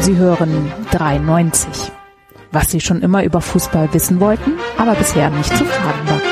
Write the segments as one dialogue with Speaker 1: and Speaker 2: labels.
Speaker 1: Sie hören 93. Was Sie schon immer über Fußball wissen wollten, aber bisher nicht zu fragen war.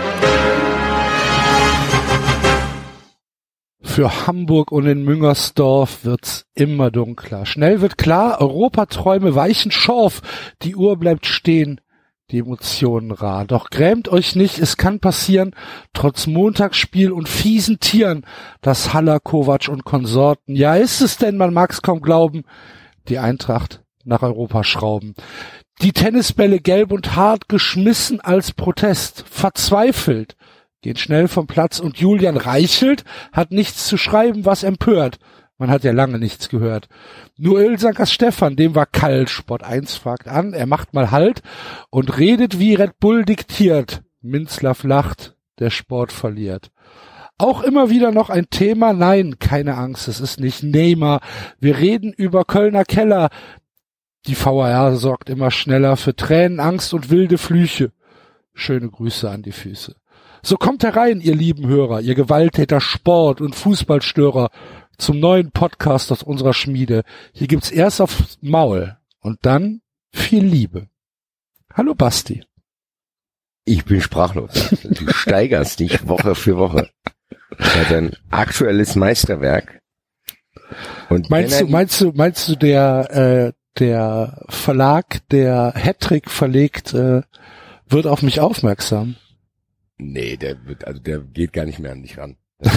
Speaker 2: Für Hamburg und in Müngersdorf wird's immer dunkler. Schnell wird klar, Europaträume weichen schorf. Die Uhr bleibt stehen, die Emotionen rar. Doch grämt euch nicht, es kann passieren, trotz Montagsspiel und fiesen Tieren, dass Haller, Kovac und Konsorten, ja ist es denn, man mag's kaum glauben, die Eintracht nach Europa schrauben. Die Tennisbälle gelb und hart geschmissen als Protest, verzweifelt, gehen schnell vom Platz und Julian Reichelt hat nichts zu schreiben, was empört. Man hat ja lange nichts gehört. Nur Ilsankas Stefan, dem war kalt. Sport 1 fragt an, er macht mal Halt und redet wie Red Bull diktiert. Minzlaff lacht, der Sport verliert. Auch immer wieder noch ein Thema, nein, keine Angst, es ist nicht Neymar. Wir reden über Kölner Keller. Die VAR sorgt immer schneller für Tränen, Angst und wilde Flüche. Schöne Grüße an die Füße. So kommt herein, ihr lieben Hörer, ihr Gewalttäter, Sport- und Fußballstörer, zum neuen Podcast aus unserer Schmiede. Hier gibt's erst aufs Maul und dann viel Liebe. Hallo Basti.
Speaker 3: Ich bin sprachlos. Du steigerst dich Woche für Woche. Das ist ein aktuelles Meisterwerk. Und
Speaker 2: meinst du der Verlag, der Hattrick verlegt, wird auf mich aufmerksam?
Speaker 3: Nee, der geht gar nicht mehr an dich ran.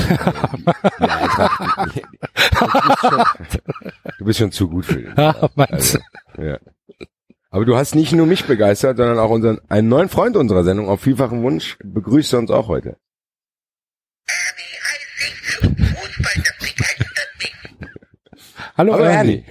Speaker 3: Du bist schon zu gut für den.
Speaker 2: Ja, meinst
Speaker 3: du? Ja. Aber du hast nicht nur mich begeistert, sondern auch einen neuen Freund unserer Sendung auf vielfachen Wunsch begrüßt er uns auch heute.
Speaker 2: Hallo Ernie.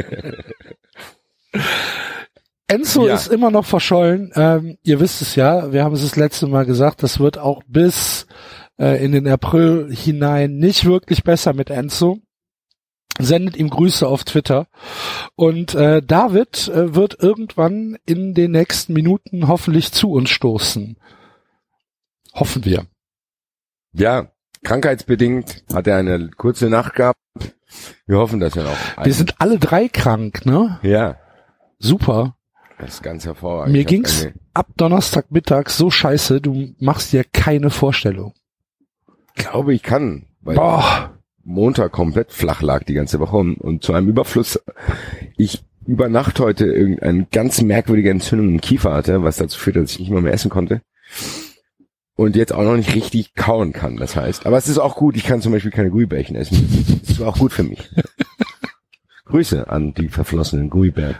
Speaker 2: Enzo
Speaker 3: Ja.
Speaker 2: ist immer noch verschollen. Ihr wisst es ja, wir haben es das letzte Mal gesagt, das wird auch bis in den April hinein nicht wirklich besser mit Enzo. Sendet ihm Grüße auf Twitter. Und David wird irgendwann in den nächsten Minuten hoffentlich zu uns stoßen. Hoffen wir.
Speaker 3: Ja, krankheitsbedingt hat er eine kurze Nacht gehabt. Wir hoffen, dass er noch.
Speaker 2: Wir sind alle drei krank, ne?
Speaker 3: Ja.
Speaker 2: Super.
Speaker 3: Das ist ganz hervorragend.
Speaker 2: Mir ging's ab Donnerstagmittag so scheiße, du machst dir keine Vorstellung.
Speaker 3: Glaube ich kann, weil
Speaker 2: Boah.
Speaker 3: Montag komplett flach lag die ganze Woche und zu einem Überfluss ich über Nacht heute irgendeine ganz merkwürdige Entzündung im Kiefer hatte, was dazu führt, dass ich nicht mehr essen konnte und jetzt auch noch nicht richtig kauen kann, das heißt. Aber es ist auch gut, ich kann zum Beispiel keine Gummibärchen essen. Das ist auch gut für mich. Grüße an die verflossenen Gummibärchen.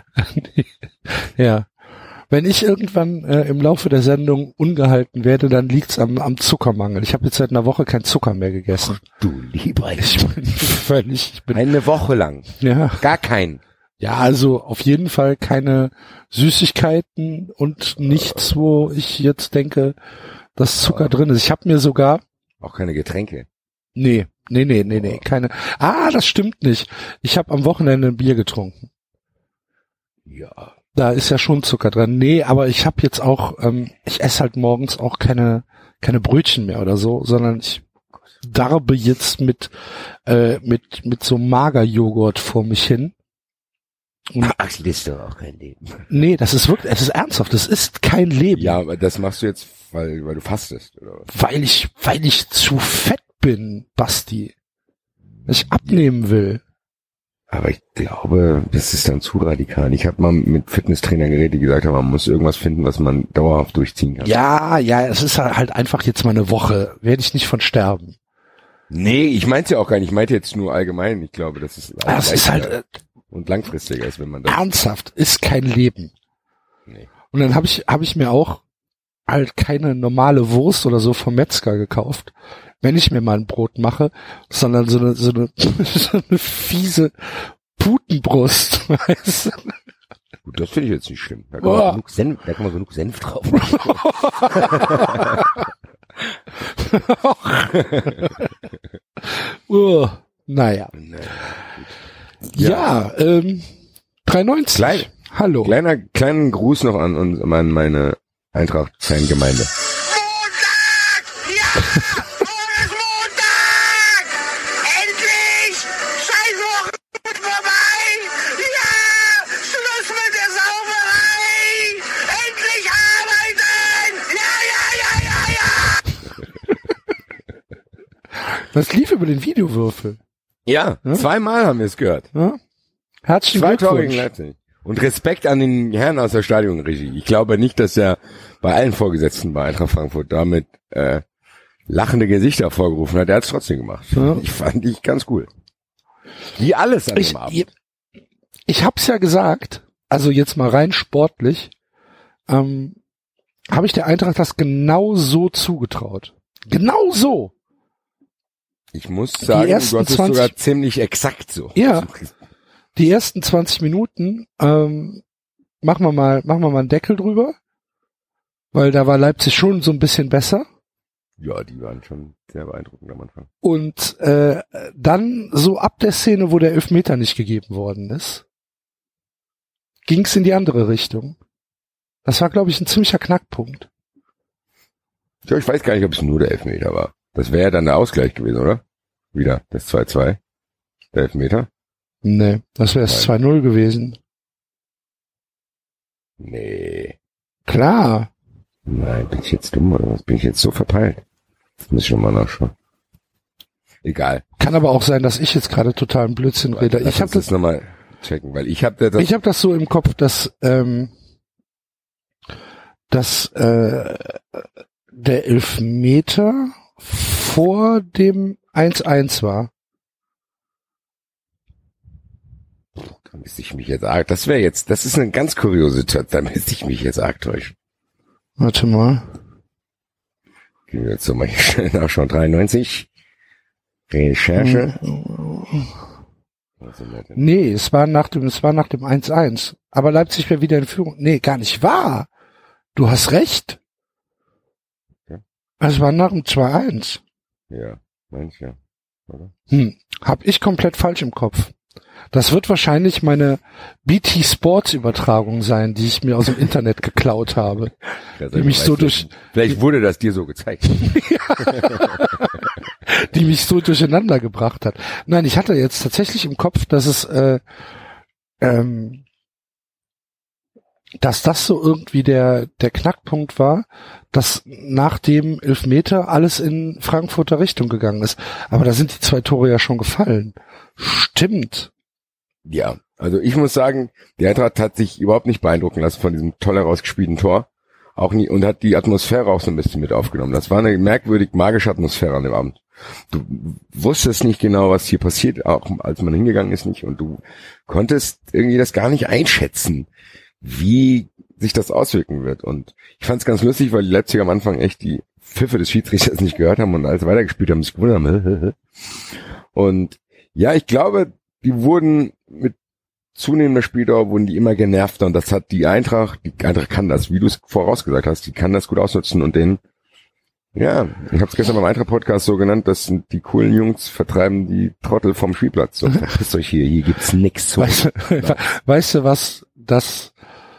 Speaker 2: Ja. Wenn ich irgendwann im Laufe der Sendung ungehalten werde, dann liegt's am Zuckermangel. Ich habe jetzt seit einer Woche kein Zucker mehr gegessen.
Speaker 3: Du lieber
Speaker 2: Ich bin
Speaker 3: eine Woche lang.
Speaker 2: ja.
Speaker 3: Gar keinen.
Speaker 2: Ja, also auf jeden Fall keine Süßigkeiten und nichts, wo ich jetzt denke, dass Zucker drin ist. Ich habe mir sogar
Speaker 3: Auch keine Getränke.
Speaker 2: Nee, keine. Das stimmt nicht. Ich habe am Wochenende ein Bier getrunken.
Speaker 3: Ja.
Speaker 2: Da ist ja schon Zucker drin. Nee, aber ich habe jetzt auch, ich esse halt morgens auch keine Brötchen mehr oder so, sondern ich darbe jetzt mit so Magerjoghurt vor mich hin. Und
Speaker 3: Ach, das ist doch auch kein Leben.
Speaker 2: nee, das ist wirklich, es ist ernsthaft, das ist kein Leben.
Speaker 3: Ja, aber das machst du jetzt, weil du fastest, oder was?
Speaker 2: Weil ich zu fett bin, Basti. Dass ich abnehmen will.
Speaker 3: Aber ich glaube, das ist dann zu radikal. Ich habe mal mit Fitnesstrainern geredet, die gesagt haben, man muss irgendwas finden, was man dauerhaft durchziehen kann.
Speaker 2: Ja, es ist halt einfach jetzt mal eine Woche. Werde ich nicht von sterben.
Speaker 3: Nee, ich meinte ja auch gar nicht. Ich meinte jetzt nur allgemein. Ich glaube, das ist
Speaker 2: Das ist halt
Speaker 3: und langfristiger ist, wenn man das.
Speaker 2: ernsthaft, ist kein Leben.
Speaker 3: Nee.
Speaker 2: Und dann habe ich mir auch halt keine normale Wurst oder so vom Metzger gekauft, wenn ich mir mal ein Brot mache, sondern so eine fiese Putenbrust, weißt du?
Speaker 3: Gut, das finde ich jetzt nicht schlimm. Da kann man genug Senf drauf machen.
Speaker 2: Naja. Ja, 93.
Speaker 3: Klein.
Speaker 2: Hallo.
Speaker 3: Kleinen Gruß noch an meine Eintracht-Fangemeinde.
Speaker 4: Montag! Ja! Es ist Montag! Endlich! Scheiß Woche vorbei! Ja!
Speaker 2: Das lief über den Videowürfel.
Speaker 3: Ja,
Speaker 2: Ja?
Speaker 3: zweimal haben wir es gehört.
Speaker 2: Ja? Herzlichen
Speaker 3: 2 Tore gegen
Speaker 2: Glückwunsch.
Speaker 3: Leipzig. Und Respekt an den Herrn aus der Stadionregie. Ich glaube nicht, dass er bei allen Vorgesetzten bei Eintracht Frankfurt damit lachende Gesichter vorgerufen hat. Er hat es trotzdem gemacht.
Speaker 2: Ja.
Speaker 3: Ich fand ich ganz cool. Wie alles an dem Abend.
Speaker 2: Ich hab's ja gesagt, also jetzt mal rein sportlich, habe ich der Eintracht das genau so zugetraut. Genau so.
Speaker 3: Ich muss sagen, du hast es sogar ziemlich exakt so.
Speaker 2: Ja. Die ersten 20 Minuten machen wir mal einen Deckel drüber, weil da war Leipzig schon so ein bisschen besser.
Speaker 3: Ja, die waren schon sehr beeindruckend am Anfang.
Speaker 2: Und dann so ab der Szene, wo der Elfmeter nicht gegeben worden ist, ging's in die andere Richtung. Das war, glaube ich, ein ziemlicher Knackpunkt.
Speaker 3: Ja, ich weiß gar nicht, ob es nur der Elfmeter war. Das wäre ja dann der Ausgleich gewesen, oder? Wieder das 2-2. Der Elfmeter?
Speaker 2: Nee, das wäre es 2-0 gewesen.
Speaker 3: Nee.
Speaker 2: Klar.
Speaker 3: Nein, bin ich jetzt dumm oder was? Bin ich jetzt so verpeilt? Das muss ich schon mal nachschauen. Egal.
Speaker 2: Kann aber auch sein, dass ich jetzt gerade totalen Blödsinn rede.
Speaker 3: Lass
Speaker 2: Ich
Speaker 3: uns
Speaker 2: habe
Speaker 3: das nochmal checken, weil ich habe
Speaker 2: das so im Kopf, dass der Elfmeter vor dem 1-1 war.
Speaker 3: Da müsste ich mich jetzt arg, das ist eine ganz kuriose Situation, da müsste ich mich jetzt arg täuschen.
Speaker 2: Warte mal.
Speaker 3: Gehen wir jetzt so mal hier schnell nachschauen. 93. Recherche. Was sind wir denn?
Speaker 2: Nee, es war nach dem 1-1. Aber Leipzig wäre wieder in Führung. Nee, gar nicht wahr. Du hast recht.
Speaker 3: Ja.
Speaker 2: Es war nach dem 2-1.
Speaker 3: Ja, meinst ja, oder?
Speaker 2: Hab ich komplett falsch im Kopf. Das wird wahrscheinlich meine BT Sports Übertragung sein, die ich mir aus dem Internet geklaut habe. Die mich so
Speaker 3: Vielleicht wurde das dir so gezeigt.
Speaker 2: Die mich so durcheinander gebracht hat. Nein, ich hatte jetzt tatsächlich im Kopf, dass es, dass das so irgendwie der Knackpunkt war, dass nach dem Elfmeter alles in Frankfurter Richtung gegangen ist. Aber da sind die 2 Tore ja schon gefallen. Stimmt.
Speaker 3: Ja, also ich muss sagen, die Eintracht hat sich überhaupt nicht beeindrucken lassen von diesem toll herausgespielten Tor. Auch nie, und hat die Atmosphäre auch so ein bisschen mit aufgenommen. Das war eine merkwürdig magische Atmosphäre an dem Abend. Du wusstest nicht genau, was hier passiert, auch als man hingegangen ist nicht. Und du konntest irgendwie das gar nicht einschätzen, wie sich das auswirken wird. Und ich fand es ganz lustig, weil die Leipziger am Anfang echt die Pfiffe des Schiedsrichters nicht gehört haben und als sie weitergespielt haben, sich gewundert haben. Und ja, ich glaube, die wurden mit zunehmender Spieldauer wurden die immer genervter und das hat die Eintracht kann das, wie du es vorausgesagt hast, die kann das gut ausnutzen und den, ja, ich habe es gestern beim Eintracht-Podcast so genannt, das sind die coolen Jungs, vertreiben die Trottel vom Spielplatz. So, verpisst euch hier gibt's nix zu.
Speaker 2: Weißt du was, das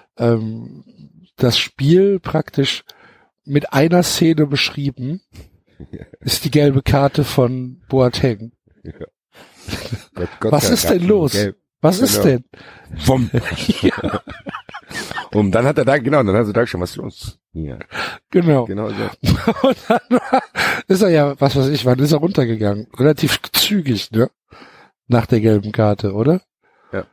Speaker 2: Spiel praktisch mit einer Szene beschrieben ist die gelbe Karte von Boateng.
Speaker 3: Ja. Gott
Speaker 2: Was ist denn los?
Speaker 3: Gelb.
Speaker 2: Was ist denn?
Speaker 3: Wumm. Ja. Und dann hat er dann hast du da schon was los. Ja.
Speaker 2: Genau.
Speaker 3: Genau so.
Speaker 2: Und dann ist er ja, was weiß ich, wann ist er runtergegangen? Relativ zügig, ne? Nach der gelben Karte, oder?
Speaker 3: Ja.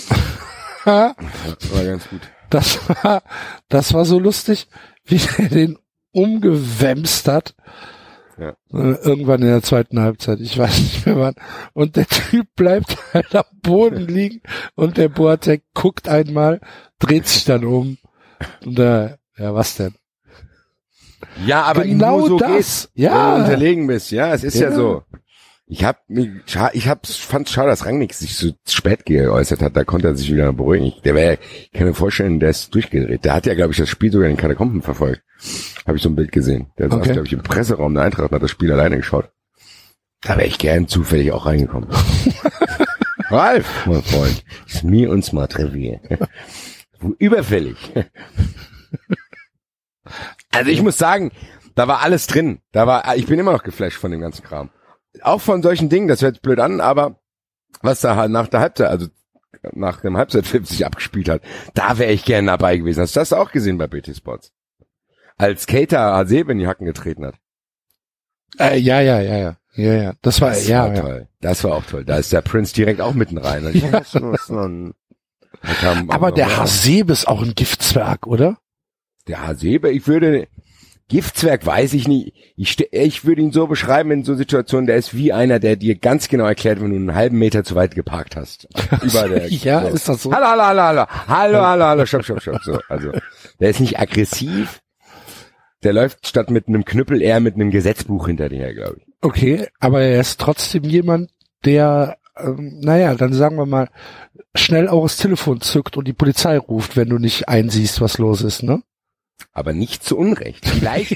Speaker 3: Das war ganz gut.
Speaker 2: Das war so lustig, wie er den umgewämst hat.
Speaker 3: Ja.
Speaker 2: Irgendwann in der zweiten Halbzeit, ich weiß nicht mehr wann. Und der Typ bleibt halt am Boden liegen und der Boateng guckt einmal, dreht sich dann um. Und ja, was denn?
Speaker 3: Ja, aber
Speaker 2: genau
Speaker 3: nur so
Speaker 2: das.
Speaker 3: Geht's,
Speaker 2: Ja.
Speaker 3: wenn du unterlegen bist. Ja, es ist ja so. Fand schade, dass Rangnick sich so spät geäußert hat. Da konnte er sich wieder beruhigen. Ich kann mir vorstellen, der ist durchgedreht. Der hat ja, glaube ich, das Spiel sogar in den Katakomben verfolgt. Habe ich so ein Bild gesehen. Der saß, glaube ich, im Presseraum der Eintracht und hat das Spiel alleine geschaut. Da wäre ich gern zufällig auch reingekommen. Ralf, mein Freund, ist mir und Smart Revier. Überfällig. Also ich muss sagen, da war alles drin. Ich bin immer noch geflasht von dem ganzen Kram. Auch von solchen Dingen, das hört blöd an, aber was da halt nach der Halbzeit, also nach dem Halbzeitfilm sich abgespielt hat, da wäre ich gerne dabei gewesen. Hast du das auch gesehen bei BT Sports? Als Keita Hasebe in die Hacken getreten hat.
Speaker 2: Ja. Ja. Das war
Speaker 3: toll. Das war auch toll. Da ist der Prince direkt auch mitten rein.
Speaker 2: Aber der Hasebe ist auch ein Giftzwerg, oder?
Speaker 3: Der Hasebe, Giftzwerg weiß ich nicht. Ich würde ihn so beschreiben in so Situationen, der ist wie einer, der dir ganz genau erklärt, wenn du einen halben Meter zu weit geparkt hast.
Speaker 2: Ja, ist das so?
Speaker 3: Hallo, stopp. So, also, der ist nicht aggressiv. Der läuft statt mit einem Knüppel eher mit einem Gesetzbuch hinter dir her, glaube ich.
Speaker 2: Okay, aber er ist trotzdem jemand, der, dann sagen wir mal, schnell auch das Telefon zückt und die Polizei ruft, wenn du nicht einsiehst, was los ist, ne?
Speaker 3: Aber nicht zu Unrecht. Vielleicht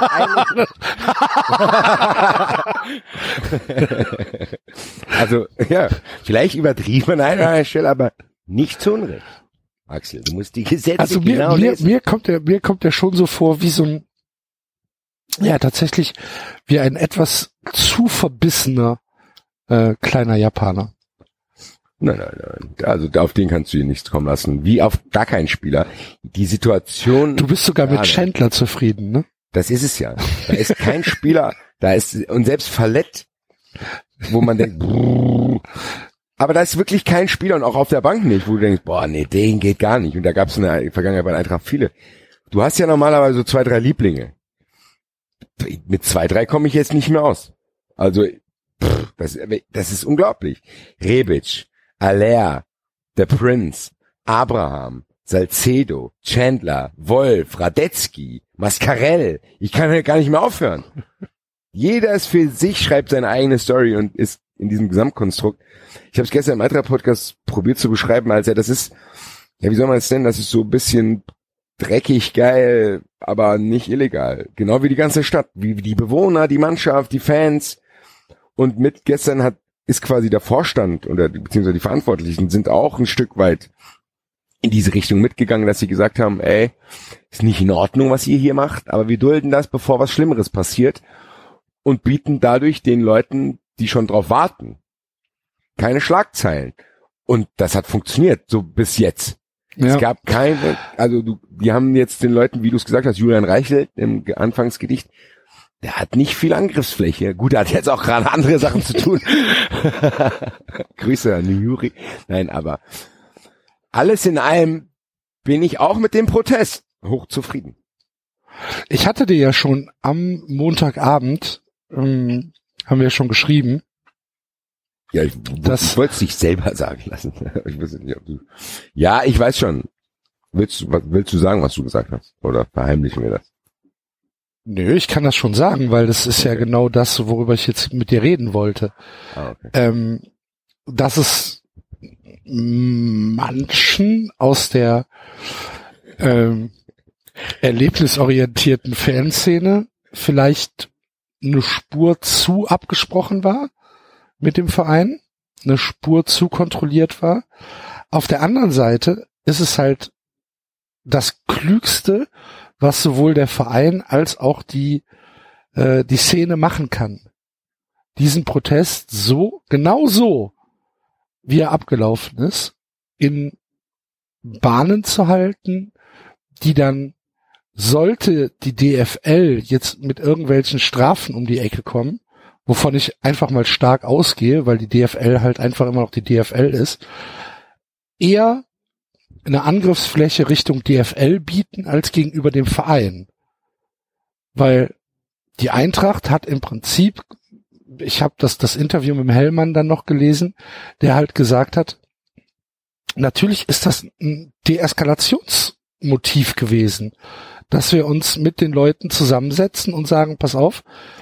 Speaker 3: vielleicht übertrieben an einer Stelle, aber nicht zu Unrecht. Axel, du musst die Gesetze
Speaker 2: also mir kommt der schon so vor wie so ein, tatsächlich wie ein etwas zu verbissener kleiner Japaner.
Speaker 3: Nein. Also auf den kannst du ihn nichts kommen lassen. Wie auf gar keinen Spieler. Die Situation.
Speaker 2: Du bist sogar mit Chandler zufrieden, ne?
Speaker 3: Das ist es ja. Da ist kein Spieler, und selbst Fallett, wo man denkt, aber da ist wirklich kein Spieler und auch auf der Bank nicht, wo du denkst, den geht gar nicht. Und da gab es in der Vergangenheit bei Eintracht viele. Du hast ja normalerweise so 2, 3 Lieblinge. Mit 2, 3 komme ich jetzt nicht mehr aus. Also, das ist unglaublich. Rebic, Aller, der Prince, Abraham, Salcedo, Chandler, Wolf, Radetzky, Mascarell. Ich kann ja gar nicht mehr aufhören. Jeder ist für sich, schreibt seine eigene Story und ist in diesem Gesamtkonstrukt. Ich habe es gestern im Eintracht-Podcast probiert zu beschreiben, das ist, wie soll man es nennen, das ist so ein bisschen dreckig, geil, aber nicht illegal. Genau wie die ganze Stadt, wie die Bewohner, die Mannschaft, die Fans. Und mit gestern ist quasi der Vorstand oder beziehungsweise die Verantwortlichen sind auch ein Stück weit in diese Richtung mitgegangen, dass sie gesagt haben, ist nicht in Ordnung, was ihr hier macht, aber wir dulden das, bevor was Schlimmeres passiert und bieten dadurch den Leuten, die schon drauf warten, keine Schlagzeilen. Und das hat funktioniert, so bis jetzt. Ja. Es gab die haben jetzt den Leuten, wie du es gesagt hast, Julian Reichelt im Anfangsgedicht, der hat nicht viel Angriffsfläche. Gut, er hat jetzt auch gerade andere Sachen zu tun. Grüße an Juri. Nein, aber alles in allem bin ich auch mit dem Protest hochzufrieden.
Speaker 2: Ich hatte dir ja schon am Montagabend, haben wir schon geschrieben.
Speaker 3: Ja, ich wollte es dich selber sagen lassen. Ich weiß nicht, ob du. Ja, ich weiß schon. Willst du sagen, was du gesagt hast? Oder verheimlichen wir das?
Speaker 2: Nö, ich kann das schon sagen, weil das ist ja genau das, worüber ich jetzt mit dir reden wollte. Okay. Dass es manchen aus der erlebnisorientierten Fanszene vielleicht eine Spur zu abgesprochen war mit dem Verein, eine Spur zu kontrolliert war. Auf der anderen Seite ist es halt das Klügste, was sowohl der Verein als auch die Szene machen kann. Diesen Protest genau so, wie er abgelaufen ist, in Bahnen zu halten, die dann, sollte die DFL jetzt mit irgendwelchen Strafen um die Ecke kommen, wovon ich einfach mal stark ausgehe, weil die DFL halt einfach immer noch die DFL ist, eher eine Angriffsfläche Richtung DFL bieten als gegenüber dem Verein. Weil die Eintracht hat im Prinzip, ich habe das Interview mit dem Hellmann dann noch gelesen, der halt gesagt hat, natürlich ist das ein Deeskalationsmotiv gewesen, dass wir uns mit den Leuten zusammensetzen und sagen, pass auf,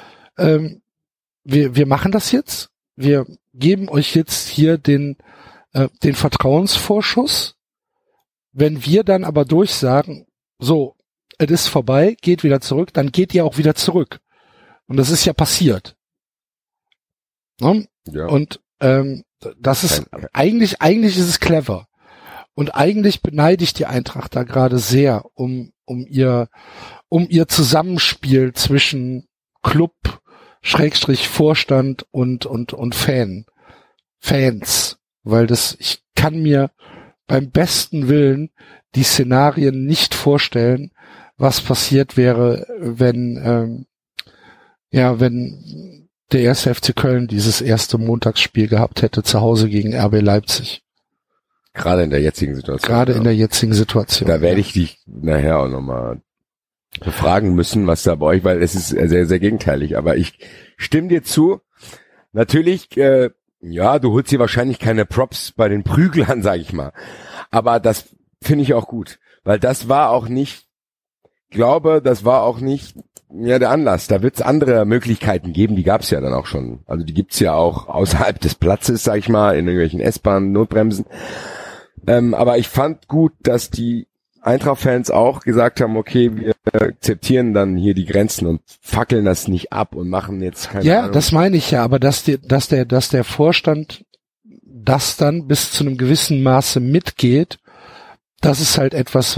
Speaker 2: wir machen das jetzt, wir geben euch jetzt hier den Vertrauensvorschuss. Wenn wir dann aber durchsagen, so, es ist vorbei, geht wieder zurück, dann geht ihr auch wieder zurück. Und das ist ja passiert. Ne? Ja. Und das ist eigentlich ist es clever. Und eigentlich beneide ich die Eintracht da gerade sehr um ihr Zusammenspiel zwischen Club, Vorstand und Fans. Weil ich kann mir beim besten Willen die Szenarien nicht vorstellen, was passiert wäre, wenn der 1. FC Köln dieses erste Montagsspiel gehabt hätte zu Hause gegen RB Leipzig.
Speaker 3: Gerade in der jetzigen Situation. Da werde ich dich nachher auch nochmal befragen müssen, was da bei euch, weil es ist sehr, sehr gegenteilig. Aber ich stimme dir zu. Natürlich, ja, du holst dir wahrscheinlich keine Props bei den Prüglern, sag ich mal. Aber das finde ich auch gut. Weil das war auch nicht, ja, der Anlass. Da wird es andere Möglichkeiten geben, die gab es ja dann auch schon. Also die gibt's ja auch außerhalb des Platzes, sag ich mal, in irgendwelchen S-Bahnen, Notbremsen. Aber ich fand gut, dass die Eintracht-Fans auch gesagt haben, okay, wir akzeptieren dann hier die Grenzen und fackeln das nicht ab und machen jetzt keine Ahnung.
Speaker 2: Das meine ich ja, aber dass der Vorstand das dann bis zu einem gewissen Maße mitgeht, das ist halt etwas,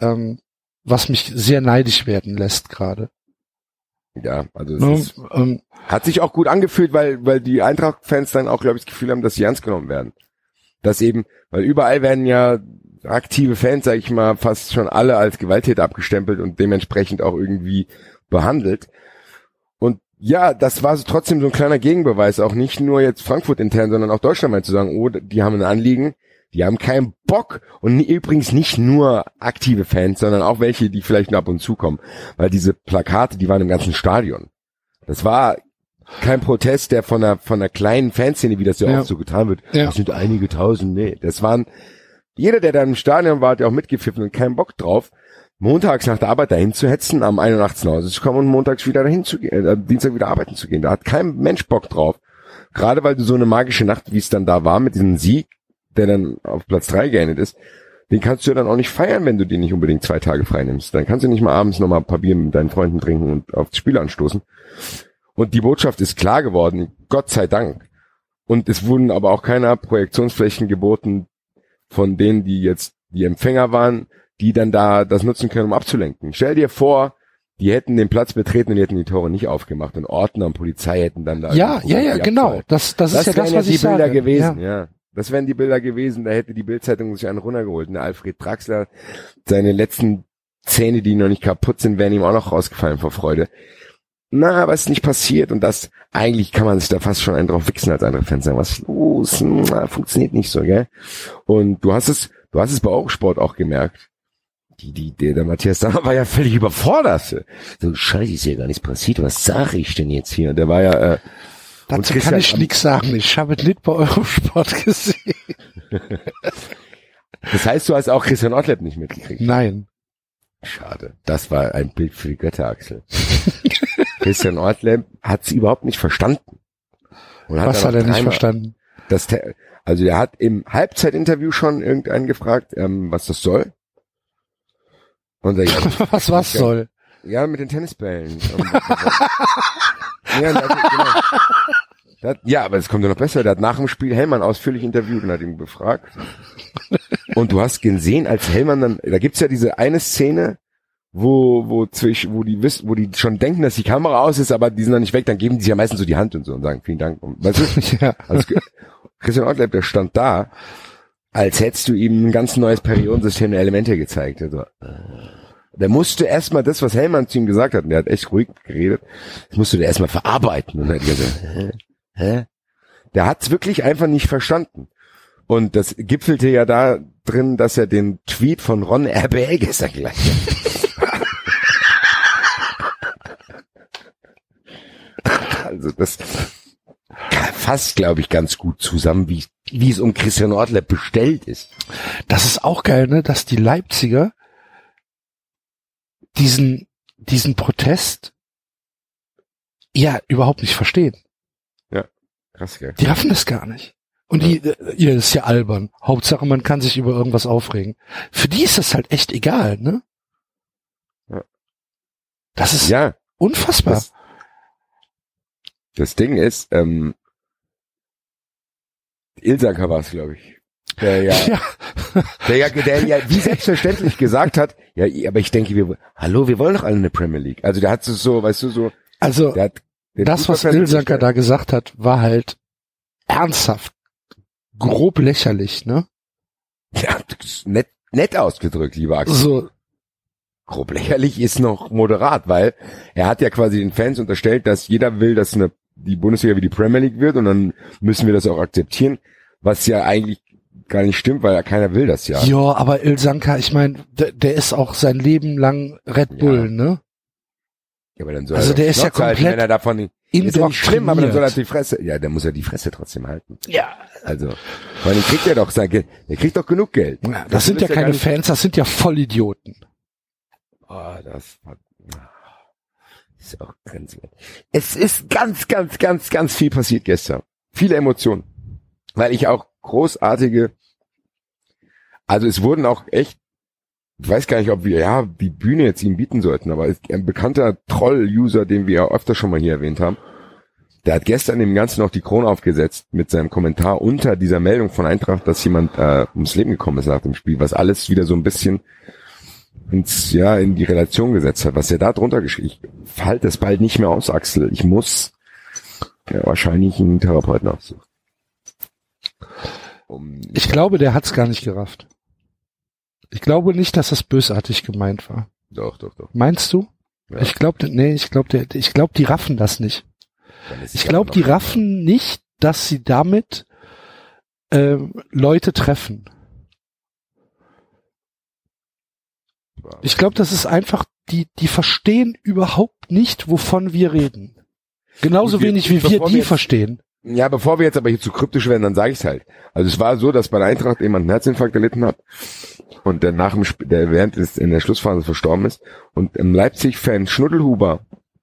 Speaker 2: was mich sehr neidisch werden lässt gerade.
Speaker 3: Ja, also es hat sich auch gut angefühlt, weil die Eintracht-Fans dann auch, glaube ich, das Gefühl haben, dass sie ernst genommen werden. Dass eben, weil überall werden ja aktive Fans, sag ich mal, fast schon alle als Gewalttäter abgestempelt und dementsprechend auch irgendwie behandelt. Und ja, das war so trotzdem so ein kleiner Gegenbeweis, auch nicht nur jetzt Frankfurt intern, sondern auch deutschlandweit zu sagen, oh, die haben ein Anliegen, die haben keinen Bock. Und übrigens nicht nur aktive Fans, sondern auch welche, die vielleicht nur ab und zu kommen. Weil diese Plakate, die waren im ganzen Stadion. Das war kein Protest, der von einer kleinen Fanszene, wie das ja oft so getan wird. Ja. Das sind einige tausend, nee. Das waren, jeder, der da im Stadion war, hat ja auch mitgepfiffen und keinen Bock drauf, montags nach der Arbeit dahin zu hetzen, am 81. nach Hause zu kommen und montags wieder dahin zu gehen, Dienstag wieder arbeiten zu gehen. Da hat kein Mensch Bock drauf. Gerade weil du so eine magische Nacht, wie es dann da war, mit diesem Sieg, der dann auf Platz 3 geendet ist, den kannst du ja dann auch nicht feiern, wenn du dir nicht unbedingt 2 Tage frei nimmst. Dann kannst du nicht mal abends nochmal ein paar Bier mit deinen Freunden trinken und aufs Spiel anstoßen. Und die Botschaft ist klar geworden, Gott sei Dank. Und es wurden aber auch keine Projektionsflächen geboten von denen, die jetzt die Empfänger waren, die dann da das nutzen können, um abzulenken. Stell dir vor, die hätten den Platz betreten und die hätten die Tore nicht aufgemacht und Ordner und Polizei hätten dann da...
Speaker 2: Ja, genau. Das ist ja das, was ich sage.
Speaker 3: Das wären die Bilder gewesen, ja. Das wären die Bilder gewesen, da hätte die Bild-Zeitung sich einen runtergeholt. Und der Alfred Draxler, seine letzten Zähne, die noch nicht kaputt sind, wären ihm auch noch rausgefallen vor Freude. Na, aber es ist nicht passiert und das, eigentlich kann man sich da fast schon einen drauf wichsen als andere Fans sagen, was ist los? Funktioniert nicht so, gell? Und du hast es bei Eurosport auch gemerkt. Der Matthias Sammer war ja völlig überfordert. So, Scheiße, ist ja gar nichts passiert, was sage ich denn jetzt hier? Und der war ja,
Speaker 2: dazu kann ich nichts sagen, ich habe es nicht bei Eurosport gesehen.
Speaker 3: Das heißt, du hast auch Christian Ortleb nicht mitgekriegt?
Speaker 2: Nein.
Speaker 3: Schade. Das war ein Bild für die Götter, Axel. Christian Ortleb hat es überhaupt nicht verstanden.
Speaker 2: Und was hat er nicht verstanden?
Speaker 3: Also er hat im Halbzeitinterview schon irgendeinen gefragt, was das soll. Und er,
Speaker 2: was soll?
Speaker 3: Ja, mit den Tennisbällen. Ja, aber es kommt ja noch besser. Der hat nach dem Spiel Hellmann ausführlich interviewt und hat ihn befragt. Und du hast gesehen, als Hellmann dann, da gibt's ja diese eine Szene, wo die schon denken, dass die Kamera aus ist, aber die sind dann nicht weg, dann geben die sich ja meistens so die Hand und so und sagen, vielen Dank. Und, weißt du? Ja. Also, Christian Ortleb, der stand da, als hättest du ihm ein ganz neues Periodensystem der Elemente gezeigt. Also, der musste erstmal das, was Hellmann zu ihm gesagt hat, und der hat echt ruhig geredet, das musste der erstmal verarbeiten. Und dann hat er gesagt, hä? Der hat's wirklich einfach nicht verstanden. Und das gipfelte ja da drin, dass er den Tweet von Ron RBL gestern gleich hat. Also das fasst, glaube ich, ganz gut zusammen, wie es um Christian Ortleb bestellt ist.
Speaker 2: Das ist auch geil, ne, dass die Leipziger diesen Protest ja überhaupt nicht verstehen.
Speaker 3: Ja, krass, gell.
Speaker 2: Die raffen das gar nicht. Und ihr ist ja albern. Hauptsache, man kann sich über irgendwas aufregen. Für die ist das halt echt egal, ne?
Speaker 3: Ja.
Speaker 2: Das ist unfassbar.
Speaker 3: Das Ding ist, Ilsanker war es, glaube ich. Der ja wie selbstverständlich gesagt hat, ja, aber ich denke, wir wollen doch alle eine Premier League. Also der hat so, weißt du, so.
Speaker 2: Also, das, was Ilsanker da gesagt hat, war halt ernsthaft, grob lächerlich, ne?
Speaker 3: Ja, nett ausgedrückt, lieber Axel.
Speaker 2: So.
Speaker 3: Grob lächerlich ist noch moderat, weil er hat ja quasi den Fans unterstellt, dass jeder will, dass eine die Bundesliga wie die Premier League wird und dann müssen wir das auch akzeptieren, was ja eigentlich gar nicht stimmt, weil ja keiner will das ja.
Speaker 2: Ja, aber Ilsanka, ich meine, der ist auch sein Leben lang Red Bull, ne?
Speaker 3: Ja, aber dann soll
Speaker 2: Also
Speaker 3: er
Speaker 2: der ist ja komplett
Speaker 3: wenn er davon ist ja nicht schlimm, aber dann soll er die Fresse, ja, der muss ja die Fresse trotzdem halten.
Speaker 2: Ja.
Speaker 3: Also, vor allem kriegt er doch sein Geld, der kriegt doch genug Geld.
Speaker 2: Ja, das sind ja keine Fans, das sind ja Vollidioten.
Speaker 3: Das ist auch grenzwertig. Es ist ganz, ganz, ganz, ganz viel passiert gestern. Viele Emotionen. Weil ich auch großartige, also es wurden auch echt, ich weiß gar nicht, ob wir die Bühne jetzt ihm bieten sollten, aber ein bekannter Troll-User, den wir ja öfter schon mal hier erwähnt haben, der hat gestern dem Ganzen noch die Krone aufgesetzt mit seinem Kommentar unter dieser Meldung von Eintracht, dass jemand ums Leben gekommen ist nach dem Spiel, was alles wieder so ein bisschen in die Relation gesetzt hat, was er da drunter geschrieben hat. Ich halte das bald nicht mehr aus, Axel. Ich muss wahrscheinlich einen Therapeuten aufsuchen.
Speaker 2: Ich glaube, der hat's gar nicht gerafft. Ich glaube nicht, dass das bösartig gemeint war.
Speaker 3: Doch.
Speaker 2: Meinst du?
Speaker 3: Ja.
Speaker 2: Ich glaube, die raffen das nicht. Ich glaube, die raffen nicht, dass sie damit Leute treffen. Ich glaube, das ist einfach, die verstehen überhaupt nicht, wovon wir reden. Genauso wenig wie wir die verstehen.
Speaker 3: Ja, bevor wir jetzt aber hier zu kryptisch werden, dann sage ich es halt. Also es war so, dass bei der Eintracht jemand einen Herzinfarkt erlitten hat und der nach dem Spiel, der während es in der Schlussphase verstorben ist und im Leipzig-Fan Schnuddelhuber,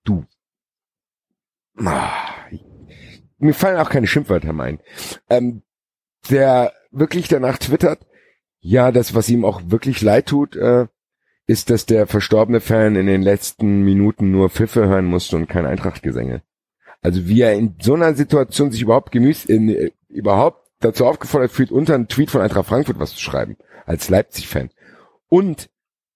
Speaker 3: mir fallen auch keine Schimpfwörter mehr ein, der wirklich danach twittert, ja, das, was ihm auch wirklich leid tut, ist, dass der verstorbene Fan in den letzten Minuten nur Pfiffe hören musste und kein Eintracht-Gesänge. Also wie er in so einer Situation sich überhaupt dazu aufgefordert fühlt, unter einen Tweet von Eintracht Frankfurt was zu schreiben, als Leipzig-Fan. Und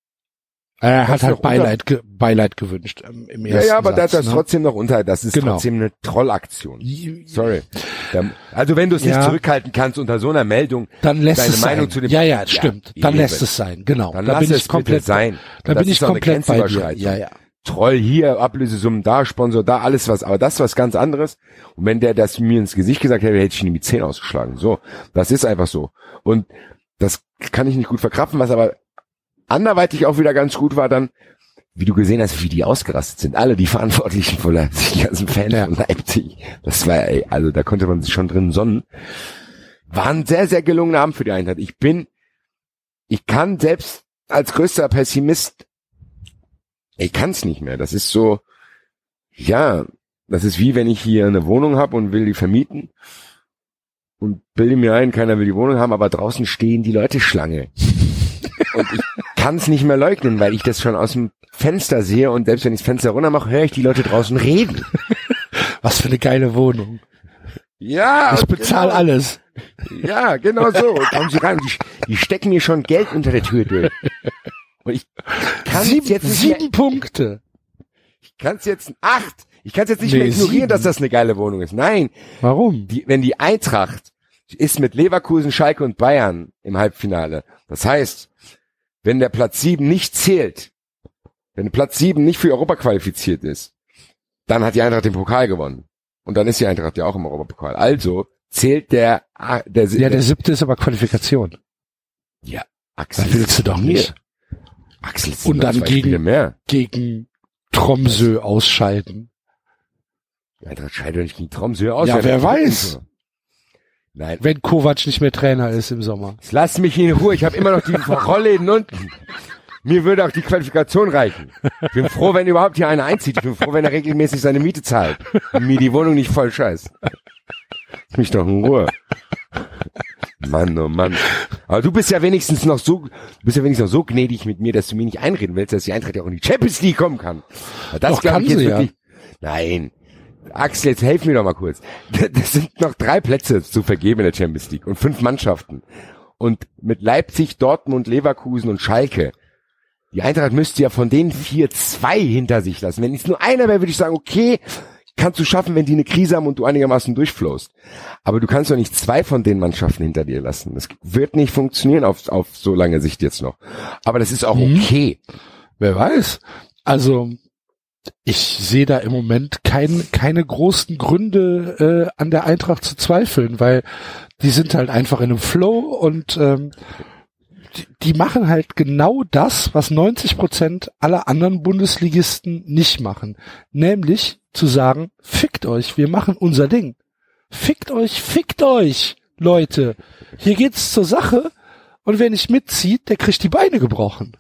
Speaker 2: er hat halt Beileid gewünscht im ersten
Speaker 3: Ja, aber
Speaker 2: Satz,
Speaker 3: da hat das
Speaker 2: ne?
Speaker 3: trotzdem noch unter. Das ist trotzdem eine Trollaktion. Sorry. Also wenn du es nicht zurückhalten kannst unter so einer Meldung,
Speaker 2: dann lässt
Speaker 3: deine
Speaker 2: es
Speaker 3: Meinung
Speaker 2: sein.
Speaker 3: zu dem
Speaker 2: Ja, stimmt. Dann lässt es sein. Genau.
Speaker 3: Dann
Speaker 2: da
Speaker 3: lass
Speaker 2: bin
Speaker 3: es
Speaker 2: ich komplett
Speaker 3: bitte sein.
Speaker 2: Da bin ich komplett bei dir. Ja.
Speaker 3: Troll hier, Ablösesummen da, Sponsor da, alles was, aber das ist was ganz anderes. Und wenn der das mir ins Gesicht gesagt hätte, hätte ich ihn in die Zähne ausgeschlagen. So, das ist einfach so. Und das kann ich nicht gut verkraften, was aber anderweitig auch wieder ganz gut war dann, wie du gesehen hast, wie die ausgerastet sind. Alle die Verantwortlichen von Leipzig, die ganzen Fans von Leipzig. Das war, also da konnte man sich schon drin sonnen. War ein sehr, sehr gelungener Abend für die Eintracht. Ich kann selbst als größter Pessimist, ich kann's nicht mehr. Das ist so, ja, das ist wie wenn ich hier eine Wohnung habe und will die vermieten und bilde mir ein, keiner will die Wohnung haben, aber draußen stehen die Leute Schlange. Und ich kann's nicht mehr leugnen, weil ich das schon aus dem Fenster sehe und selbst wenn ich das Fenster runter mache, höre ich die Leute draußen reden.
Speaker 2: Was für eine geile Wohnung.
Speaker 3: Ja.
Speaker 2: Ich bezahle alles.
Speaker 3: Ja, genau so. Und kommen sie rein und die stecken mir schon Geld unter der Tür durch. Und ich kann jetzt nicht
Speaker 2: 7 Punkte.
Speaker 3: Ich kann es jetzt 8. Ich kann es jetzt nicht mehr ignorieren,
Speaker 2: 7.
Speaker 3: dass das eine geile Wohnung ist. Nein.
Speaker 2: Warum?
Speaker 3: Wenn die Eintracht ist mit Leverkusen, Schalke und Bayern im Halbfinale. Das heißt, wenn der Platz 7 nicht zählt, wenn Platz 7 nicht für Europa qualifiziert ist, dann hat die Eintracht den Pokal gewonnen. Und dann ist die Eintracht ja auch im Europapokal. Also zählt der
Speaker 2: 7. ist aber Qualifikation.
Speaker 3: Ja, Axel.
Speaker 2: Das willst du doch nicht.
Speaker 3: Axel,
Speaker 2: und dann gegen Tromsø ausscheiden.
Speaker 3: Die Eintracht scheidet nicht gegen Tromsø aus.
Speaker 2: Ja, wer weiß.
Speaker 3: Nein.
Speaker 2: Wenn Kovac nicht mehr Trainer ist im Sommer.
Speaker 3: Lass mich in Ruhe, ich habe immer noch die Rollläden unten. Mir würde auch die Qualifikation reichen. Ich bin froh, wenn überhaupt hier einer einzieht. Ich bin froh, wenn er regelmäßig seine Miete zahlt. Und mir die Wohnung nicht voll scheißt. Lass mich doch in Ruhe. Mann, oh Mann. Aber du bist ja wenigstens noch so gnädig mit mir, dass du mir nicht einreden willst, dass die Eintracht ja auch in die Champions League kommen kann. Das glaube ich jetzt wirklich. Ja. Nein. Axel, jetzt helf mir doch mal kurz. Das sind noch 3 Plätze zu vergeben in der Champions League und 5 Mannschaften. Und mit Leipzig, Dortmund, Leverkusen und Schalke. Die Eintracht müsste ja von den 4 2 hinter sich lassen. Wenn es nur einer wäre, würde ich sagen, okay, kannst du schaffen, wenn die eine Krise haben und du einigermaßen durchflowst. Aber du kannst doch nicht 2 von den Mannschaften hinter dir lassen. Das wird nicht funktionieren auf so lange Sicht jetzt noch. Aber das ist auch okay.
Speaker 2: Wer weiß. Also, ich sehe da im Moment keine großen Gründe an der Eintracht zu zweifeln, weil die sind halt einfach in einem Flow und die machen halt genau das, was 90% aller anderen Bundesligisten nicht machen. Nämlich zu sagen, fickt euch, wir machen unser Ding. Fickt euch, Leute. Hier geht's zur Sache und wer nicht mitzieht, der kriegt die Beine gebrochen.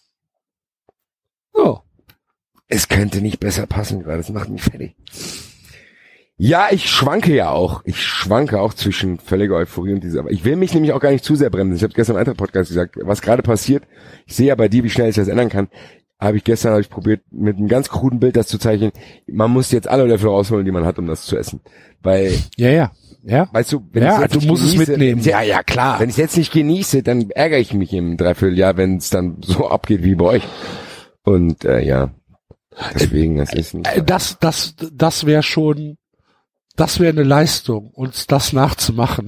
Speaker 2: So.
Speaker 3: Es könnte nicht besser passen gerade, das macht mich fertig. Ja, ich schwanke auch zwischen völliger Euphorie und aber ich will mich nämlich auch gar nicht zu sehr bremsen. Ich habe gestern im Eintracht-Podcast gesagt, was gerade passiert, ich sehe ja bei dir, wie schnell ich das ändern kann, habe ich probiert, mit einem ganz kruden Bild das zu zeichnen. Man muss jetzt alle Löffel rausholen, die man hat, um das zu essen. Weil,
Speaker 2: ja.
Speaker 3: Weißt du, wenn
Speaker 2: ja,
Speaker 3: ich
Speaker 2: du musst es mitnehmen. Ja, klar.
Speaker 3: Wenn ich es jetzt nicht genieße, dann ärgere ich mich im Dreivierteljahr, wenn es dann so abgeht wie bei euch. Und, deswegen, das ist nicht.
Speaker 2: Das wäre schon, das wäre eine Leistung, uns das nachzumachen.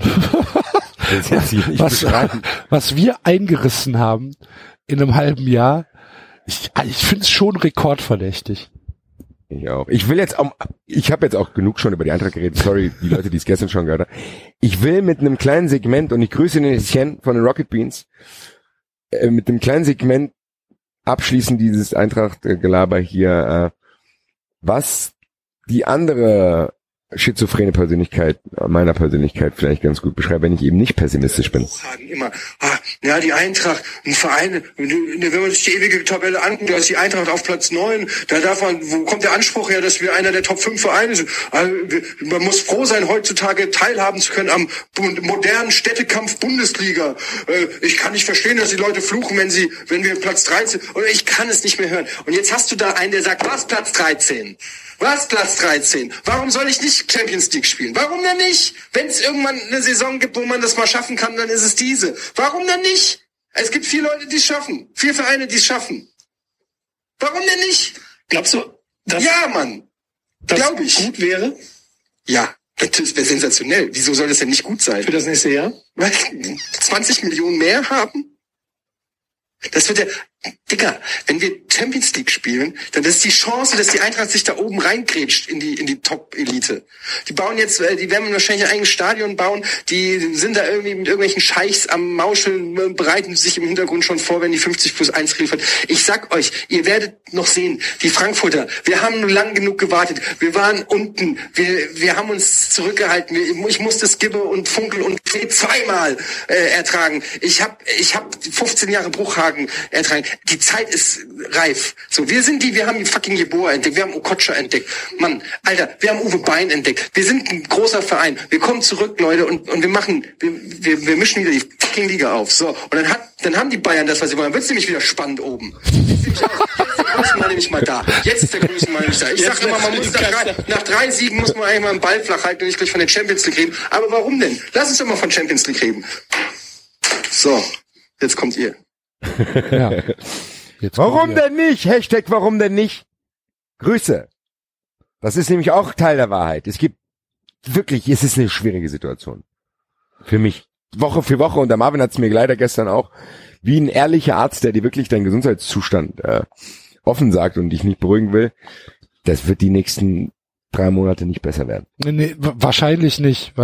Speaker 2: Was wir eingerissen haben in einem halben Jahr, ich finde es schon rekordverdächtig.
Speaker 3: Ich auch. Ich habe jetzt auch genug schon über die Eintracht geredet, sorry, die Leute, die es gestern schon gehört haben. Ich will mit einem kleinen Segment, und ich grüße den Etienne von den Rocket Beans, mit einem kleinen Segment abschließen dieses Eintracht-Gelaber hier, was die andere schizophrene Persönlichkeit, meiner Persönlichkeit vielleicht ganz gut beschreibt, wenn ich eben nicht pessimistisch bin.
Speaker 4: Immer, die Eintracht, ein Verein, wenn man sich die ewige Tabelle anguckt, da ist die Eintracht auf Platz 9, da wo kommt der Anspruch her, dass wir einer der Top 5 Vereine sind? Also, man muss froh sein, heutzutage teilhaben zu können am modernen Städtekampf Bundesliga. Ich kann nicht verstehen, dass die Leute fluchen, wenn wir Platz 13, oder ich kann es nicht mehr hören. Und jetzt hast du da einen, der sagt, was Platz 13? Was Platz 13? Warum soll ich nicht Champions League spielen? Warum denn nicht? Wenn es irgendwann eine Saison gibt, wo man das mal schaffen kann, dann ist es diese. Warum denn nicht? Es gibt 4 Leute, die es schaffen. 4 Vereine, die es schaffen. Warum denn nicht?
Speaker 5: Glaubst du, dass
Speaker 4: das glaube ich.
Speaker 5: Gut wäre?
Speaker 4: Ja, das wäre sensationell. Wieso soll das denn nicht gut sein?
Speaker 5: Für das nächste Jahr?
Speaker 4: 20 Millionen mehr haben? Das wird Digga, wenn wir Champions League spielen, dann ist die Chance, dass die Eintracht sich da oben reingrätscht in die Top-Elite. Die werden wahrscheinlich ein eigenes Stadion bauen, die sind da irgendwie mit irgendwelchen Scheichs am Mauscheln, bereiten sich im Hintergrund schon vor, wenn die 50+1 liefert. Ich sag euch, ihr werdet noch sehen, die Frankfurter, wir haben nur lang genug gewartet, wir waren unten, wir haben uns zurückgehalten, ich musste Skibbe und Funkel und Klee zweimal ertragen. Ich hab 15 Jahre Bruchhagen ertragen. Die Zeit ist reif. So, wir haben die fucking Jeboa entdeckt, wir haben Okocha entdeckt. Mann, Alter, wir haben Uwe Bein entdeckt. Wir sind ein großer Verein. Wir kommen zurück, Leute, und wir mischen wieder die fucking Liga auf. So, und dann haben die Bayern das, was sie wollen. Dann wird's nämlich wieder spannend oben. Jetzt ist der Größenmann nämlich mal da. Jetzt ist der Größenmann nämlich da. Ich sag immer, man muss nach 3 Siegen muss man eigentlich mal einen Ball flach halten und nicht gleich von der Champions League reden. Aber warum denn? Lass uns doch mal von Champions League reden. So, jetzt kommt ihr.
Speaker 2: Ja.
Speaker 3: Warum denn nicht? Hashtag warum denn nicht? Grüße. Das ist nämlich auch Teil der Wahrheit. Es ist eine schwierige Situation. Für mich. Woche für Woche. Und der Marvin hat es mir leider gestern auch, wie ein ehrlicher Arzt, der dir wirklich deinen Gesundheitszustand offen sagt und dich nicht beruhigen will. Das wird die nächsten 3 Monate nicht besser werden.
Speaker 2: Nee, wahrscheinlich nicht.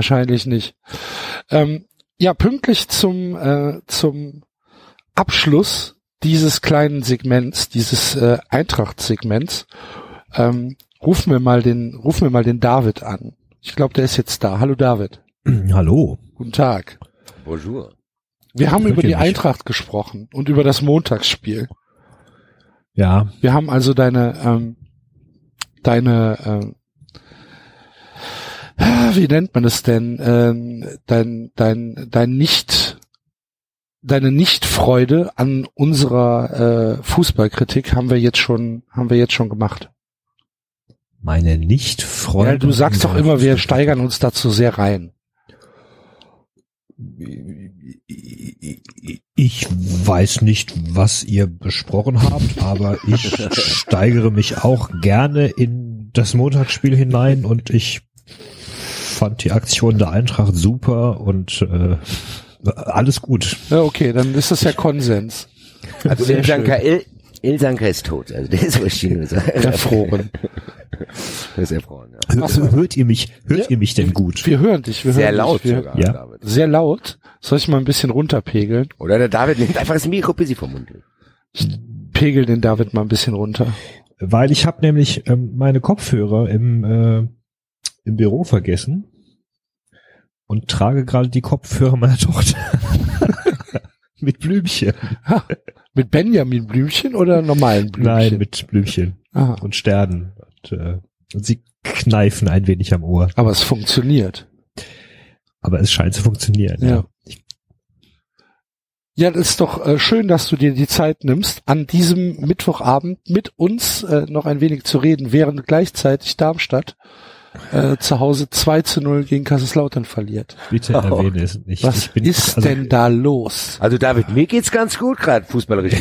Speaker 2: Pünktlich zum Abschluss dieses kleinen Segments, dieses Eintracht-Segments, rufen wir mal den David an. Ich glaube, der ist jetzt da. Hallo David.
Speaker 6: Hallo.
Speaker 2: Guten Tag.
Speaker 3: Bonjour.
Speaker 2: Wir haben über die Eintracht gesprochen und über das Montagsspiel.
Speaker 6: Ja.
Speaker 2: Wir haben also deine wie nennt man es denn? Deine Nichtfreude an unserer Fußballkritik haben wir jetzt schon gemacht.
Speaker 6: Meine Nichtfreude.
Speaker 2: Ja, du sagst doch immer, wir steigern uns dazu sehr rein.
Speaker 6: Ich weiß nicht, was ihr besprochen habt, aber ich steigere mich auch gerne in das Montagsspiel hinein und ich fand die Aktion der Eintracht super und alles gut.
Speaker 2: Ja, okay, dann ist das ja Konsens.
Speaker 3: Also in St. Ilsanker ist tot, also der ist wahrscheinlich
Speaker 2: Erfroren.
Speaker 3: Der ist erfroren, ja.
Speaker 6: Hört ihr mich denn gut?
Speaker 2: Wir hören dich.
Speaker 3: Sehr laut sogar,
Speaker 6: ja.
Speaker 3: David.
Speaker 2: Sehr laut. Soll ich mal ein bisschen runterpegeln?
Speaker 3: Oder der David nimmt einfach das Mikro bis vom Mund.
Speaker 2: Ich pegel den David mal ein bisschen runter.
Speaker 6: Weil ich habe nämlich meine Kopfhörer im Büro vergessen und trage gerade die Kopfhörer meiner Tochter mit Blümchen.
Speaker 2: Mit Benjamin Blümchen oder normalen Blümchen?
Speaker 6: Nein, mit Blümchen und Sternen. Und sie kneifen ein wenig am Ohr.
Speaker 2: Aber es funktioniert.
Speaker 6: Aber es scheint zu funktionieren.
Speaker 2: Ja. Ja, das ist doch schön, dass du dir die Zeit nimmst, an diesem Mittwochabend mit uns noch ein wenig zu reden, während gleichzeitig Darmstadt zu Hause 2-0 gegen Kaiserslautern verliert.
Speaker 6: Bitte erwähne es nicht.
Speaker 2: Was ist denn da los?
Speaker 3: Also David, mir geht's ganz gut gerade, fußballerisch.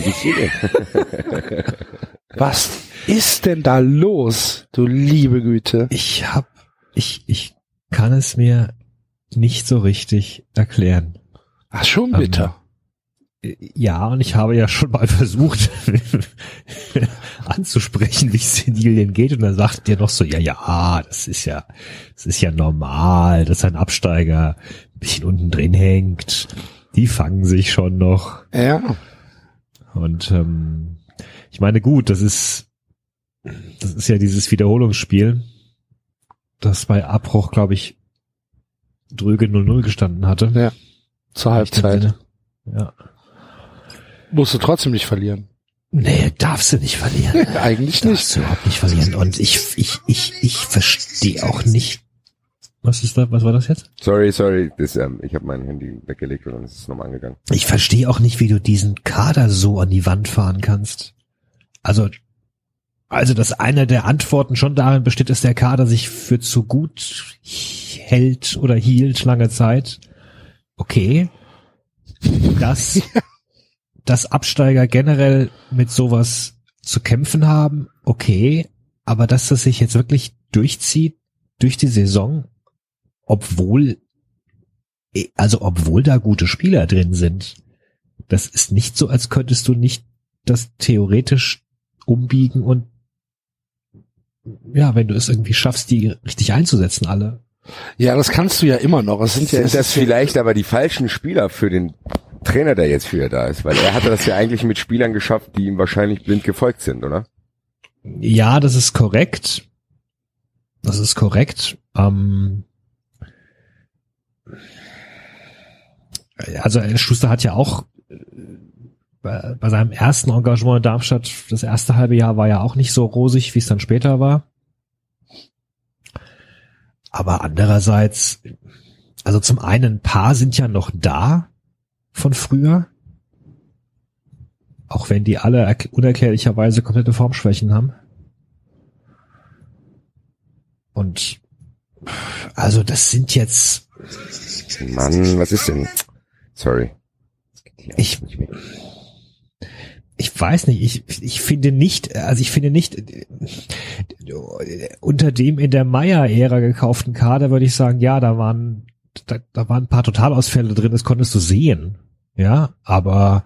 Speaker 2: Was ist denn da los, du liebe Güte?
Speaker 6: Ich kann es mir nicht so richtig erklären.
Speaker 2: Ach, schon bitter.
Speaker 6: Ja, und ich habe ja schon mal versucht anzusprechen, wie es Senilien geht, und dann sagt der noch so, ja, das ist ja normal, dass ein Absteiger ein bisschen unten drin hängt. Die fangen sich schon noch.
Speaker 2: Ja.
Speaker 6: Und ich meine, gut, das ist ja dieses Wiederholungsspiel, das bei Abbruch, glaube ich, dröge 0-0 gestanden hatte.
Speaker 2: Ja. Zur Halbzeit.
Speaker 6: Ja.
Speaker 2: Musst du trotzdem nicht verlieren.
Speaker 6: Nee, darfst du nicht verlieren.
Speaker 2: Eigentlich
Speaker 6: darfst
Speaker 2: nicht.
Speaker 6: Darfst du überhaupt nicht verlieren. Und ich verstehe auch nicht. Was war das jetzt?
Speaker 3: Sorry, ich habe mein Handy weggelegt und dann ist es nochmal angegangen.
Speaker 6: Ich verstehe auch nicht, wie du diesen Kader so an die Wand fahren kannst. Also, dass einer der Antworten schon darin besteht, dass der Kader sich für zu gut hält oder hielt lange Zeit. Okay. Dass Absteiger generell mit sowas zu kämpfen haben, okay, aber dass das sich jetzt wirklich durchzieht durch die Saison, obwohl da gute Spieler drin sind, das ist nicht so, als könntest du nicht das theoretisch umbiegen und ja, wenn du es irgendwie schaffst, die richtig einzusetzen, alle.
Speaker 2: Ja, das kannst du ja immer noch. Sind
Speaker 3: das vielleicht aber die falschen Spieler für den Trainer, der jetzt wieder da ist, weil er hatte das ja eigentlich mit Spielern geschafft, die ihm wahrscheinlich blind gefolgt sind, oder?
Speaker 6: Ja, das ist korrekt. Also Schuster hat ja auch bei seinem ersten Engagement in Darmstadt, das erste halbe Jahr war ja auch nicht so rosig, wie es dann später war. Aber andererseits, also zum einen, ein paar sind ja noch da von früher, auch wenn die alle unerklärlicherweise komplette Formschwächen haben. Und also das sind jetzt...
Speaker 3: Mann, was ist denn? Sorry.
Speaker 6: Ich weiß nicht, ich finde nicht, unter dem in der Meyer-Ära gekauften Kader würde ich sagen, ja, da waren ein paar Totalausfälle drin, das konntest du sehen, ja, aber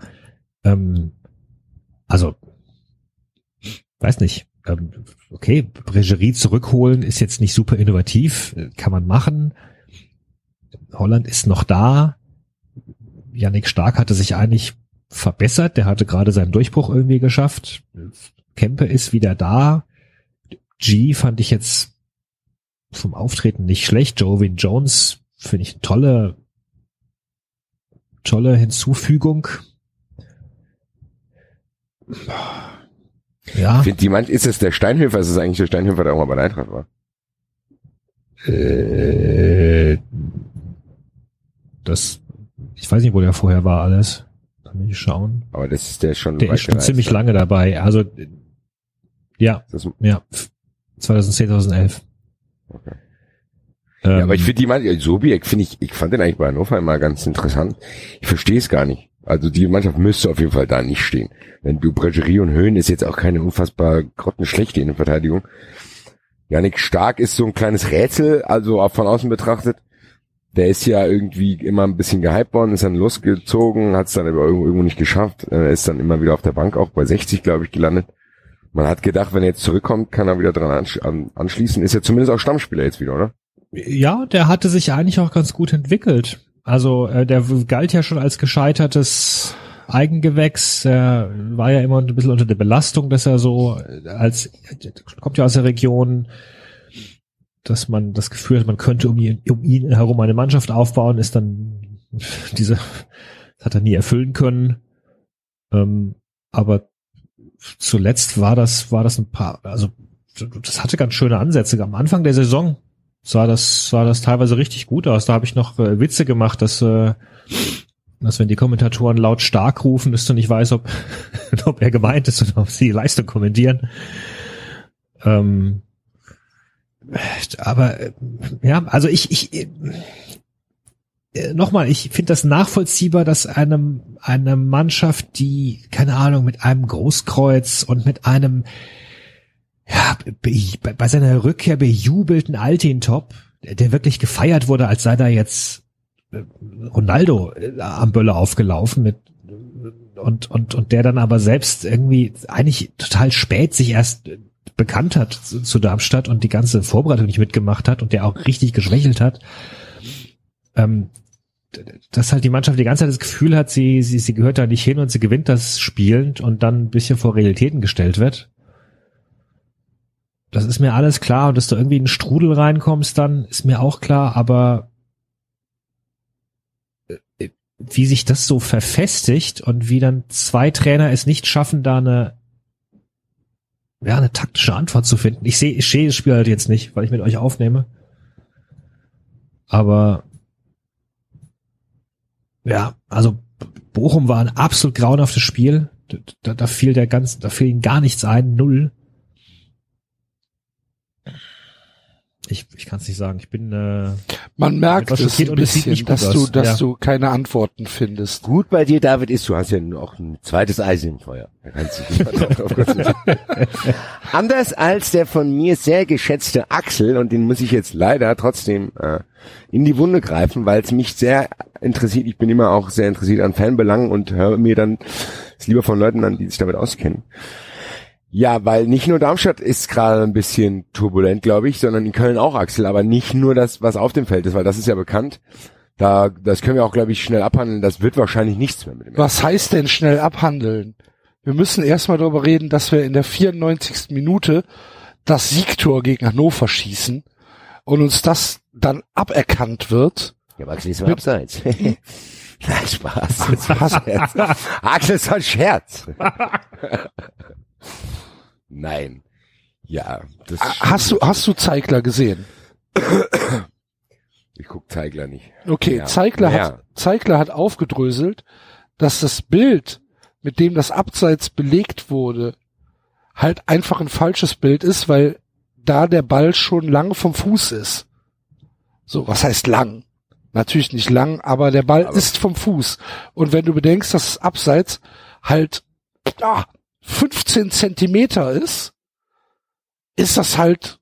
Speaker 6: also weiß nicht, okay, Bregerie zurückholen ist jetzt nicht super innovativ, kann man machen. Holland ist noch da. Yannick Stark hatte sich eigentlich verbessert, der hatte gerade seinen Durchbruch irgendwie geschafft. Kempe ist wieder da. G fand ich jetzt vom Auftreten nicht schlecht. Joevin Jones finde ich eine tolle Hinzufügung. Ja.
Speaker 3: Ist es der Steinhöfer? Ist es eigentlich der Steinhöfer, der auch mal bei der Eintracht war?
Speaker 6: Ich weiß nicht, wo der vorher war alles. Kann ich schauen.
Speaker 3: Aber das ist der schon.
Speaker 6: Der ist schon ziemlich lange dabei. Also, ja. 2010, 2011.
Speaker 3: Okay. Ja, aber ich finde Sobiek ich fand den eigentlich bei Hannover immer ganz interessant. Ich verstehe es gar nicht. Also die Mannschaft müsste auf jeden Fall da nicht stehen. Wenn du Bregerie und Höhn ist jetzt auch keine unfassbar grottenschlechte Innenverteidigung. Yannick Stark ist so ein kleines Rätsel, also auch von außen betrachtet. Der ist ja irgendwie immer ein bisschen gehypt worden, ist dann losgezogen, hat es dann aber irgendwo nicht geschafft. Er ist dann immer wieder auf der Bank, auch bei 60, glaube ich, gelandet. Man hat gedacht, wenn er jetzt zurückkommt, kann er wieder dran anschließen. Ist ja zumindest auch Stammspieler jetzt wieder, oder?
Speaker 6: Ja, der hatte sich eigentlich auch ganz gut entwickelt. Also der galt ja schon als gescheitertes Eigengewächs. Er war ja immer ein bisschen unter der Belastung, dass er so kommt ja aus der Region, dass man das Gefühl hat, man könnte um ihn herum eine Mannschaft aufbauen, ist dann das hat er nie erfüllen können. Aber zuletzt war das ein paar, also das hatte ganz schöne Ansätze. Am Anfang der Saison sah das teilweise richtig gut aus. Da habe ich noch Witze gemacht, dass wenn die Kommentatoren laut stark rufen, dass du nicht weißt, ob er gemeint ist oder ob sie die Leistung kommentieren. Aber ja, also ich finde das nachvollziehbar, dass eine Mannschaft, die, keine Ahnung, mit einem Großkreuz und mit einem bei seiner Rückkehr bejubelten Altintop, der wirklich gefeiert wurde, als sei da jetzt Ronaldo am Böller aufgelaufen und der dann aber selbst irgendwie eigentlich total spät sich erst bekannt hat zu Darmstadt und die ganze Vorbereitung nicht mitgemacht hat und der auch richtig geschwächelt hat, dass halt die Mannschaft die ganze Zeit das Gefühl hat, sie gehört da nicht hin und sie gewinnt das spielend und dann ein bisschen vor Realitäten gestellt wird. Das ist mir alles klar und dass du irgendwie in einen Strudel reinkommst, dann ist mir auch klar, aber wie sich das so verfestigt und wie dann zwei Trainer es nicht schaffen, da eine taktische Antwort zu finden. Ich sehe das Spiel halt jetzt nicht, weil ich mit euch aufnehme. Aber ja, also Bochum war ein absolut grauenhaftes Spiel. Da fiel ihnen gar nichts ein, null. Ich kann es nicht sagen. Ich bin
Speaker 2: man merkt es ein bisschen, dass du keine Antworten findest.
Speaker 3: Gut bei dir, David, ist, du hast ja noch ein zweites Eis im Feuer. Da kannst du nicht drauf. Anders als der von mir sehr geschätzte Axel, und den muss ich jetzt leider trotzdem in die Wunde greifen, weil es mich sehr interessiert. Ich bin immer auch sehr interessiert an Fanbelangen und höre mir dann es lieber von Leuten an, die sich damit auskennen. Ja, weil nicht nur Darmstadt ist gerade ein bisschen turbulent, glaube ich, sondern in Köln auch, Axel, aber nicht nur das, was auf dem Feld ist, weil das ist ja bekannt. Das können wir auch, glaube ich, schnell abhandeln. Das wird wahrscheinlich nichts mehr mit dem.
Speaker 2: Was heißt denn schnell abhandeln? Wir müssen erstmal darüber reden, dass wir in der 94. Minute das Siegtor gegen Hannover schießen und uns das dann aberkannt wird.
Speaker 3: Ja, aber Axel ist mal abseits. Nein, Spaß. Axel ist ein Scherz. Nein. Ja. Das
Speaker 2: hast du Zeigler gesehen?
Speaker 3: Ich guck Zeigler nicht.
Speaker 2: Okay, ja. Zeigler hat aufgedröselt, dass das Bild, mit dem das Abseits belegt wurde, halt einfach ein falsches Bild ist, weil da der Ball schon lang vom Fuß ist. So, was heißt lang? Natürlich nicht lang, aber der Ball ist vom Fuß. Und wenn du bedenkst, dass das Abseits halt 15 Zentimeter ist das halt,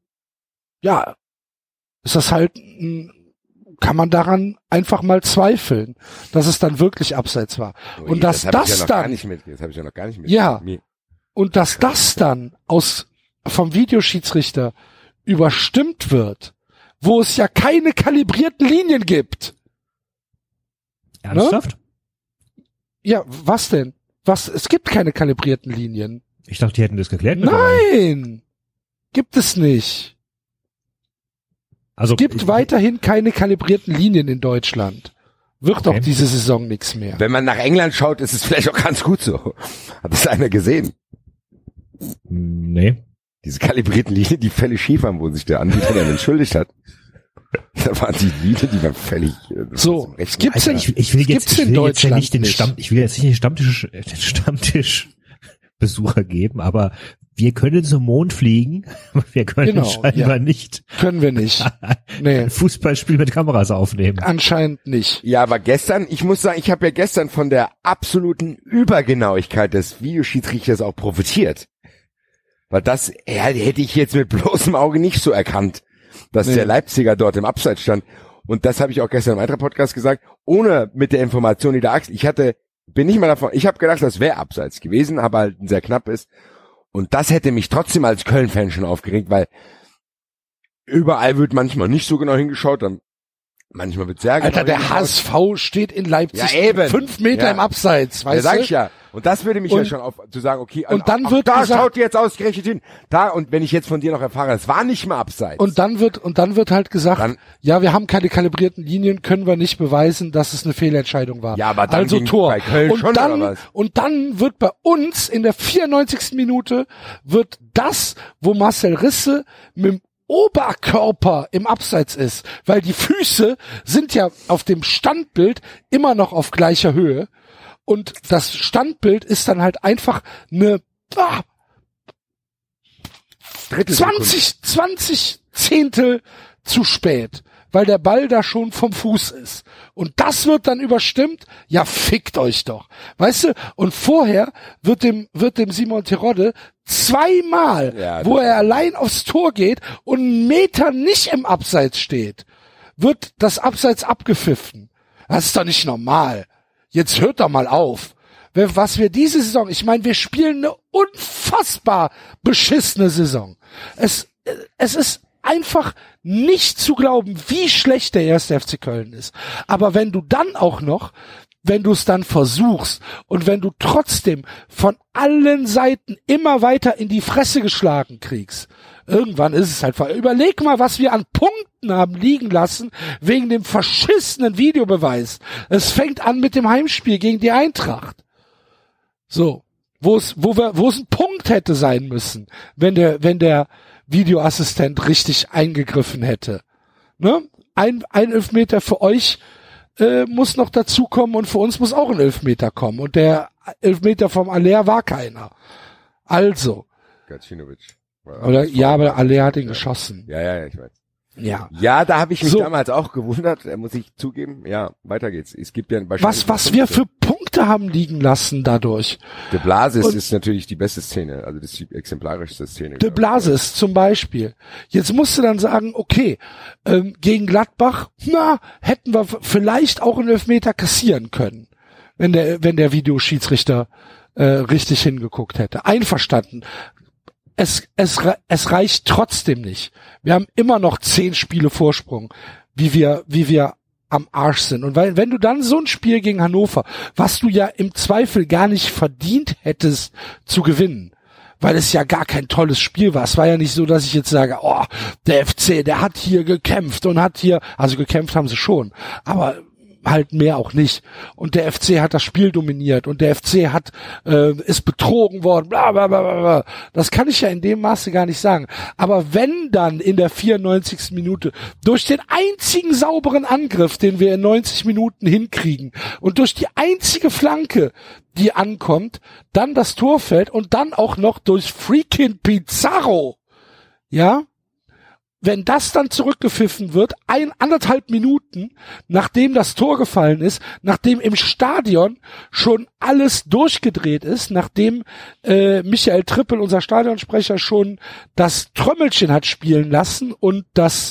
Speaker 2: kann man daran einfach mal zweifeln, dass es dann wirklich Abseits war. Und dass das dann,
Speaker 3: das habe ich ja noch gar nicht mit.
Speaker 2: Ja. Und dass das dann vom Videoschiedsrichter überstimmt wird, wo es ja keine kalibrierten Linien gibt.
Speaker 6: Ernsthaft?
Speaker 2: Ne? Ja, was denn? Es gibt keine kalibrierten Linien.
Speaker 6: Ich dachte, die hätten das geklärt.
Speaker 2: Nein! Gibt es nicht. Also, es gibt weiterhin keine kalibrierten Linien in Deutschland. Wird auch diese Saison nichts mehr.
Speaker 3: Wenn man nach England schaut, ist es vielleicht auch ganz gut so. Hat das einer gesehen?
Speaker 6: Nee.
Speaker 3: Diese kalibrierten Linien, die völlig schief waren, wo sich der Anbieter dann entschuldigt hat. Da waren die Linien, die waren völlig
Speaker 2: so.
Speaker 6: Gibt's denn? Ich will jetzt nicht den Stammtischbesucher geben, aber wir können zum Mond fliegen. Wir können scheinbar nicht.
Speaker 2: Können wir nicht.
Speaker 6: Nee. Ein Fußballspiel mit Kameras aufnehmen.
Speaker 2: Anscheinend nicht.
Speaker 3: Ja, aber gestern, ich muss sagen, ich habe ja gestern von der absoluten Übergenauigkeit des Videoschiedsrichters auch profitiert. Weil das hätte ich jetzt mit bloßem Auge nicht so erkannt, dass der Leipziger dort im Abseits stand. und das habe ich auch gestern im Eintracht-Podcast gesagt, ohne mit der Information, die der Axel, ich habe gedacht, das wäre abseits gewesen, aber halt sehr knapp ist. Und das hätte mich trotzdem als Köln-Fan schon aufgeregt, weil überall wird manchmal nicht so genau hingeschaut, dann manchmal wird sehr genau
Speaker 2: Alter, der HSV steht in Leipzig
Speaker 3: Ja, eben.
Speaker 2: 5 Meter
Speaker 3: Ja.
Speaker 2: im Abseits, weißt
Speaker 3: sag
Speaker 2: du?
Speaker 3: ich ja. Und das würde mich ja schon auf, zu sagen, okay,
Speaker 2: und dann wird
Speaker 3: da
Speaker 2: gesagt,
Speaker 3: schaut ihr jetzt ausgerechnet hin. Da, und wenn ich jetzt von dir noch erfahre, es war nicht mal abseits.
Speaker 2: und dann wird halt gesagt,
Speaker 3: Dann-
Speaker 2: ja, wir haben keine kalibrierten Linien, können wir nicht beweisen, dass es eine Fehlentscheidung war.
Speaker 3: Ja, aber dann
Speaker 2: also
Speaker 3: ging
Speaker 2: Tor.
Speaker 3: bei Köln
Speaker 2: und
Speaker 3: schon,
Speaker 2: dann,
Speaker 3: oder was?
Speaker 2: Und dann wird bei uns in der 94. Minute wird das, wo Marcel Risse mit dem Oberkörper im Abseits ist, weil die Füße sind ja auf dem Standbild immer noch auf gleicher Höhe und das Standbild ist dann halt einfach eine 20 Zehntel zu spät, weil der Ball da schon vom Fuß ist. Und das wird dann überstimmt, ja, fickt euch doch. Weißt du, und vorher wird dem Simon Terodde zweimal,
Speaker 3: Ja,
Speaker 2: wo
Speaker 3: das-
Speaker 2: er allein aufs Tor geht und einen Meter nicht im Abseits steht, wird das Abseits abgepfiffen. Das ist doch nicht normal. Jetzt hört doch mal auf. Was wir diese Saison, ich meine, wir spielen eine unfassbar beschissene Saison. Es ist einfach nicht zu glauben, wie schlecht der 1. FC Köln ist. Aber wenn du dann auch noch, wenn du es dann versuchst und wenn du trotzdem von allen Seiten immer weiter in die Fresse geschlagen kriegst, irgendwann ist es halt, überleg mal, was wir an Punkten haben liegen lassen wegen dem verschissenen Videobeweis. Es fängt an mit dem Heimspiel gegen die Eintracht. So, wo es ein Punkt hätte sein müssen, wenn der Videoassistent richtig eingegriffen hätte. Ne? Ein Elfmeter für euch muss noch dazukommen und für uns muss auch ein Elfmeter kommen. Und der Elfmeter vom Aller war keiner. Also.
Speaker 3: Gacinovic.
Speaker 2: Oder, ja, aber Aller hat ihn geschossen.
Speaker 3: Ja, ich weiß.
Speaker 2: Ja.
Speaker 3: Ja, da habe ich mich
Speaker 2: So.
Speaker 3: damals auch gewundert, muss ich zugeben. Ja, weiter geht's. Es gibt ja
Speaker 2: Was wir für Punkte haben liegen lassen dadurch.
Speaker 3: De Blasis
Speaker 2: Und-
Speaker 3: ist natürlich die beste Szene, also das ist die exemplarischste Szene.
Speaker 2: De Blasis zum Beispiel. Jetzt musst du dann sagen, okay, gegen Gladbach, hätten wir vielleicht auch einen Elfmeter kassieren können, wenn der Videoschiedsrichter richtig hingeguckt hätte. Einverstanden. Es reicht trotzdem nicht. Wir haben immer noch 10 Spiele Vorsprung, wie wir am Arsch sind. Und wenn du dann so ein Spiel gegen Hannover, was du ja im Zweifel gar nicht verdient hättest zu gewinnen, weil es ja gar kein tolles Spiel war. Es war ja nicht so, dass ich jetzt sage, oh, der FC, der hat hier gekämpft und hat hier, also gekämpft haben sie schon, aber halt mehr auch nicht. Und der FC hat das Spiel dominiert und der FC ist betrogen worden, bla bla bla bla. Das kann ich ja in dem Maße gar nicht sagen. Aber wenn dann in der 94. Minute durch den einzigen sauberen Angriff, den wir in 90 Minuten hinkriegen und durch die einzige Flanke, die ankommt, dann das Tor fällt und dann auch noch durch freaking Pizarro, ja, wenn das dann zurückgepfiffen wird, 1,5 Minuten, nachdem das Tor gefallen ist, nachdem im Stadion schon alles durchgedreht ist, nachdem Michael Trippel, unser Stadionsprecher, schon das Trommelchen hat spielen lassen und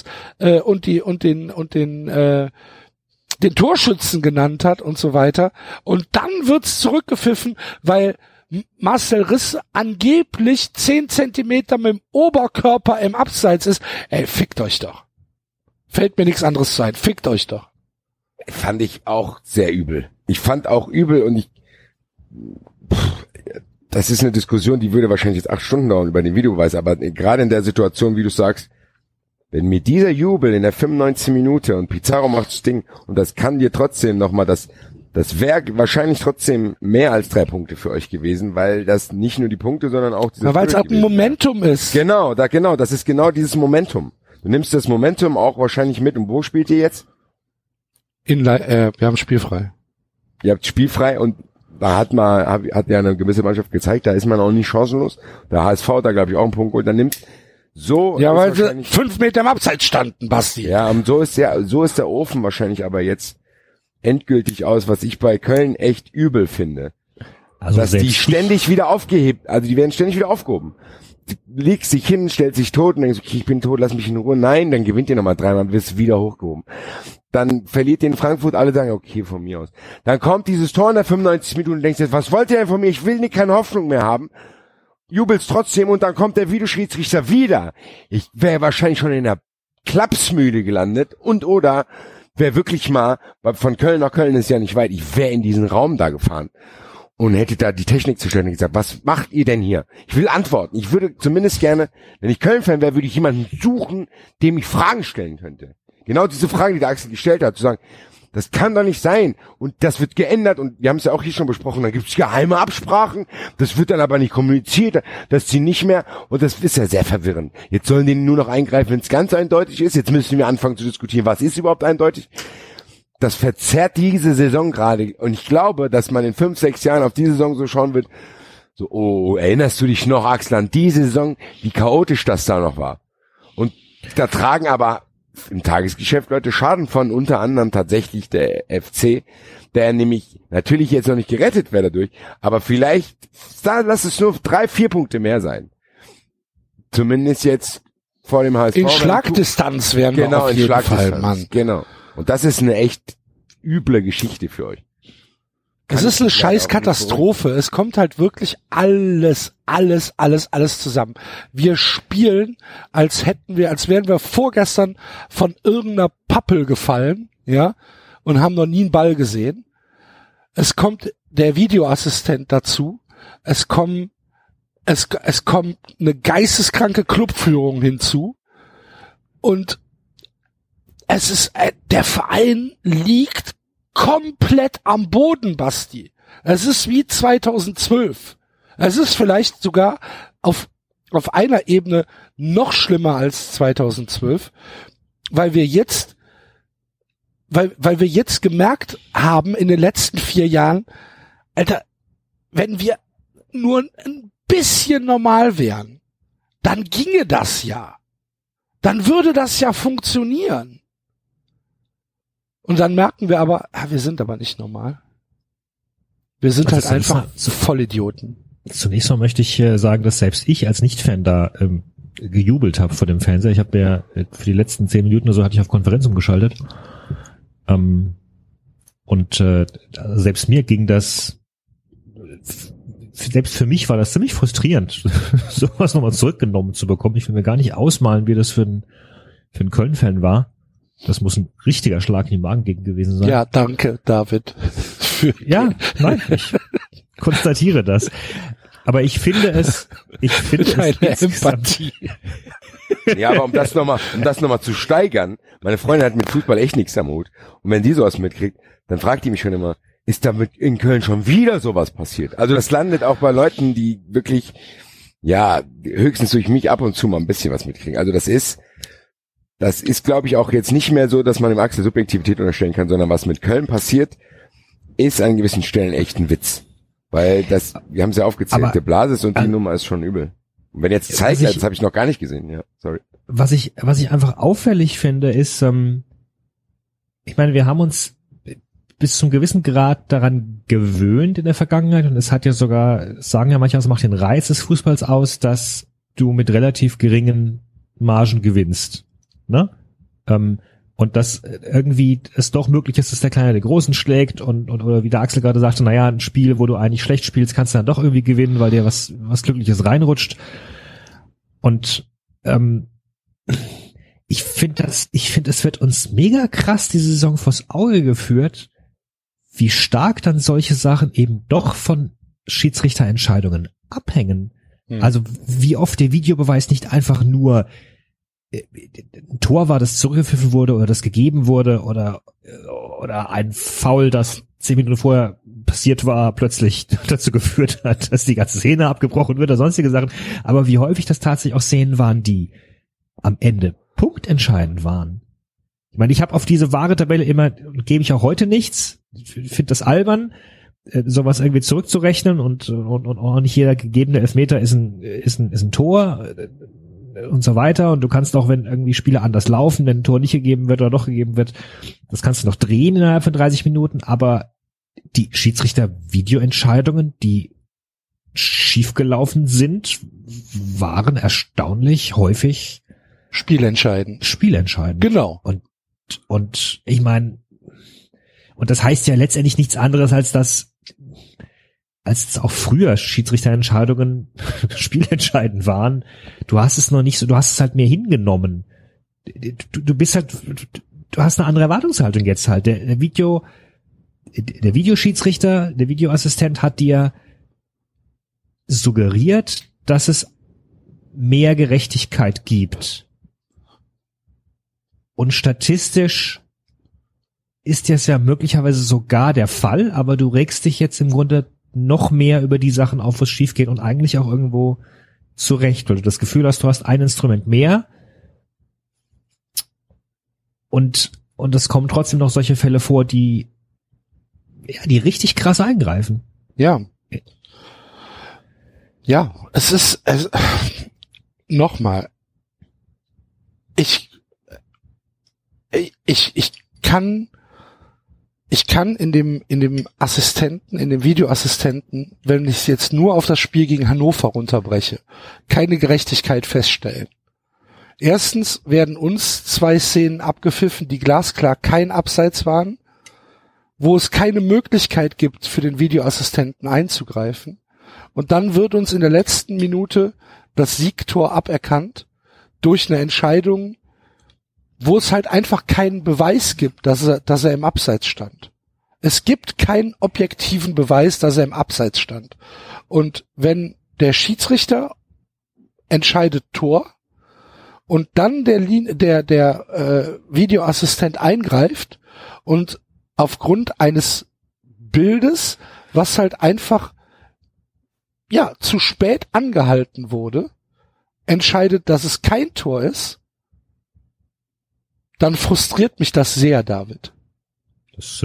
Speaker 2: den Torschützen genannt hat und so weiter. Und dann wird's zurückgepfiffen, weil Marcel Risse angeblich 10 Zentimeter mit dem Oberkörper im Abseits ist. Ey, fickt euch doch. Fällt mir nichts anderes zu ein. Fickt euch doch.
Speaker 3: Fand ich auch sehr übel. Ich fand auch übel und das ist eine Diskussion, die würde wahrscheinlich jetzt 8 Stunden dauern über den Videobeweis, aber gerade in der Situation, wie du sagst, wenn mir dieser Jubel in der 95. Minute und Pizarro macht das Ding und das kann dir trotzdem nochmal das wäre wahrscheinlich trotzdem mehr als 3 Punkte für euch gewesen, weil das nicht nur die Punkte, sondern auch dieses
Speaker 2: Weil es auch ein Momentum ist.
Speaker 3: Genau, das ist genau dieses Momentum. Du nimmst das Momentum auch wahrscheinlich mit. Und wo spielt ihr jetzt?
Speaker 2: Wir haben spielfrei.
Speaker 3: Ihr habt spielfrei und da hat ja eine gewisse Mannschaft gezeigt, da ist man auch nicht chancenlos. Der HSV hat da, glaube ich, auch einen Punkt geholt. Dann nimmt so.
Speaker 2: Ja, weil sie 5 Meter im Abseits standen, Basti.
Speaker 3: Ja, und so ist der Ofen wahrscheinlich aber jetzt endgültig aus, was ich bei Köln echt übel finde.
Speaker 6: Also
Speaker 3: dass die ständig wieder die werden ständig wieder aufgehoben. legt sich hin, stellt sich tot und denkt, okay, ich bin tot, lass mich in Ruhe. Nein, dann gewinnt ihr nochmal 3-mal, wirst wieder hochgehoben. Dann verliert ihr in Frankfurt, alle sagen, okay, von mir aus. Dann kommt dieses Tor in der 95 Minuten und denkst jetzt, was wollt ihr denn von mir? Ich will keine Hoffnung mehr haben. Jubelst trotzdem und dann kommt der Videoschiedsrichter wieder. Ich wäre wahrscheinlich schon in der Klapsmühle gelandet und oder wäre wirklich mal, weil von Köln nach Köln ist ja nicht weit, ich wäre in diesen Raum da gefahren und hätte da die Technik zu stellen und gesagt, was macht ihr denn hier? Ich will antworten. Ich würde zumindest gerne, wenn ich Köln-Fan wäre, würde ich jemanden suchen, dem ich Fragen stellen könnte. Genau diese Frage, die der Axel gestellt hat, zu sagen, das kann doch nicht sein und das wird geändert und wir haben es ja auch hier schon besprochen, dann gibt es geheime Absprachen, das wird dann aber nicht kommuniziert, das sie nicht mehr und das ist ja sehr verwirrend. Jetzt sollen die nur noch eingreifen, wenn es ganz eindeutig ist, jetzt müssen wir anfangen zu diskutieren, was ist überhaupt eindeutig? Das verzerrt diese Saison gerade und ich glaube, dass man in 5, 6 Jahren auf diese Saison so schauen wird, so, oh, erinnerst du dich noch, Axel, an diese Saison, wie chaotisch das da noch war? Und da tragen aber im Tagesgeschäft Leute Schaden von, unter anderem tatsächlich der FC, der nämlich natürlich jetzt noch nicht gerettet wäre dadurch, aber vielleicht, lass es nur 3, 4 Punkte mehr sein. Zumindest jetzt vor dem HSV.
Speaker 2: In Schlagdistanz wären wir auf jeden Fall, Mann.
Speaker 3: Genau. Und das ist eine echt üble Geschichte für euch.
Speaker 2: Es ist eine scheiß Katastrophe. Es kommt halt wirklich alles zusammen. Wir spielen, als wären wir vorgestern von irgendeiner Pappel gefallen, ja, und haben noch nie einen Ball gesehen. Es kommt der Videoassistent dazu. Es kommt eine geisteskranke Clubführung hinzu. Und es ist, der Verein liegt komplett am Boden, Basti. Es ist wie 2012. Es ist vielleicht sogar auf einer Ebene noch schlimmer als 2012, weil wir jetzt gemerkt haben in den letzten 4 Jahren, Alter, wenn wir nur ein bisschen normal wären, dann ginge das ja. Dann würde das ja funktionieren. Und dann merken wir aber, wir sind aber nicht normal. Wir sind halt einfach Vollidioten.
Speaker 6: Zunächst mal möchte ich sagen, dass selbst ich als Nicht-Fan da gejubelt habe vor dem Fernseher. Ich habe mir für die letzten 10 Minuten oder so hatte ich auf Konferenz umgeschaltet. Selbst mir ging das, selbst für mich war das ziemlich frustrierend, sowas nochmal zurückgenommen zu bekommen. Ich will mir gar nicht ausmalen, wie das für einen Köln-Fan war. Das muss ein richtiger Schlag in die Magen gewesen sein.
Speaker 2: Ja, danke, David.
Speaker 6: Ich konstatiere das. Aber ich finde es
Speaker 2: Empathie.
Speaker 3: Ja, aber um das nochmal zu steigern, meine Freundin hat mit Fußball echt nichts am Hut. Und wenn die sowas mitkriegt, dann fragt die mich schon immer, ist damit in Köln schon wieder sowas passiert? Also das landet auch bei Leuten, die wirklich, ja, höchstens durch mich ab und zu mal ein bisschen was mitkriegen. Also das ist, glaube ich, auch jetzt nicht mehr so, dass man dem Axel Subjektivität unterstellen kann, sondern was mit Köln passiert, ist an gewissen Stellen echt ein Witz. Weil wir haben es ja aufgezählt, aber der Blasis und die Nummer ist schon übel. Und wenn jetzt zeigt, das habe ich noch gar nicht gesehen, ja, sorry.
Speaker 6: Was ich einfach auffällig finde, ist, ich meine, wir haben uns bis zum gewissen Grad daran gewöhnt in der Vergangenheit und es hat ja sogar, sagen ja manche, es macht den Reiz des Fußballs aus, dass du mit relativ geringen Margen gewinnst. Ne? Und dass irgendwie es doch möglich ist, dass der Kleine den Großen schlägt und oder wie der Axel gerade sagte, naja, ein Spiel, wo du eigentlich schlecht spielst, kannst du dann doch irgendwie gewinnen, weil dir was Glückliches reinrutscht. Und ich finde, es wird uns mega krass diese Saison vors Auge geführt, wie stark dann solche Sachen eben doch von Schiedsrichterentscheidungen abhängen. Also wie oft der Videobeweis nicht einfach nur ein Tor war, das zurückgepfiffen wurde oder das gegeben wurde oder ein Foul, das 10 Minuten vorher passiert war, plötzlich dazu geführt hat, dass die ganze Szene abgebrochen wird oder sonstige Sachen. Aber wie häufig das tatsächlich auch Szenen waren, die am Ende punktentscheidend waren. Ich meine, ich habe auf diese wahre Tabelle immer, gebe ich auch heute nichts. Ich finde das albern, sowas irgendwie zurückzurechnen und auch nicht jeder gegebene Elfmeter ist ein Tor und so weiter. Und du kannst auch, wenn irgendwie Spiele anders laufen, wenn ein Tor nicht gegeben wird oder doch gegeben wird, das kannst du noch drehen innerhalb von 30 Minuten. Aber die Schiedsrichter-Videoentscheidungen, die schiefgelaufen sind, waren erstaunlich häufig
Speaker 2: Spielentscheidend. Genau.
Speaker 6: Und ich meine, und das heißt ja letztendlich nichts anderes, als auch früher Schiedsrichterentscheidungen spielentscheidend waren. Du hast es noch nicht so, du hast es halt mehr hingenommen. Du bist halt, du hast eine andere Erwartungshaltung jetzt halt. Der Videoschiedsrichter, der Videoassistent hat dir suggeriert, dass es mehr Gerechtigkeit gibt. Und statistisch ist das ja möglicherweise sogar der Fall, aber du regst dich jetzt im Grunde noch mehr über die Sachen auf, was schief geht und eigentlich auch irgendwo zurecht, weil du das Gefühl hast, du hast ein Instrument mehr und es kommen trotzdem noch solche Fälle vor, die richtig krass eingreifen.
Speaker 2: Ja. Ja, nochmal. Ich kann in dem Assistenten, in dem Videoassistenten, wenn ich es jetzt nur auf das Spiel gegen Hannover runterbreche, keine Gerechtigkeit feststellen. Erstens werden uns 2 Szenen abgepfiffen, die glasklar kein Abseits waren, wo es keine Möglichkeit gibt, für den Videoassistenten einzugreifen. Und dann wird uns in der letzten Minute das Siegtor aberkannt durch eine Entscheidung, wo es halt einfach keinen Beweis gibt, dass er im Abseits stand. Es gibt keinen objektiven Beweis, dass er im Abseits stand. Und wenn der Schiedsrichter entscheidet Tor und dann der Videoassistent eingreift und aufgrund eines Bildes, was halt einfach zu spät angehalten wurde, entscheidet, dass es kein Tor ist, dann frustriert mich das sehr, David.
Speaker 6: Das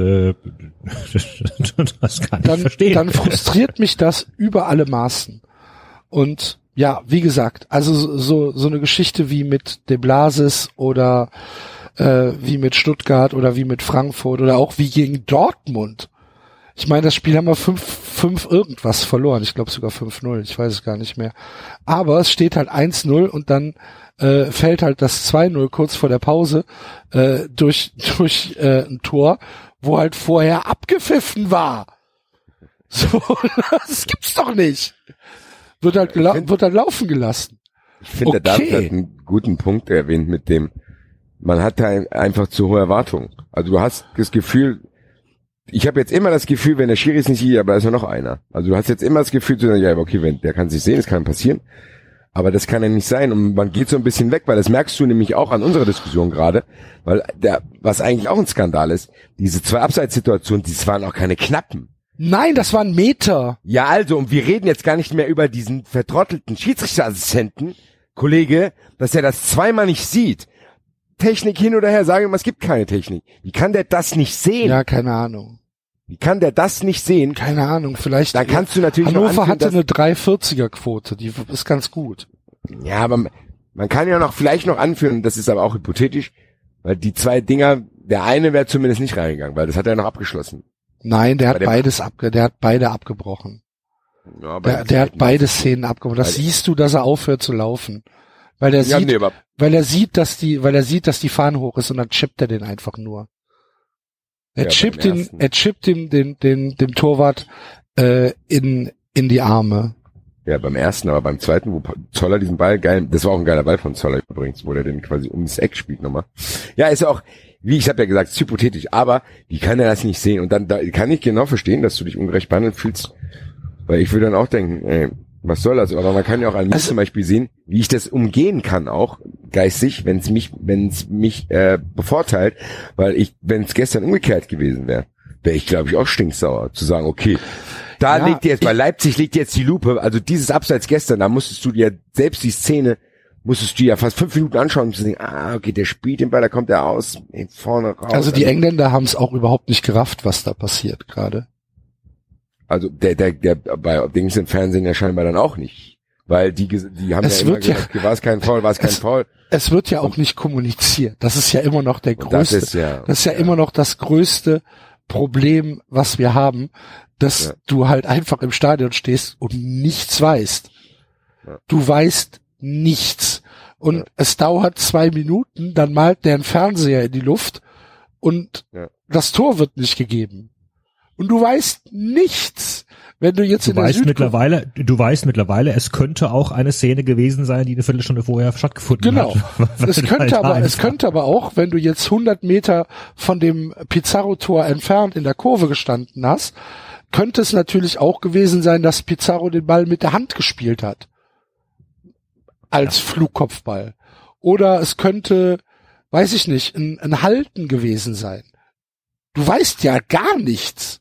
Speaker 6: kann ich verstehen.
Speaker 2: Dann frustriert mich das über alle Maßen. Und ja, wie gesagt, also so eine Geschichte wie mit De Blasis oder wie mit Stuttgart oder wie mit Frankfurt oder auch wie gegen Dortmund. Ich meine, das Spiel haben wir 5 irgendwas verloren. Ich glaube sogar 5-0. Ich weiß es gar nicht mehr. Aber es steht halt 1-0 und dann fällt halt das 2-0 kurz vor der Pause durch ein Tor, wo halt vorher abgepfiffen war. So, das gibt's doch nicht. Wird halt laufen gelassen.
Speaker 3: Ich finde, der David hat einen guten Punkt erwähnt mit dem, man hat da einfach zu hohe Erwartungen. Also du hast das Gefühl, ich habe jetzt immer das Gefühl, wenn der Schiri es nicht sieht, aber da ist ja noch einer. Also du hast jetzt immer das Gefühl, ja, okay, wenn der kann es nicht sehen, das kann passieren. Aber das kann ja nicht sein. Und man geht so ein bisschen weg, weil das merkst du nämlich auch an unserer Diskussion gerade, weil was eigentlich auch ein Skandal ist, diese 2 Abseitssituationen, das waren auch keine knappen.
Speaker 2: Nein, das waren Meter.
Speaker 3: Ja, also, und wir reden jetzt gar nicht mehr über diesen vertrottelten Schiedsrichterassistenten, Kollege, dass er das zweimal nicht sieht. Technik hin oder her, sagen wir mal, es gibt keine Technik. Wie kann der das nicht sehen?
Speaker 2: Ja, keine Ahnung.
Speaker 3: Wie kann der das nicht sehen?
Speaker 2: Keine Ahnung, vielleicht.
Speaker 3: Dann kannst du natürlich
Speaker 2: Hannover hatte eine 3,40er Quote, die ist ganz gut.
Speaker 3: Ja, aber man kann ja vielleicht noch anführen, das ist aber auch hypothetisch, weil die 2 Dinger, der eine wäre zumindest nicht reingegangen, weil das hat er noch abgeschlossen.
Speaker 2: Nein, der hat beide abgebrochen. Ja, der hat beide Szenen abgebrochen. Das siehst du, dass er aufhört zu laufen. Weil er sieht, dass die Fahne hoch ist und dann chippt er den einfach nur. Er chippt dem Torwart in die Arme.
Speaker 3: Ja, beim ersten, aber beim zweiten, wo Zoller diesen Ball geil, das war auch ein geiler Ball von Zoller übrigens, wo der den quasi ums Eck spielt nochmal. Ja, ist ja auch, wie ich habe ja gesagt, ist hypothetisch, aber wie kann er das nicht sehen? Und dann da kann ich genau verstehen, dass du dich ungerecht behandelt fühlst, weil ich würde dann auch denken, ey, was soll das? Aber man kann ja auch an mir zum Beispiel sehen, wie ich das umgehen kann, auch geistig, wenn es mich bevorteilt, weil wenn es gestern umgekehrt gewesen wäre ich, glaube ich, auch stinksauer, zu sagen, okay, legt jetzt, bei Leipzig liegt jetzt die Lupe, also dieses Abseits gestern, da musstest du dir selbst die Szene, ja fast 5 Minuten anschauen, um zu denken, okay, der spielt den Ball, da kommt er aus, vorne raus.
Speaker 2: Also die Engländer haben es auch überhaupt nicht gerafft, was da passiert gerade.
Speaker 3: Also der bei Dings im Fernsehen ja scheinbar dann auch nicht. Weil die haben immer gesagt, war es kein Foul.
Speaker 2: Es wird ja auch nicht kommuniziert. Das ist ja immer noch der größte.
Speaker 3: Das ist ja
Speaker 2: immer noch das Größte, Problem, was wir haben, dass du halt einfach im Stadion stehst und nichts weißt. Ja. Du weißt nichts. Und es dauert 2 Minuten, dann malt der einen Fernseher in die Luft und das Tor wird nicht gegeben. Und du weißt nichts. Wenn du jetzt
Speaker 6: du weißt mittlerweile, es könnte auch eine Szene gewesen sein, die eine Viertelstunde vorher stattgefunden hat.
Speaker 2: Genau. Es könnte aber auch, wenn du jetzt 100 Meter von dem Pizarro-Tor entfernt in der Kurve gestanden hast, könnte es natürlich auch gewesen sein, dass Pizarro den Ball mit der Hand gespielt hat. Als Flugkopfball. Oder es könnte, weiß ich nicht, ein Halten gewesen sein. Du weißt ja gar nichts.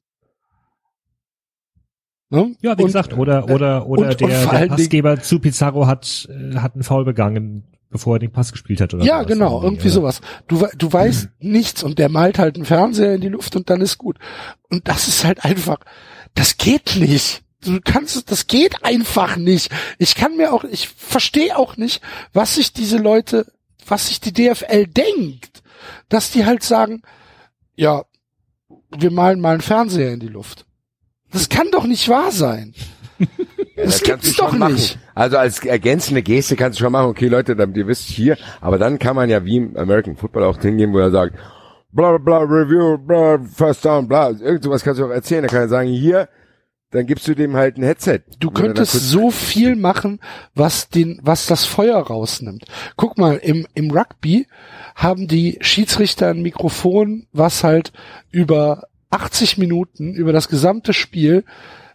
Speaker 2: Ne?
Speaker 6: Ja, wie gesagt, oder der Passgeber zu Pizarro hat einen Foul begangen, bevor er den Pass gespielt hat. Oder
Speaker 2: ja,
Speaker 6: sowas.
Speaker 2: Genau, irgendwie sowas. Du weißt nichts und der malt halt einen Fernseher in die Luft und dann ist gut. Und das ist halt einfach, das geht nicht. Das geht einfach nicht. Ich verstehe auch nicht, was sich die DFL denkt, dass die halt sagen, ja, wir malen mal einen Fernseher in die Luft. Das kann doch nicht wahr sein. Das gibt's doch nicht.
Speaker 3: Also als ergänzende Geste kannst du schon machen, okay Leute, damit ihr wisst hier, aber dann kann man ja wie im American Football auch hingehen, wo er sagt, bla bla Review, bla, First Down, bla, irgend sowas kannst du auch erzählen, da kann er sagen, hier, dann gibst du dem halt ein Headset.
Speaker 2: Du könntest so viel machen, was das Feuer rausnimmt. Guck mal, im Rugby haben die Schiedsrichter ein Mikrofon, was halt über 80 Minuten, über das gesamte Spiel,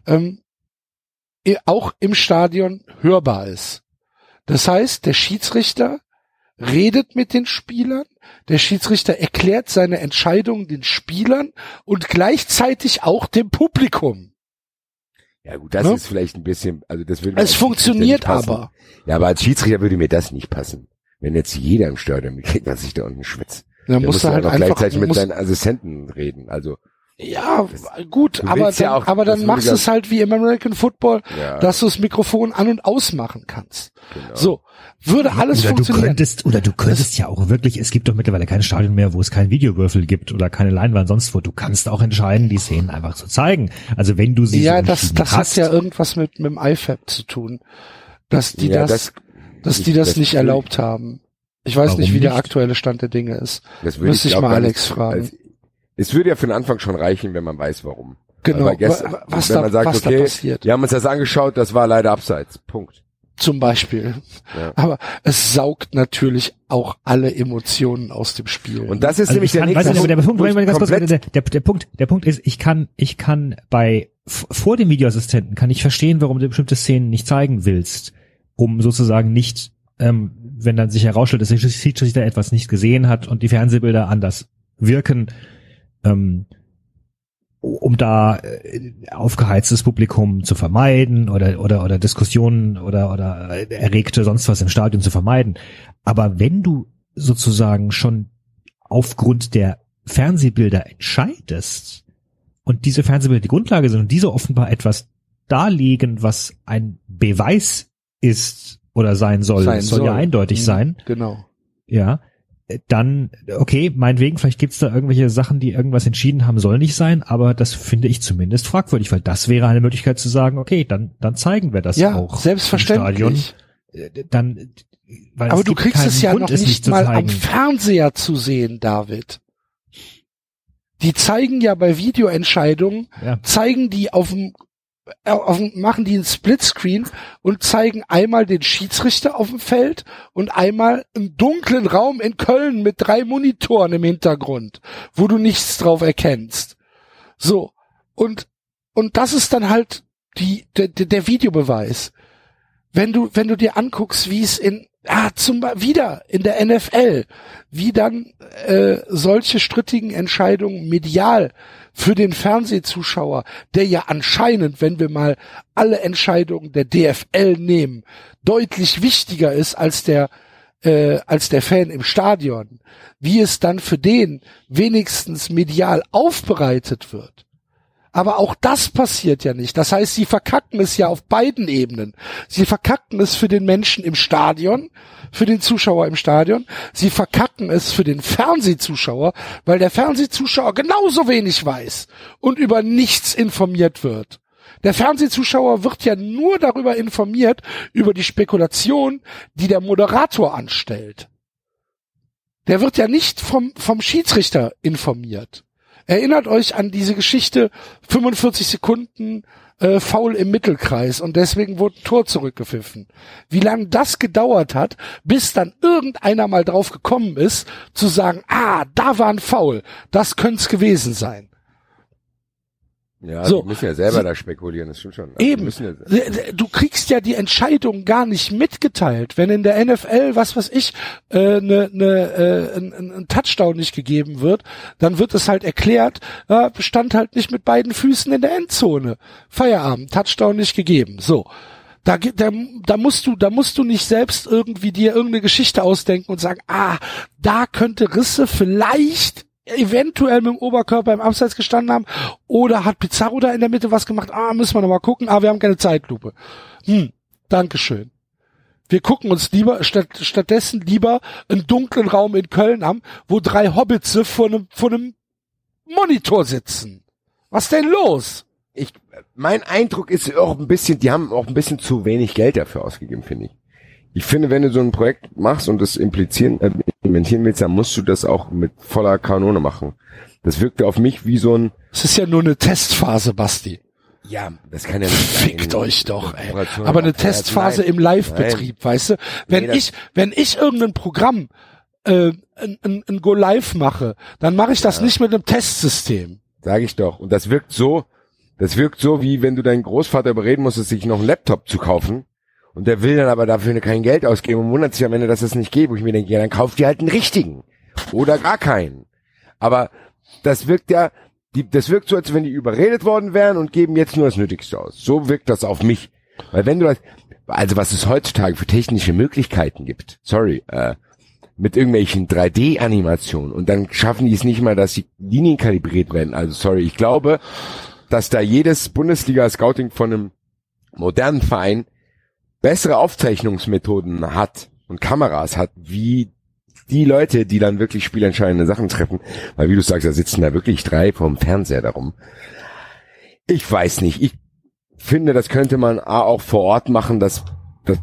Speaker 2: auch im Stadion hörbar ist. Das heißt, der Schiedsrichter redet mit den Spielern, der Schiedsrichter erklärt seine Entscheidungen den Spielern und gleichzeitig auch dem Publikum.
Speaker 3: Ja gut, das ist vielleicht ein bisschen, also das würde mir
Speaker 2: es funktioniert aber.
Speaker 3: Ja, aber als Schiedsrichter würde mir das nicht passen. Wenn jetzt jeder im Stadion mitkriegt, dass ich da unten schwitze.
Speaker 2: Dann musst du halt einfach
Speaker 3: gleichzeitig mit seinen Assistenten reden, also.
Speaker 2: Ja, gut, aber dann machst du es halt wie im American Football, dass du das Mikrofon an- und ausmachen kannst. Genau. So, würde alles funktionieren.
Speaker 6: Du könntest ja auch wirklich, es gibt doch mittlerweile kein Stadion mehr, wo es keinen Videowürfel gibt oder keine Leinwand sonst wo. Du kannst auch entscheiden, die Szenen einfach zu zeigen. Also wenn du sie
Speaker 2: das hat ja irgendwas mit dem IFAB zu tun, dass die das nicht erlaubt haben. Ich weiß nicht, wie der aktuelle Stand der Dinge ist. Müsste ich mal Alex fragen.
Speaker 3: Es würde ja für den Anfang schon reichen, wenn man weiß, warum.
Speaker 2: Genau,
Speaker 3: was da passiert. Wir haben uns das angeschaut, das war leider abseits. Punkt.
Speaker 2: Zum Beispiel. Ja. Aber es saugt natürlich auch alle Emotionen aus dem Spiel.
Speaker 3: Und das ist nämlich der nächste
Speaker 6: Punkt. Der Punkt ist, ich kann vor dem Videoassistenten kann ich verstehen, warum du bestimmte Szenen nicht zeigen willst, um sozusagen nicht, wenn dann sich herausstellt, dass der Schiedsrichter etwas nicht gesehen hat und die Fernsehbilder anders wirken, um da aufgeheiztes Publikum zu vermeiden oder Diskussionen oder erregte sonst was im Stadion zu vermeiden. Aber wenn du sozusagen schon aufgrund der Fernsehbilder entscheidest und diese Fernsehbilder die Grundlage sind und diese offenbar etwas darlegen, was ein Beweis ist oder sein soll, das soll ja eindeutig sein.
Speaker 2: Genau.
Speaker 6: Ja. Dann, okay, meinetwegen, vielleicht gibt's da irgendwelche Sachen, die irgendwas entschieden haben, soll nicht sein, aber das finde ich zumindest fragwürdig, weil das wäre eine Möglichkeit zu sagen, okay, dann zeigen wir das auch
Speaker 2: selbstverständlich.
Speaker 6: Im Stadion. Weil
Speaker 2: aber du kriegst es ja
Speaker 6: Grund,
Speaker 2: noch nicht mal am Fernseher zu sehen, David. Die zeigen ja bei Videoentscheidungen, zeigen die machen die einen Splitscreen und zeigen einmal den Schiedsrichter auf dem Feld und einmal einen dunklen Raum in Köln mit 3 Monitoren im Hintergrund, wo du nichts drauf erkennst. So. Und das ist dann halt der Videobeweis. Wenn du dir anguckst, wie es wieder in der NFL, wie dann solche strittigen Entscheidungen medial für den Fernsehzuschauer, der ja anscheinend, wenn wir mal alle Entscheidungen der DFL nehmen, deutlich wichtiger ist als der Fan im Stadion, wie es dann für den wenigstens medial aufbereitet wird. Aber auch das passiert ja nicht. Das heißt, sie verkacken es ja auf beiden Ebenen. Sie verkacken es für den Menschen im Stadion, für den Zuschauer im Stadion. Sie verkacken es für den Fernsehzuschauer, weil der Fernsehzuschauer genauso wenig weiß und über nichts informiert wird. Der Fernsehzuschauer wird ja nur darüber informiert, über die Spekulation, die der Moderator anstellt. Der wird ja nicht vom Schiedsrichter informiert. Erinnert euch an diese Geschichte, 45 Sekunden Foul im Mittelkreis und deswegen wurde ein Tor zurückgepfiffen. Wie lange das gedauert hat, bis dann irgendeiner mal drauf gekommen ist, zu sagen, da war ein Foul, das könnte es gewesen sein.
Speaker 3: Ja,
Speaker 2: so,
Speaker 3: die müssen ja selber da spekulieren, das stimmt schon. Also
Speaker 2: eben, du kriegst ja die Entscheidung gar nicht mitgeteilt. Wenn in der NFL, was weiß ich, ein Touchdown nicht gegeben wird, dann wird es halt erklärt, stand halt nicht mit beiden Füßen in der Endzone. Feierabend, Touchdown nicht gegeben. So. Da musst du nicht selbst irgendwie dir irgendeine Geschichte ausdenken und sagen, da könnte Risse vielleicht eventuell mit dem Oberkörper im Abseits gestanden haben oder hat Pizarro da in der Mitte was gemacht, müssen wir noch mal gucken, wir haben keine Zeitlupe. Dankeschön. Wir gucken uns lieber stattdessen lieber einen dunklen Raum in Köln an, wo 3 Hobbitse vor einem Monitor sitzen. Was denn los?
Speaker 3: Mein Eindruck ist auch ein bisschen, die haben auch ein bisschen zu wenig Geld dafür ausgegeben, finde ich. Ich finde, wenn du so ein Projekt machst und das implementieren willst, dann musst du das auch mit voller Kanone machen. Das wirkte auf mich wie so ein...
Speaker 2: Es ist ja nur eine Testphase, Basti.
Speaker 3: Ja, das kann ja nicht sein.
Speaker 2: Fickt euch doch, ey. Aber eine Testphase im Live-Betrieb, weißt du? Wenn ich irgendein Programm ein Go Live mache, dann mache ich das nicht mit einem Testsystem.
Speaker 3: Sag ich doch. Und das wirkt so, wie wenn du deinen Großvater überreden musstest, sich noch einen Laptop zu kaufen. Und der will dann aber dafür kein Geld ausgeben und wundert sich am Ende, dass es nicht geht. Wo ich mir denke, ja, dann kauft ihr halt einen richtigen. Oder gar keinen. Aber das wirkt so, als wenn die überredet worden wären und geben jetzt nur das Nötigste aus. So wirkt das auf mich. Weil wenn du was es heutzutage für technische Möglichkeiten gibt, mit irgendwelchen 3D-Animationen und dann schaffen die es nicht mal, dass die Linien kalibriert werden. Also ich glaube, dass da jedes Bundesliga-Scouting von einem modernen Verein bessere Aufzeichnungsmethoden hat und Kameras hat, wie die Leute, die dann wirklich spielentscheidende Sachen treffen. Weil wie du sagst, da sitzen da wirklich 3 vorm Fernseher darum. Ich weiß nicht. Ich finde, das könnte man auch vor Ort machen, dass es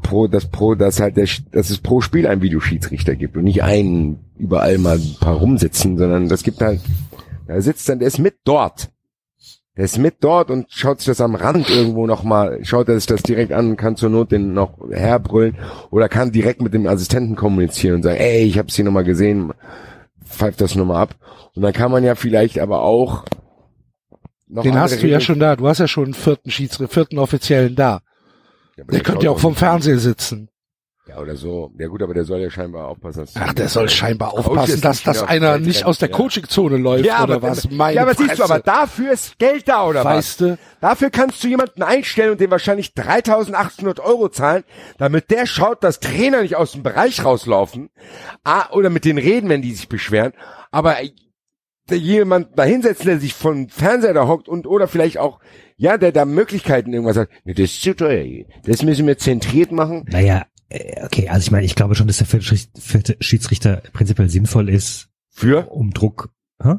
Speaker 3: pro Spiel einen Videoschiedsrichter gibt und nicht einen überall mal ein paar rumsitzen, sondern das gibt halt, der ist mit dort. Der ist mit dort und schaut sich das am Rand irgendwo nochmal, schaut er sich das direkt an und kann zur Not den noch herbrüllen oder kann direkt mit dem Assistenten kommunizieren und sagen, ey, ich hab's hier nochmal gesehen, pfeift das nochmal ab. Und dann kann man ja vielleicht aber auch noch
Speaker 2: den hast du ja schon da, du hast ja schon einen vierten Offiziellen da. Ja, der könnte ja auch vom Fernseher sitzen.
Speaker 3: Ja, oder so. Ja gut, aber der soll ja scheinbar aufpassen.
Speaker 2: Der soll scheinbar aufpassen, dass einer nicht aus der Coaching-Zone läuft, ja, oder was?
Speaker 3: Aber siehst du, aber dafür ist Geld da, oder
Speaker 2: weißt
Speaker 3: was? Dafür kannst du jemanden einstellen und dem wahrscheinlich 3.800 € zahlen, damit der schaut, dass Trainer nicht aus dem Bereich rauslaufen, oder mit denen reden, wenn die sich beschweren, aber jemand da hinsetzen, der sich von Fernseher da hockt oder vielleicht auch, ja, der da Möglichkeiten irgendwas hat. Nee, das ist zu teuer. Das müssen wir zentriert machen.
Speaker 6: Naja, okay, also ich meine, ich glaube schon, dass der vierte Schiedsrichter prinzipiell sinnvoll ist. Um Druck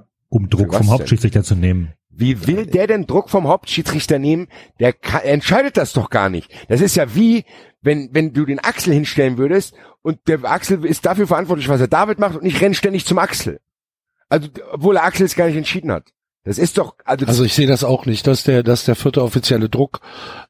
Speaker 6: vom Hauptschiedsrichter zu nehmen.
Speaker 3: Wie will der denn Druck vom Hauptschiedsrichter nehmen? Der entscheidet das doch gar nicht. Das ist ja wie, wenn du den Axel hinstellen würdest und der Axel ist dafür verantwortlich, was er David macht und ich renne ständig zum Axel. Also, obwohl der Axel es gar nicht entschieden hat. Das ist doch,
Speaker 2: also ich sehe das auch nicht, dass der vierte Offizielle Druck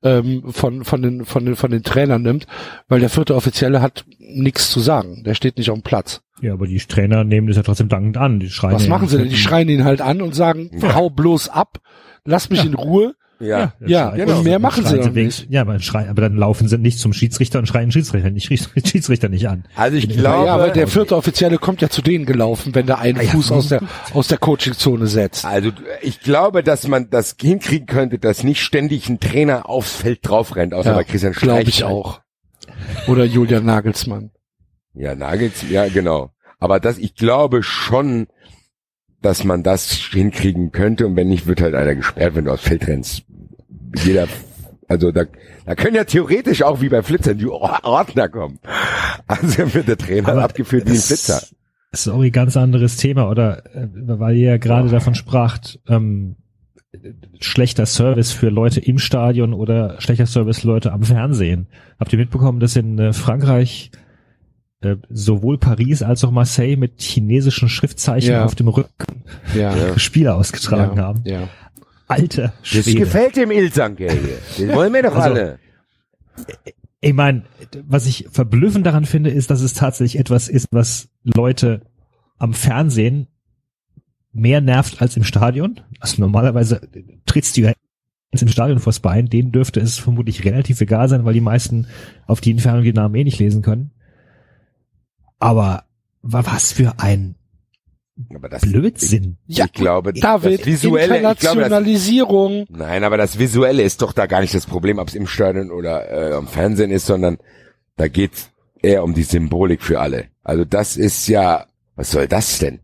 Speaker 2: von den Trainern nimmt, weil der vierte Offizielle hat nichts zu sagen. Der steht nicht auf dem Platz.
Speaker 6: Ja, aber die Trainer nehmen das ja trotzdem dankend an. Die schreien.
Speaker 2: Was machen sie denn? Die schreien ihn halt an und sagen, hau bloß ab, lass mich in Ruhe.
Speaker 3: Ja,
Speaker 2: genau. Und mehr machen sie doch nicht.
Speaker 6: Ja, aber dann laufen sie nicht zum Schiedsrichter und schreien Schiedsrichter nicht an.
Speaker 3: Also ich glaube,
Speaker 2: ja, aber der vierte Offizielle kommt ja zu denen gelaufen, wenn der einen Fuß aus der Coaching-Zone setzt.
Speaker 3: Also ich glaube, dass man das hinkriegen könnte, dass nicht ständig ein Trainer aufs Feld drauf rennt, außer bei Christian Streich.
Speaker 2: Glaube ich auch. Oder Julian Nagelsmann.
Speaker 3: Ja, ja, genau. Aber ich glaube schon, dass man das hinkriegen könnte und wenn nicht, wird halt einer gesperrt, wenn du aufs Feld rennst. Also da können ja theoretisch auch wie bei Flitzern die Ordner kommen. Also wird der Trainer abgeführt wie ein Flitzer.
Speaker 6: Sorry, ganz anderes Thema, oder? Weil ihr ja gerade davon spracht, schlechter Service für Leute im Stadion oder schlechter Service für Leute am Fernsehen. Habt ihr mitbekommen, dass in Frankreich sowohl Paris als auch Marseille mit chinesischen Schriftzeichen auf dem Rücken Spiele ausgetragen haben? Ja. Alter Schwede.
Speaker 3: Das gefällt dem Ilzanke hier. Den wollen wir doch alle.
Speaker 6: Ich meine, was ich verblüffend daran finde, ist, dass es tatsächlich etwas ist, was Leute am Fernsehen mehr nervt als im Stadion. Also normalerweise trittst du ja im Stadion vors Bein. Denen dürfte es vermutlich relativ egal sein, weil die meisten auf die Entfernung die Namen nicht lesen können. Aber was für ein Blödsinn.
Speaker 3: Ja, ich glaube,
Speaker 2: David,
Speaker 3: das Visuelle,
Speaker 2: Internationalisierung.
Speaker 3: Nein, aber das Visuelle ist doch da gar nicht das Problem, ob es im Stadion oder am Fernsehen ist, sondern da geht's eher um die Symbolik für alle. Also das ist ja, was soll das denn?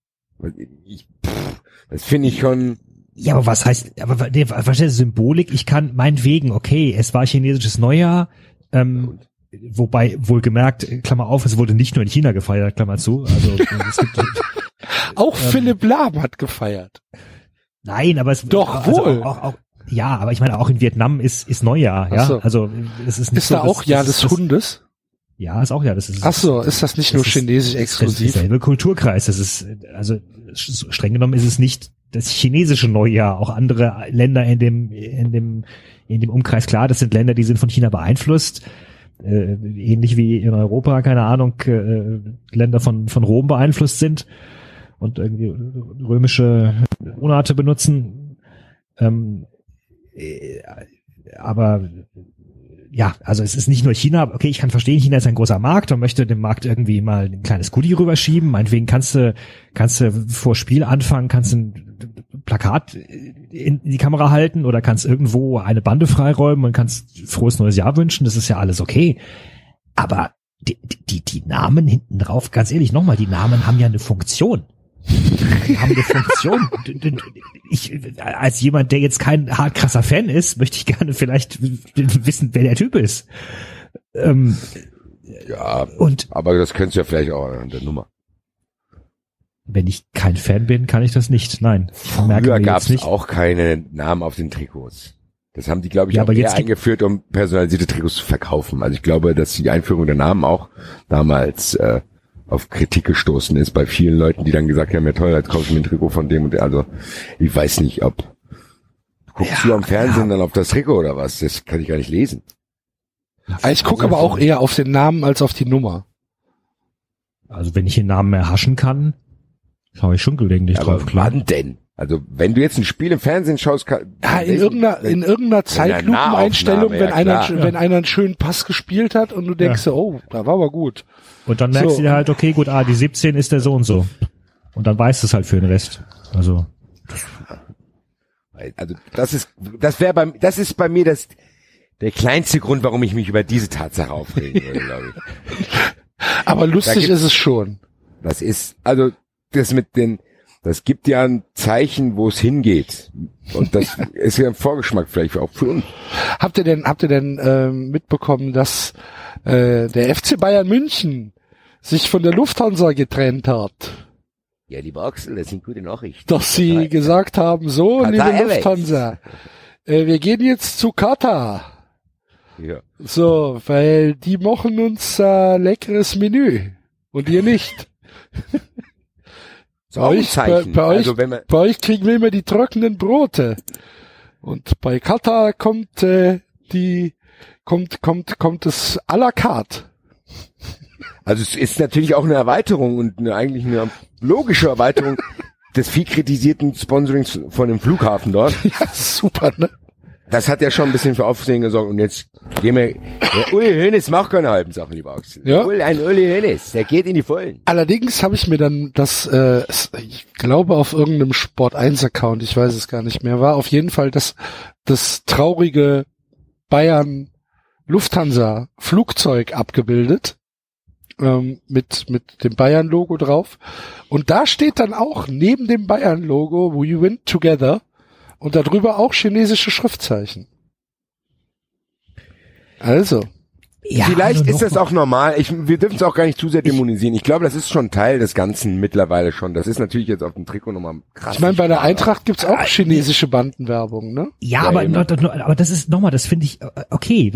Speaker 3: Das finde ich schon.
Speaker 6: Ja, aber was heißt Symbolik? Ich kann meinetwegen, okay, es war chinesisches Neujahr, wobei wohlgemerkt, Klammer auf, es wurde nicht nur in China gefeiert, Klammer zu. Also es gibt
Speaker 2: auch Philipp Lahm hat gefeiert.
Speaker 6: Nein, aber es
Speaker 2: doch
Speaker 6: also
Speaker 2: wohl.
Speaker 6: Auch, ja, aber ich meine, auch in Vietnam ist Neujahr, ja.
Speaker 2: So.
Speaker 6: Also es ist nicht
Speaker 2: ist so, da auch Jahr des Hundes?
Speaker 6: Ja, ist auch Jahr. Das ist.
Speaker 2: Ach so, ist das nicht nur chinesisch exklusiv?
Speaker 6: Das ist derselbe Kulturkreis. Das ist also streng genommen ist es nicht das chinesische Neujahr. Auch andere Länder in dem Umkreis, klar, das sind Länder, die sind von China beeinflusst. Ähnlich wie in Europa, keine Ahnung, Länder von Rom beeinflusst sind und irgendwie römische Monate benutzen. Aber ja, also es ist nicht nur China. Okay, ich kann verstehen, China ist ein großer Markt und möchte dem Markt irgendwie mal ein kleines Goodie rüberschieben. Meinetwegen kannst du vor Spiel anfangen, kannst ein Plakat in die Kamera halten oder kannst irgendwo eine Bande freiräumen und kannst frohes neues Jahr wünschen. Das ist ja alles okay. Aber die Namen hinten drauf, ganz ehrlich, nochmal, die Namen haben ja eine Funktion. Die haben eine Funktion. Ich, als jemand, der jetzt kein hart krasser Fan ist, möchte ich gerne vielleicht wissen, wer der Typ ist.
Speaker 3: Ja, aber das könntest du ja vielleicht auch an der Nummer.
Speaker 6: Wenn ich kein Fan bin, kann ich das nicht. Nein.
Speaker 3: Früher gab es auch keine Namen auf den Trikots. Das haben die, glaube ich, auch eher eingeführt, um personalisierte Trikots zu verkaufen. Also ich glaube, dass die Einführung der Namen auch damals auf Kritik gestoßen ist bei vielen Leuten, die dann gesagt haben, ja toll, jetzt kaufe ich mir ein Trikot von dem und der. Also ich weiß nicht, ob guckst du am Fernsehen dann auf das Trikot oder was? Das kann ich gar nicht lesen.
Speaker 2: Ich gucke aber auch eher auf den Namen als auf die Nummer.
Speaker 6: Also wenn ich den Namen erhaschen kann, schaue ich schon gelegentlich drauf, klar.
Speaker 3: Wann denn? Also wenn du jetzt ein Spiel im Fernsehen schaust,
Speaker 2: in irgendeiner Zeitlupeneinstellung, wenn einer einen schönen Pass gespielt hat und du denkst, oh, da war aber gut.
Speaker 6: Und dann merkst du dir halt, okay, gut, die 17 ist der so und so. Und dann weißt du es halt für den Rest. Also
Speaker 3: das ist bei mir der kleinste Grund, warum ich mich über diese Tatsache aufregen würde, glaube ich.
Speaker 2: Aber lustig ist es schon.
Speaker 3: Das gibt ja ein Zeichen, wo es hingeht. Und das ist ja ein Vorgeschmack vielleicht auch für uns.
Speaker 2: Habt ihr denn mitbekommen, dass der FC Bayern München sich von der Lufthansa getrennt hat?
Speaker 3: Ja, lieber Axel, das sind gute Nachrichten.
Speaker 2: Dass sie gesagt haben, so, liebe Lufthansa, wir gehen jetzt zu Katar.
Speaker 3: Ja.
Speaker 2: So, weil die machen uns leckeres Menü und ihr nicht. Bei euch kriegen wir immer die trockenen Brote. Und bei Katar kommt es à la carte.
Speaker 3: Also es ist natürlich auch eine Erweiterung und eigentlich eine logische Erweiterung des viel kritisierten Sponsorings von dem Flughafen dort.
Speaker 2: Ja, super, ne?
Speaker 3: Das hat ja schon ein bisschen für Aufsehen gesorgt und jetzt gehen wir, der Uli Hoeneß macht keine halben Sachen, lieber Axel.
Speaker 2: Ja.
Speaker 3: Ein Uli Hoeneß, der geht in die Vollen.
Speaker 2: Allerdings habe ich mir dann ich glaube auf irgendeinem Sport1-Account, ich weiß es gar nicht mehr, war auf jeden Fall das traurige Bayern Lufthansa Flugzeug abgebildet. mit dem Bayern-Logo drauf. Und da steht dann auch neben dem Bayern-Logo "We win together" und darüber auch chinesische Schriftzeichen. Also.
Speaker 3: Ja, vielleicht ist das auch normal. Wir dürfen es auch gar nicht zu sehr dämonisieren. Ich glaube, das ist schon Teil des Ganzen mittlerweile schon. Das ist natürlich jetzt auf dem Trikot nochmal krass.
Speaker 2: Ich meine, bei der Eintracht gibt's auch chinesische Bandenwerbung, ne?
Speaker 6: Ja, aber das ist nochmal, das finde ich okay,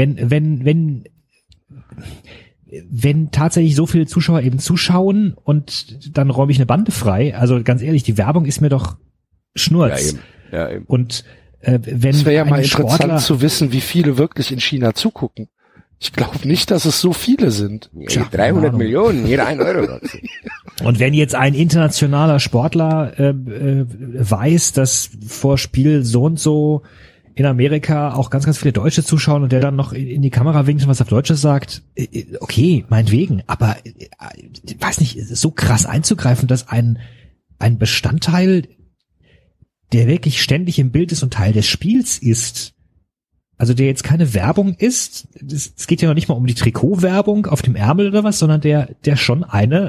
Speaker 6: wenn tatsächlich so viele Zuschauer eben zuschauen und dann räume ich eine Bande frei. Also ganz ehrlich, die Werbung ist mir doch Schnurz.
Speaker 3: Ja, eben.
Speaker 6: Und wenn
Speaker 2: es wäre ja mal interessant
Speaker 6: Sportler
Speaker 2: zu wissen, wie viele wirklich in China zugucken. Ich glaube nicht, dass es so viele sind.
Speaker 3: Ja, 300 Millionen, jeder 1 Euro.
Speaker 6: Und wenn jetzt ein internationaler Sportler weiß, dass vor Spiel so und so in Amerika auch ganz, ganz viele Deutsche zuschauen und der dann noch in die Kamera winkt und was auf Deutsches sagt, okay, meinetwegen, aber weiß nicht, so krass einzugreifen, dass ein Bestandteil, der wirklich ständig im Bild ist und Teil des Spiels ist, also der jetzt keine Werbung ist, es geht ja noch nicht mal um die Trikotwerbung auf dem Ärmel oder was, sondern der schon eine,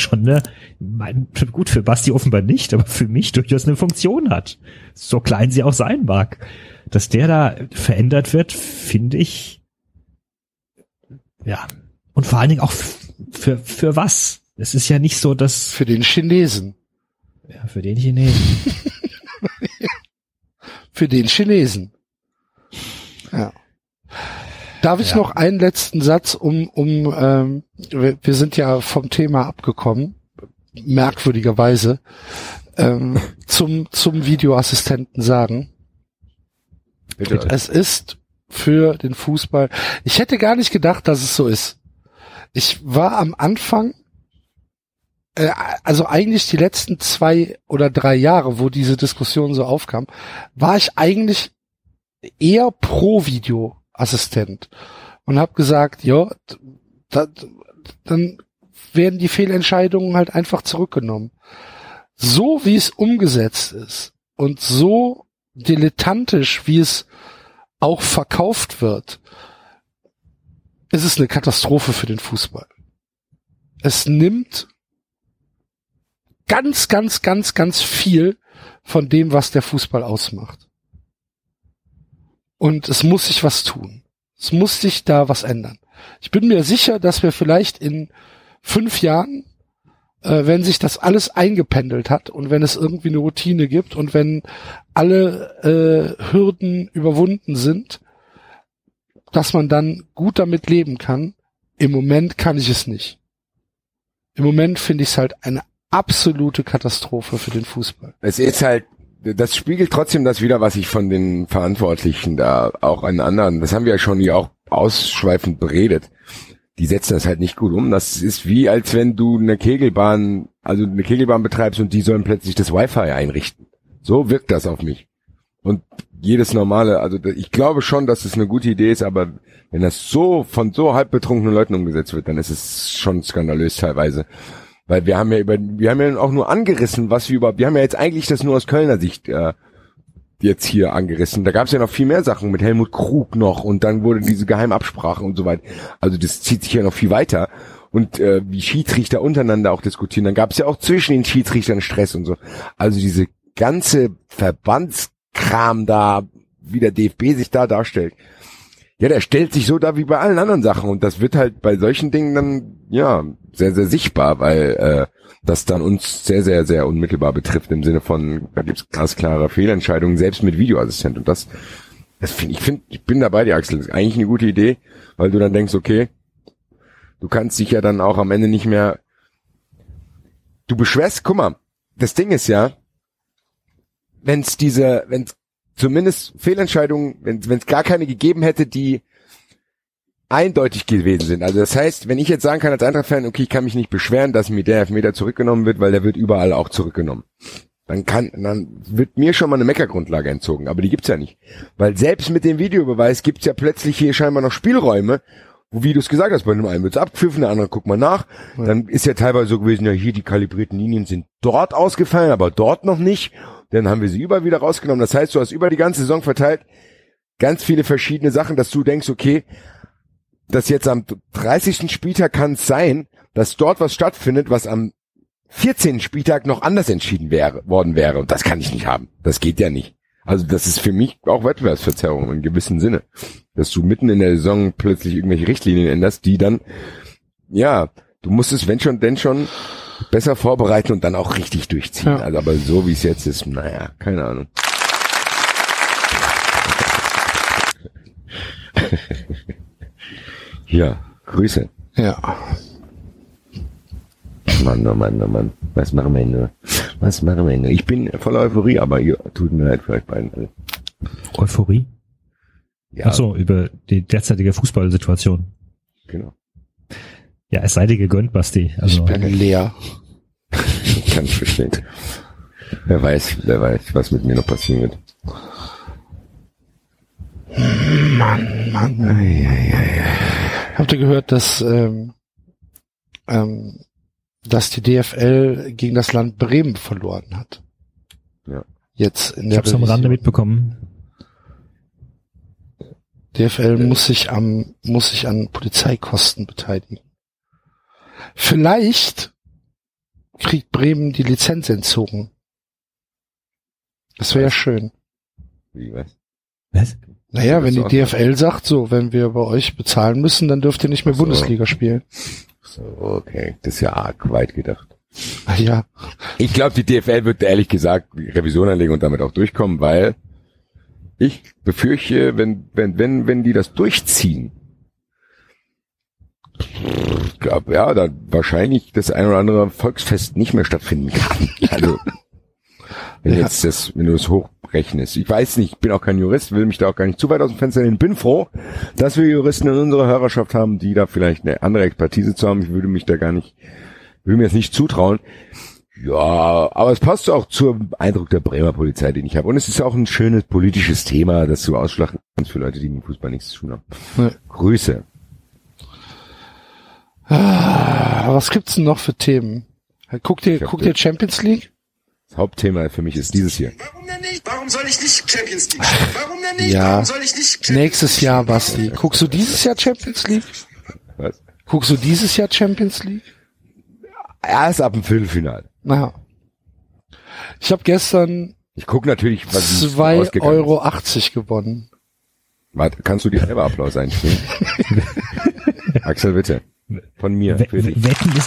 Speaker 6: gut, für Basti offenbar nicht, aber für mich durchaus eine Funktion hat. So klein sie auch sein mag. Dass der da verändert wird, finde ich, ja. Und vor allen Dingen auch für was? Es ist ja nicht so, dass...
Speaker 2: Für den Chinesen.
Speaker 6: Ja, für den Chinesen.
Speaker 2: Für den Chinesen. Ja. Darf ich noch einen letzten Satz, wir sind ja vom Thema abgekommen, merkwürdigerweise, zum Videoassistenten sagen. Bitte. Es ist für den Fußball, ich hätte gar nicht gedacht, dass es so ist. Ich war am Anfang, also eigentlich die letzten 2 oder 3 Jahre, wo diese Diskussion so aufkam, war ich eigentlich eher pro Videoassistent und habe gesagt, ja, dann werden die Fehlentscheidungen halt einfach zurückgenommen. So wie es umgesetzt ist und so dilettantisch, wie es auch verkauft wird, ist es eine Katastrophe für den Fußball. Es nimmt ganz, ganz, ganz, ganz viel von dem, was der Fußball ausmacht. Und es muss sich was tun. Es muss sich da was ändern. Ich bin mir sicher, dass wir vielleicht in 5 Jahren, wenn sich das alles eingependelt hat und wenn es irgendwie eine Routine gibt und wenn alle Hürden überwunden sind, dass man dann gut damit leben kann. Im Moment kann ich es nicht. Im Moment finde ich es halt eine absolute Katastrophe für den Fußball.
Speaker 3: Es ist halt, das spiegelt trotzdem das wieder, was ich von den Verantwortlichen da auch an anderen, das haben wir ja schon hier auch ausschweifend beredet, die setzen das halt nicht gut um. Das ist wie, als wenn du eine Kegelbahn betreibst und die sollen plötzlich das Wi-Fi einrichten. So wirkt das auf mich. Und jedes normale, also ich glaube schon, dass es eine gute Idee ist, aber wenn das so von so halb betrunkenen Leuten umgesetzt wird, dann ist es schon skandalös teilweise. Weil wir haben ja auch nur angerissen, wir haben ja jetzt eigentlich das nur aus Kölner Sicht jetzt hier angerissen. Da gab es ja noch viel mehr Sachen mit Helmut Krug noch und dann wurde diese Geheimabsprache und so weiter. Also das zieht sich ja noch viel weiter. Und wie Schiedsrichter untereinander auch diskutieren. Dann gab es ja auch zwischen den Schiedsrichtern Stress und so. Also diese ganze Verbandskram da, wie der DFB sich da darstellt. Ja, der stellt sich so dar wie bei allen anderen Sachen und das wird halt bei solchen Dingen dann, ja, sehr, sehr sichtbar, weil das dann uns sehr, sehr, sehr unmittelbar betrifft im Sinne von, da gibt's ganz klare Fehlentscheidungen, selbst mit Videoassistent und das ich bin dabei, die Axel, das ist eigentlich eine gute Idee, weil du dann denkst, okay, du kannst dich ja dann auch am Ende nicht mehr, du beschwerst, guck mal, das Ding ist ja, wenn zumindest Fehlentscheidungen, wenn es gar keine gegeben hätte, die eindeutig gewesen sind. Also das heißt, wenn ich jetzt sagen kann als Eintracht-Fan, okay, ich kann mich nicht beschweren, dass mir der Elfmeter zurückgenommen wird, weil der wird überall auch zurückgenommen. Dann wird mir schon mal eine Meckergrundlage entzogen, aber die gibt's ja nicht. Weil selbst mit dem Videobeweis gibt's ja plötzlich hier scheinbar noch Spielräume, wo, wie du es gesagt hast, bei dem einen wird's abgepfiffen, der andere guckt mal nach. Ja. Dann ist ja teilweise so gewesen, ja hier die kalibrierten Linien sind dort ausgefallen, aber dort noch nicht. Dann haben wir sie überall wieder rausgenommen. Das heißt, du hast über die ganze Saison verteilt ganz viele verschiedene Sachen, dass du denkst, okay, dass jetzt am 30. Spieltag kann es sein, dass dort was stattfindet, was am 14. Spieltag noch anders entschieden worden wäre. Und das kann ich nicht haben. Das geht ja nicht. Also das ist für mich auch Wettbewerbsverzerrung in gewissem Sinne. Dass du mitten in der Saison plötzlich irgendwelche Richtlinien änderst, die dann, ja, du musst es, wenn schon, denn schon besser vorbereiten und dann auch richtig durchziehen. Ja. Also aber so wie es jetzt ist, naja, keine Ahnung. Ja, Grüße.
Speaker 2: Ja.
Speaker 3: Mann, oh Mann, oh Mann. Was machen wir nur? Ich bin voller Euphorie, aber ihr tut mir leid für euch beiden alle.
Speaker 6: Euphorie?
Speaker 3: Ja.
Speaker 6: Ach so, über die derzeitige Fußballsituation.
Speaker 3: Genau.
Speaker 6: Ja, es sei dir gegönnt, Basti. Also,
Speaker 2: ich bin leer.
Speaker 3: Ich kann es verstehen. Wer weiß, was mit mir noch passieren wird.
Speaker 2: Mann. Habt ihr gehört, dass die DFL gegen das Land Bremen verloren hat?
Speaker 3: Ja.
Speaker 2: Jetzt in der
Speaker 6: ich hab's am Rande mitbekommen.
Speaker 2: DFL muss sich an Polizeikosten beteiligen. Vielleicht kriegt Bremen die Lizenz entzogen. Das wäre ja schön.
Speaker 3: Wie, was?
Speaker 6: Was?
Speaker 2: Naja, wenn die DFL sagt, so, wenn wir bei euch bezahlen müssen, dann dürft ihr nicht mehr Bundesliga spielen.
Speaker 3: So, okay. Das ist ja arg weit gedacht.
Speaker 2: Ach ja.
Speaker 3: Ich glaube, die DFL wird ehrlich gesagt Revision anlegen und damit auch durchkommen, weil ich befürchte, wenn die das durchziehen, glaube, ja, dann wahrscheinlich das ein oder andere Volksfest nicht mehr stattfinden kann. Also, wenn du es hochrechnest. Ich weiß nicht, ich bin auch kein Jurist, will mich da auch gar nicht zu weit aus dem Fenster lehnen. Bin froh, dass wir Juristen in unserer Hörerschaft haben, die da vielleicht eine andere Expertise zu haben. Ich würde mir das nicht zutrauen. Ja, aber es passt auch zum Eindruck der Bremer Polizei, den ich habe. Und es ist auch ein schönes politisches Thema, das du ausschlachten kannst für Leute, die mit Fußball nichts zu tun haben. Ja. Grüße.
Speaker 2: Was gibt's denn noch für Themen? Guckt ihr Champions League?
Speaker 3: Das Hauptthema für mich ist dieses hier.
Speaker 4: Warum denn nicht? Warum soll ich nicht Champions League spielen? Warum denn nicht?
Speaker 2: Ja,
Speaker 4: Warum soll ich nicht Champions
Speaker 2: nächstes Jahr, Basti. Guckst du dieses Jahr Champions League?
Speaker 3: Was?
Speaker 2: Guckst du dieses Jahr Champions League?
Speaker 3: Erst ab dem Viertelfinale.
Speaker 2: Naja. Ich habe gestern
Speaker 3: ich guck natürlich, was
Speaker 2: 2,80 Euro gewonnen.
Speaker 6: Warte,
Speaker 3: kannst du die Applaus einspielen? Axel, bitte. Von mir. Für dich.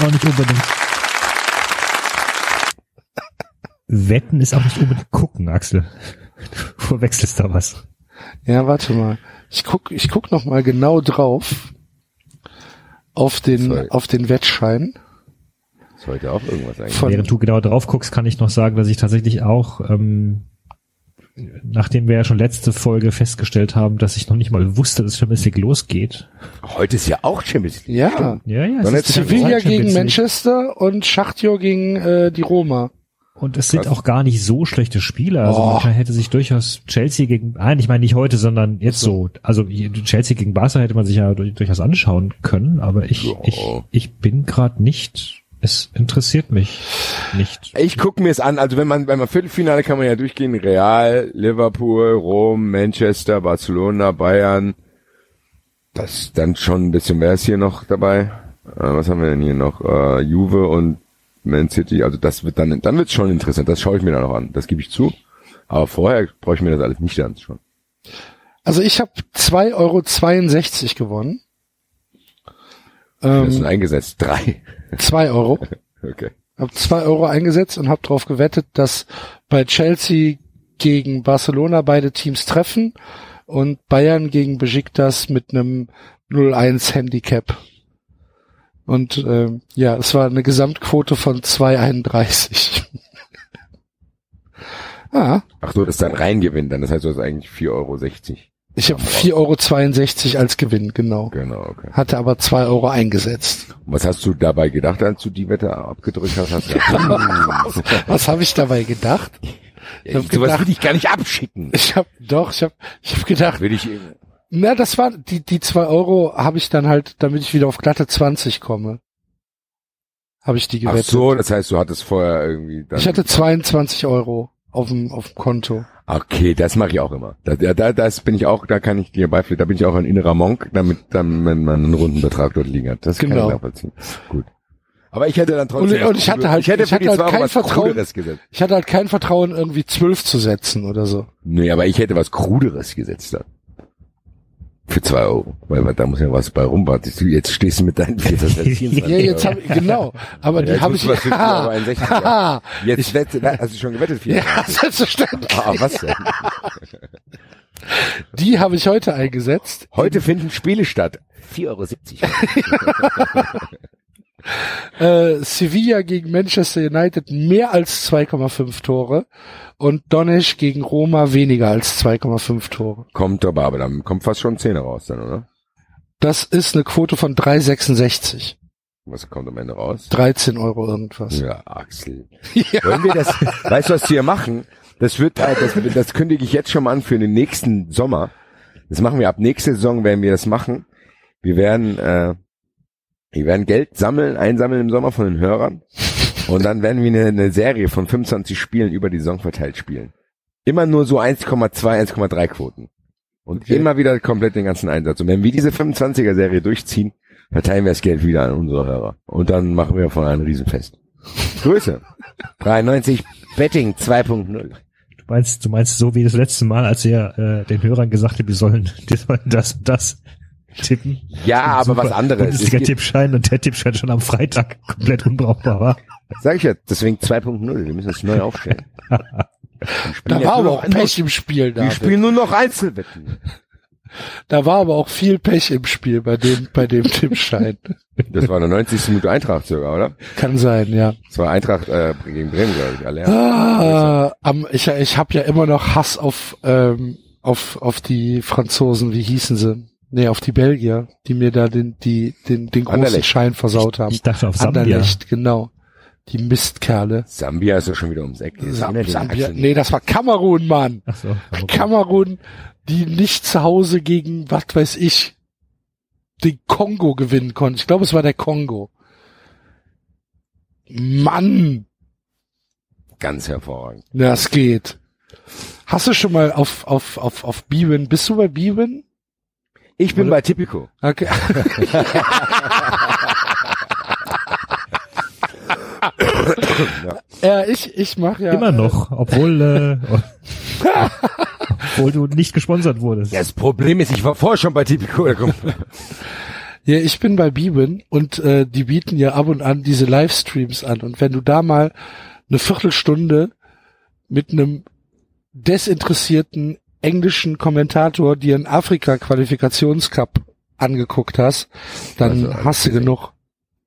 Speaker 6: Wetten ist auch nicht unbedingt gucken, Axel. Du verwechselst da was.
Speaker 2: Ja, warte mal. Ich guck noch mal genau drauf auf den Wettschein.
Speaker 3: Ist heute auch irgendwas eigentlich.
Speaker 6: Während du genau drauf guckst, kann ich noch sagen, dass ich tatsächlich auch, nachdem wir ja schon letzte Folge festgestellt haben, dass ich noch nicht mal wusste, dass Champions League losgeht.
Speaker 3: Heute ist ja auch Champions League.
Speaker 2: Ja. Sevilla gegen Manchester und Schachtyor gegen die Roma.
Speaker 6: Und es sind auch gar nicht so schlechte Spieler. Also man hätte sich durchaus Chelsea gegen, ich meine nicht heute, sondern jetzt so. Also Chelsea gegen Barca hätte man sich ja durchaus anschauen können, aber ich bin gerade nicht, es interessiert mich nicht.
Speaker 3: Ich gucke mir es an, also wenn man Viertelfinale kann man ja durchgehen, Real, Liverpool, Rom, Manchester, Barcelona, Bayern, das dann schon ein bisschen, wer ist hier noch dabei? Was haben wir denn hier noch? Juve und Man City, also das wird dann wird's schon interessant, das schaue ich mir dann auch an, das gebe ich zu, aber vorher brauche ich mir das alles nicht anschauen.
Speaker 2: Also ich habe 2,62 Euro gewonnen.
Speaker 3: Das sind eingesetzt, 3.
Speaker 2: 2 Euro.
Speaker 3: Okay.
Speaker 2: Hab 2 Euro eingesetzt und habe darauf gewettet, dass bei Chelsea gegen Barcelona beide Teams treffen und Bayern gegen Besiktas mit einem 0-1 Handicap. Und es war eine Gesamtquote von 2,31.
Speaker 3: Ach so, das ist dann Reingewinn, dann das heißt, du hast eigentlich 4,60 Euro.
Speaker 2: Ich habe 4,62 Euro als Gewinn, genau.
Speaker 3: Genau, okay.
Speaker 2: Hatte aber 2 Euro eingesetzt.
Speaker 3: Und was hast du dabei gedacht, als du die Wette abgedrückt hast?
Speaker 2: Was habe ich dabei gedacht?
Speaker 3: Sowas will ich gar nicht abschicken.
Speaker 2: Ich hab gedacht. Das war, die 2 Euro habe ich dann halt, damit ich wieder auf glatte 20 komme. Habe ich die gewettet.
Speaker 3: Ach so, das heißt, du hattest vorher irgendwie dann.
Speaker 2: Ich hatte 22 Euro auf dem Konto.
Speaker 3: Okay, das mache ich auch immer. Das bin ich auch, da kann ich dir beipflichten, da bin ich auch ein innerer Monk, damit man einen runden Betrag dort liegen hat. Das kann ich nachvollziehen. Gut. Aber ich hätte dann trotzdem...
Speaker 2: Und ich hatte halt kein Vertrauen,
Speaker 3: Kruderes gesetzt.
Speaker 2: ich hatte halt kein Vertrauen, irgendwie 12 zu setzen oder so.
Speaker 3: Nee, aber ich hätte was Kruderes gesetzt dann. Für 2 Euro. Weil da muss ja was bei rumwarten. Jetzt stehst du mit deinen 24
Speaker 2: Ja, jetzt habe ich, genau. Aber die habe ich,
Speaker 3: Jetzt hast du schon gewettet? 4
Speaker 2: ja, selbstverständlich.
Speaker 3: Was denn?
Speaker 2: Die habe ich heute eingesetzt.
Speaker 3: Heute finden Spiele statt. 4,70 Euro.
Speaker 2: Sevilla gegen Manchester United mehr als 2,5 Tore und Donetsk gegen Roma weniger als 2,5 Tore.
Speaker 3: Kommt aber dann kommt fast schon 10 raus dann, oder?
Speaker 2: Das ist eine Quote von 3,66.
Speaker 3: Was kommt am Ende raus?
Speaker 2: 13 Euro irgendwas.
Speaker 3: Ja, Axel.
Speaker 2: Ja.
Speaker 3: Wollen wir das, weißt du, was wir hier machen? Das kündige ich jetzt schon mal an für den nächsten Sommer. Das machen wir ab nächster Saison, werden wir das machen. Wir werden Geld einsammeln im Sommer von den Hörern. Und dann werden wir eine Serie von 25 Spielen über die Saison verteilt spielen. Immer nur so 1,2, 1,3 Quoten. Und immer wieder komplett den ganzen Einsatz. Und wenn wir diese 25er Serie durchziehen, verteilen wir das Geld wieder an unsere Hörer. Und dann machen wir von einem Riesenfest. Grüße. 93 Betting 2.0.
Speaker 6: Du meinst so wie das letzte Mal, als er den Hörern gesagt hat, die sollen das und das tippen.
Speaker 3: Ja, aber was anderes.
Speaker 6: Bundesliga-Tippschein und der Tippschein schon am Freitag komplett unbrauchbar war.
Speaker 3: Sag ich ja, deswegen 2.0. Wir müssen es neu aufstellen.
Speaker 2: Da war aber auch Pech im Spiel.
Speaker 3: Wir spielen nur noch Einzelwetten.
Speaker 2: Da war aber auch viel Pech im Spiel bei dem Tippschein.
Speaker 3: Das war der 90. Minute Eintracht sogar, oder?
Speaker 2: Kann sein, ja.
Speaker 3: Das war Eintracht gegen Bremen, glaube ich. Alle.
Speaker 2: Ich habe ja immer noch Hass auf die Franzosen, wie hießen sie? Nee, auf die Belgier, die mir da den großen
Speaker 3: Anderlecht.
Speaker 2: Schein versaut haben.
Speaker 6: Ich dachte auf Sambia.
Speaker 2: Anderlecht, genau. Die Mistkerle.
Speaker 3: Sambia ist doch schon wieder ums Eck.
Speaker 2: Sambia. Nee, das war Kamerun, Mann.
Speaker 6: Ach so, okay.
Speaker 2: Kamerun, die nicht zu Hause gegen, was weiß ich, den Kongo gewinnen konnten. Ich glaube, es war der Kongo. Mann.
Speaker 3: Ganz hervorragend.
Speaker 2: Das geht. Hast du schon mal auf Bwin, bist du bei Bwin?
Speaker 3: Ich bin bei Tipico.
Speaker 2: Okay. Ja, ich mache ja
Speaker 6: immer noch, obwohl du nicht gesponsert wurdest.
Speaker 3: Das Problem ist, ich war vorher schon bei Tipico.
Speaker 2: Ja, ich bin bei Bwin und die bieten ja ab und an diese Livestreams an. Und wenn du da mal eine Viertelstunde mit einem desinteressierten englischen Kommentator dir einen Afrika-Qualifikationscup angeguckt hast, dann
Speaker 3: also,
Speaker 2: hast du genug.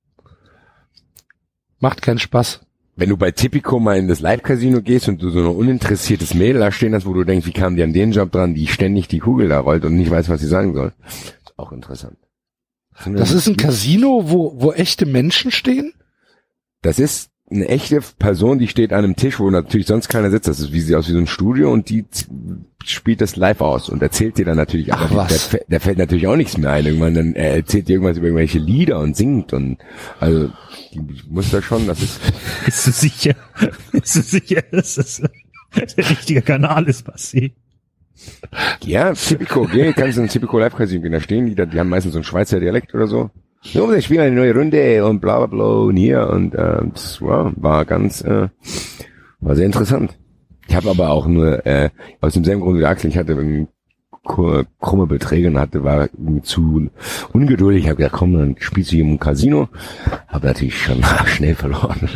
Speaker 2: Macht keinen Spaß.
Speaker 3: Wenn du bei Tipico mal in das Live-Casino gehst und du so ein uninteressiertes Mädel da stehen hast, wo du denkst, wie kam die an den Job dran, die ständig die Kugel da rollt und nicht weiß, was sie sagen soll. Ist auch interessant.
Speaker 2: Das ist ein Casino, wo echte Menschen stehen?
Speaker 3: Das ist eine echte Person, die steht an einem Tisch, wo natürlich sonst keiner sitzt. Das ist wie so ein Studio und die spielt das live aus und erzählt dir dann natürlich,
Speaker 2: ach was.
Speaker 3: Der fällt natürlich auch nichts mehr ein. Irgendwann dann er erzählt dir irgendwas über irgendwelche Lieder und singt und also die muss da schon, das ist.
Speaker 6: Bist du sicher, dass das der richtige Kanal ist, Basti?
Speaker 3: Ja, Tipico, kannst du in Tipico Live Casino gehen, da stehen die haben meistens so einen Schweizer Dialekt oder so. So, wir spielen eine neue Runde und bla bla bla und hier und das war sehr interessant. Ich habe aber auch nur aus demselben Grund wie Axel, ich hatte irgendwie krumme Beträge und war irgendwie zu ungeduldig. Ich habe gesagt, komm, dann spielst du hier im Casino. Habe natürlich schon schnell verloren.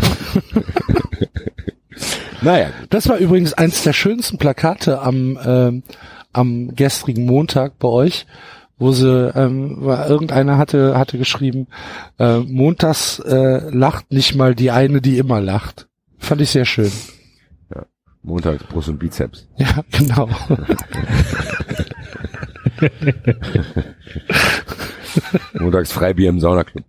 Speaker 3: Naja.
Speaker 2: Das war übrigens eins der schönsten Plakate am gestrigen Montag bei euch, wo irgendeiner hatte geschrieben, montags lacht nicht mal die eine, die immer lacht. Fand ich sehr schön.
Speaker 3: Ja, montags Brust und Bizeps.
Speaker 2: Ja, genau.
Speaker 3: Montags Freibier im Saunaclub.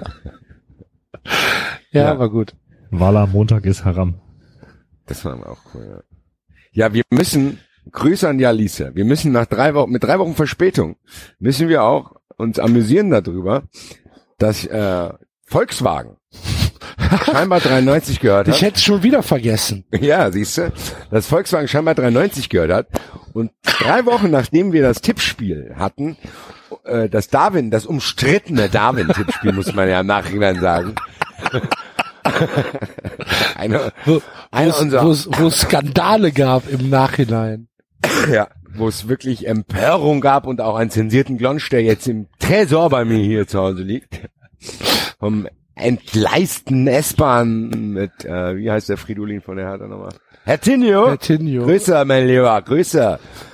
Speaker 2: Ja, war gut.
Speaker 6: Wala, Montag ist Haram.
Speaker 3: Das war auch cool, ja. Wir müssen, Grüße an die Alice, wir müssen mit 3 Wochen Verspätung, müssen wir auch uns amüsieren darüber, dass Volkswagen scheinbar 93 gehört hat.
Speaker 2: Ich hätte es schon wieder vergessen.
Speaker 3: Ja, siehst du, dass Volkswagen scheinbar 93 gehört hat und 3 Wochen nachdem wir das Tippspiel hatten, das umstrittene Darwin-Tippspiel, muss man ja im Nachhinein sagen, einer
Speaker 2: wo es Skandale gab im Nachhinein.
Speaker 3: Ja, wo es wirklich Empörung gab und auch einen zensierten Glonsch, der jetzt im Tresor bei mir hier zu Hause liegt. Vom entgleisten S-Bahn mit, wie heißt der Fridolin von der Hertha nochmal? Herr Tinio. Grüße, mein Lieber, Grüße.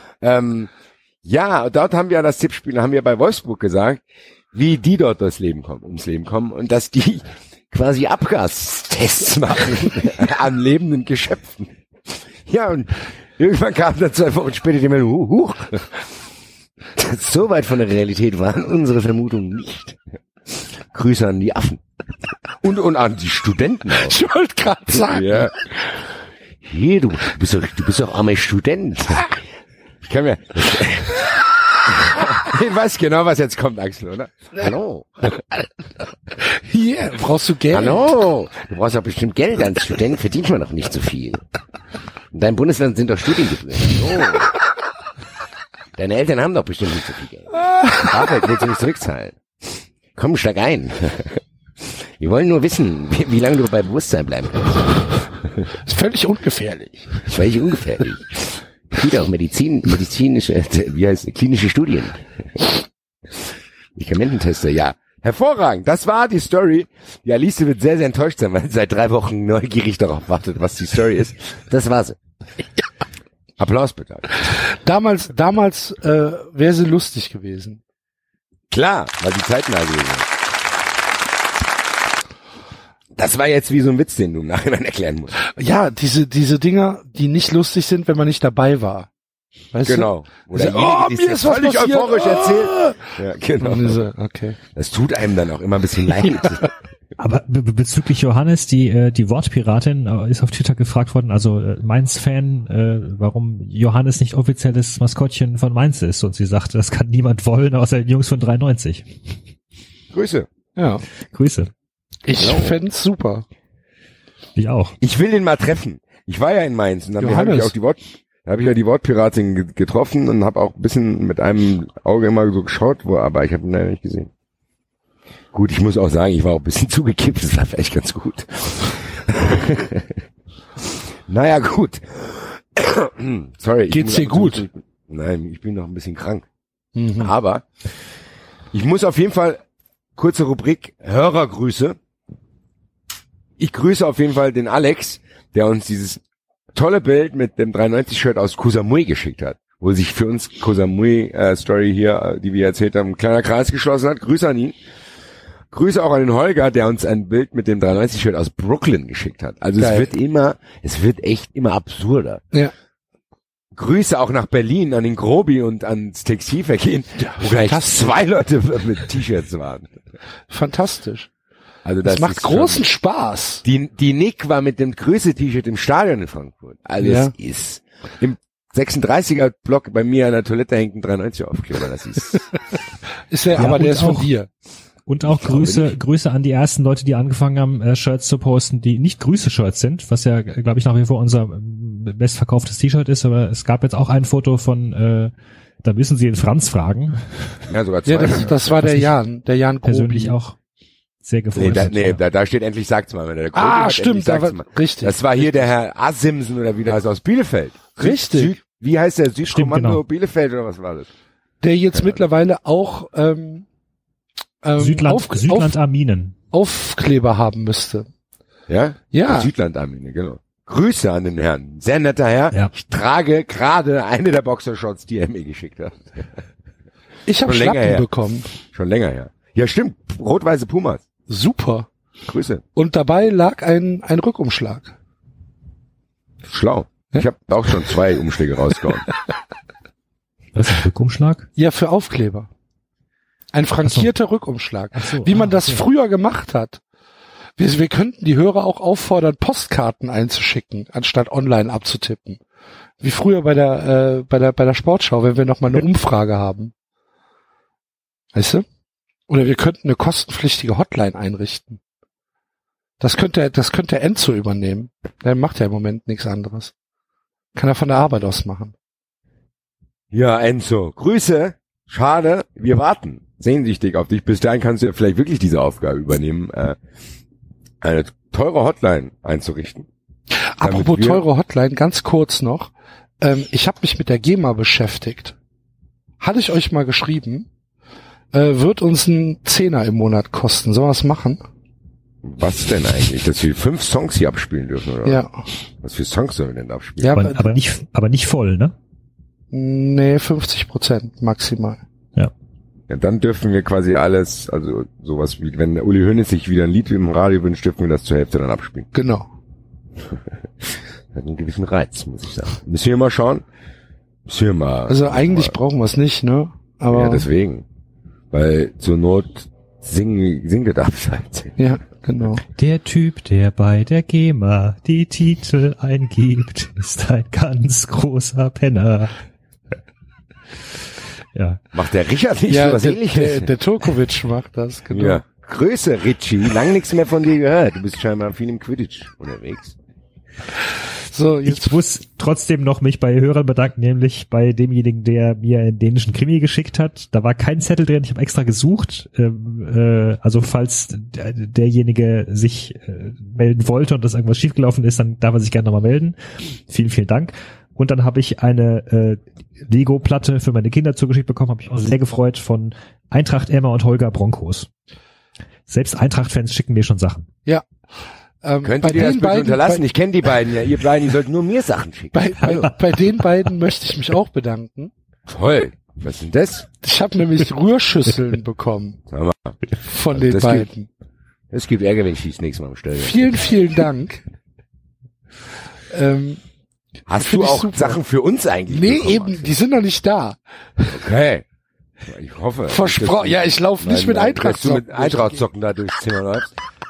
Speaker 3: Ja, dort haben wir das Tippspiel, haben wir bei Wolfsburg gesagt, wie die dort ums Leben kommen und dass die quasi Abgastests machen an lebenden Geschöpfen. Ja, und irgendwann kam dann 2 Wochen später die Meldung, huch, so weit von der Realität waren unsere Vermutungen nicht. Grüße an die Affen. Und an die Studenten auch.
Speaker 2: Ich wollte gerade sagen.
Speaker 3: Ja. Hier, du bist doch armer Student. Ich kann mir... Ich weiß genau, was jetzt kommt, Axel, oder? Hallo.
Speaker 2: Hier, brauchst du Geld?
Speaker 3: Hallo. Du brauchst doch bestimmt Geld. Als Student verdient man doch nicht so viel. In deinem Bundesland sind doch Studiengebühren. Oh. Deine Eltern haben doch bestimmt nicht so viel Geld. Arbeit willst du nicht zurückzahlen. Komm, steig ein. Wir wollen nur wissen, wie lange du bei Bewusstsein bleiben kannst.
Speaker 2: Ist völlig ungefährlich.
Speaker 3: Völlig ungefährlich. Geht auch medizinische, wie heißt klinische Studien. Medikamententester, ja. Hervorragend, das war die Story. Die Alice wird sehr, sehr enttäuscht sein, weil sie seit 3 Wochen neugierig darauf wartet, was die Story ist. Das war sie. Applaus bitte.
Speaker 2: Damals wäre sie lustig gewesen.
Speaker 3: Klar, weil die Zeit nah gewesen ist. Das war jetzt wie so ein Witz, den du im Nachhinein erklären musst.
Speaker 2: Ja, diese Dinger, die nicht lustig sind, wenn man nicht dabei war. Weißt
Speaker 3: genau.
Speaker 2: du?
Speaker 3: Oder
Speaker 2: mir ist was
Speaker 3: völlig
Speaker 2: passiert.
Speaker 3: euphorisch erzählt. Ja, genau.
Speaker 2: Okay.
Speaker 3: Das tut einem dann auch immer ein bisschen leid.
Speaker 2: Ja.
Speaker 6: Aber bezüglich Johannes, die Wortpiratin ist auf Twitter gefragt worden, also Mainz-Fan, warum Johannes nicht offizielles Maskottchen von Mainz ist. Und sie sagte, das kann niemand wollen, außer die Jungs von 93.
Speaker 3: Grüße.
Speaker 2: Ja.
Speaker 6: Grüße.
Speaker 2: Ich fänd's super.
Speaker 6: Ich auch.
Speaker 3: Ich will den mal treffen. Ich war ja in Mainz und dann habe ich auch die Wortpiratin getroffen und habe auch ein bisschen mit einem Auge immer so geschaut, aber ich habe ihn leider nicht gesehen. Gut, ich muss auch sagen, ich war auch ein bisschen zugekippt, das war vielleicht ganz gut. Naja, gut. Sorry.
Speaker 2: Geht's dir gut?
Speaker 3: Nein, ich bin noch ein bisschen krank. Mhm. Aber ich muss auf jeden Fall, kurze Rubrik, Hörergrüße. Ich grüße auf jeden Fall den Alex, der uns dieses tolle Bild mit dem 93-Shirt aus Koh Samui geschickt hat, wo sich für uns Koh Samui Story hier, die wir erzählt haben, ein kleiner Kreis geschlossen hat. Grüße an ihn. Grüße auch an den Holger, der uns ein Bild mit dem 93-Shirt aus Brooklyn geschickt hat. Also geil. Es wird echt immer absurder.
Speaker 2: Ja.
Speaker 3: Grüße auch nach Berlin an den Grobi und ans Textilvergehen, wo gleich 2 Leute mit T-Shirts waren.
Speaker 2: Fantastisch.
Speaker 3: Also
Speaker 2: das macht großen Spaß.
Speaker 3: Die Nick war mit dem Größe-T-Shirt im Stadion in Frankfurt. Also es ist im 36er-Block bei mir an der Toilette hängt ein 93er-Aufkleber. Das ist
Speaker 2: ja, aber der ist von dir.
Speaker 6: Und auch Grüße an die ersten Leute, die angefangen haben, Shirts zu posten, die nicht Grüße-Shirts sind, was ja, glaube ich, nach wie vor unser bestverkauftes T-Shirt ist, aber es gab jetzt auch ein Foto von, da müssen Sie den Franz fragen.
Speaker 3: Ja, sogar 2.
Speaker 2: Ja, das war der Jan Grobi.
Speaker 6: Persönlich auch sehr gefreut.
Speaker 3: Da steht endlich sagt's mal. Wenn der
Speaker 2: stimmt, richtig.
Speaker 3: Das war hier der Herr Asimsen oder wie der heißt aus Bielefeld.
Speaker 2: Richtig.
Speaker 3: Wie heißt der? Südkommando
Speaker 6: genau.
Speaker 3: Bielefeld oder was war das?
Speaker 2: Der jetzt mittlerweile auch
Speaker 6: Südland Arminen
Speaker 2: Aufkleber haben müsste.
Speaker 3: Ja?
Speaker 2: Ja.
Speaker 3: Südland Arminen, genau. Grüße an den Herrn. Sehr netter Herr. Ja. Ich trage gerade eine der Boxershorts, die er mir geschickt hat.
Speaker 2: Ich habe Schlappen bekommen.
Speaker 3: Schon länger her. Ja, stimmt. Rot-weiße Pumas.
Speaker 2: Super.
Speaker 3: Grüße.
Speaker 2: Und dabei lag ein Rückumschlag.
Speaker 3: Schlau. Ja? Ich habe auch schon 2 Umschläge rausgehauen.
Speaker 6: Was ist ein Rückumschlag?
Speaker 2: Ja, für Aufkleber. Ein frankierter Rückumschlag. Wie man das früher gemacht hat. Wir könnten die Hörer auch auffordern, Postkarten einzuschicken, anstatt online abzutippen. Wie früher bei der Sportschau, wenn wir nochmal eine Umfrage haben. Weißt du? Oder wir könnten eine kostenpflichtige Hotline einrichten. Das könnte Enzo übernehmen. Der macht ja im Moment nichts anderes. Kann er von der Arbeit aus machen.
Speaker 3: Ja, Enzo. Grüße. Schade. Wir warten sehnsüchtig auf dich. Bis dahin kannst du ja vielleicht wirklich diese Aufgabe übernehmen. eine teure Hotline einzurichten.
Speaker 2: Apropos teure Hotline, ganz kurz noch. Ich habe mich mit der GEMA beschäftigt. Hatte ich euch mal geschrieben. Wird uns ein 10er im Monat kosten. Sollen wir es machen?
Speaker 3: Was denn eigentlich? Dass wir 5 Songs hier abspielen dürfen, oder?
Speaker 2: Ja.
Speaker 3: Was für Songs sollen wir denn abspielen?
Speaker 2: Ja,
Speaker 6: aber nicht voll, ne?
Speaker 2: Nee, 50% maximal.
Speaker 6: Ja.
Speaker 3: Ja, dann dürfen wir quasi alles, also sowas wie, wenn der Uli Hoeneß sich wieder ein Lied im Radio wünscht, dürfen wir das zur Hälfte dann abspielen.
Speaker 2: Genau.
Speaker 3: Hat einen gewissen Reiz, muss ich sagen. Müssen wir mal schauen?
Speaker 2: Also eigentlich brauchen wir es nicht, ne? Aber
Speaker 3: ja, deswegen. Weil zur Not singt der halt.
Speaker 2: Ja, genau.
Speaker 6: Der Typ, der bei der GEMA die Titel eingibt, ist ein ganz großer Penner. Ja.
Speaker 3: Macht der Richard nicht
Speaker 2: Ja,
Speaker 3: so was Ähnliches?
Speaker 2: der Turkovic macht das, genau.
Speaker 3: Ja. Grüße, Richie. Lang nichts mehr von dir gehört. Du bist scheinbar viel im Quidditch unterwegs.
Speaker 2: So, jetzt
Speaker 6: Ich muss trotzdem noch mich bei Hörern bedanken, nämlich bei demjenigen, der mir einen dänischen Krimi geschickt hat. Da war kein Zettel drin, ich habe extra gesucht. Also falls derjenige sich melden wollte und dass irgendwas schiefgelaufen ist, dann darf er sich gerne nochmal melden. Vielen, vielen Dank. Und dann habe ich eine Lego-Platte für meine Kinder zugeschickt bekommen, habe ich auch sehr gefreut, von Eintracht Emma und Holger Broncos. Selbst Eintracht-Fans schicken mir schon Sachen.
Speaker 2: ja.
Speaker 3: Könnt
Speaker 2: bei
Speaker 3: ihr das
Speaker 2: den
Speaker 3: bitte
Speaker 2: beiden,
Speaker 3: unterlassen? Ich kenne die beiden ja. Ihr beiden, ihr sollt nur mir Sachen schicken.
Speaker 2: bei den beiden möchte ich mich auch bedanken.
Speaker 3: Toll. Was ist denn das?
Speaker 2: Ich habe nämlich Rührschüsseln bekommen
Speaker 3: Sag mal,
Speaker 2: von den
Speaker 3: das
Speaker 2: beiden.
Speaker 3: es gibt Ärger, wenn ich die das nächste Mal bestelle.
Speaker 2: Vielen, vielen Dank.
Speaker 3: Hast
Speaker 2: find
Speaker 3: du
Speaker 2: ich
Speaker 3: auch
Speaker 2: super.
Speaker 3: Sachen für uns eigentlich
Speaker 2: Nee,
Speaker 3: bekommen,
Speaker 2: eben, die sind noch nicht da.
Speaker 3: Okay. Ich hoffe.
Speaker 2: Versprochen. Ja, ich laufe nicht mit
Speaker 3: Dass du mit
Speaker 2: Eintracht.
Speaker 3: Eintrachtsocken da durchs Zimmer läufst.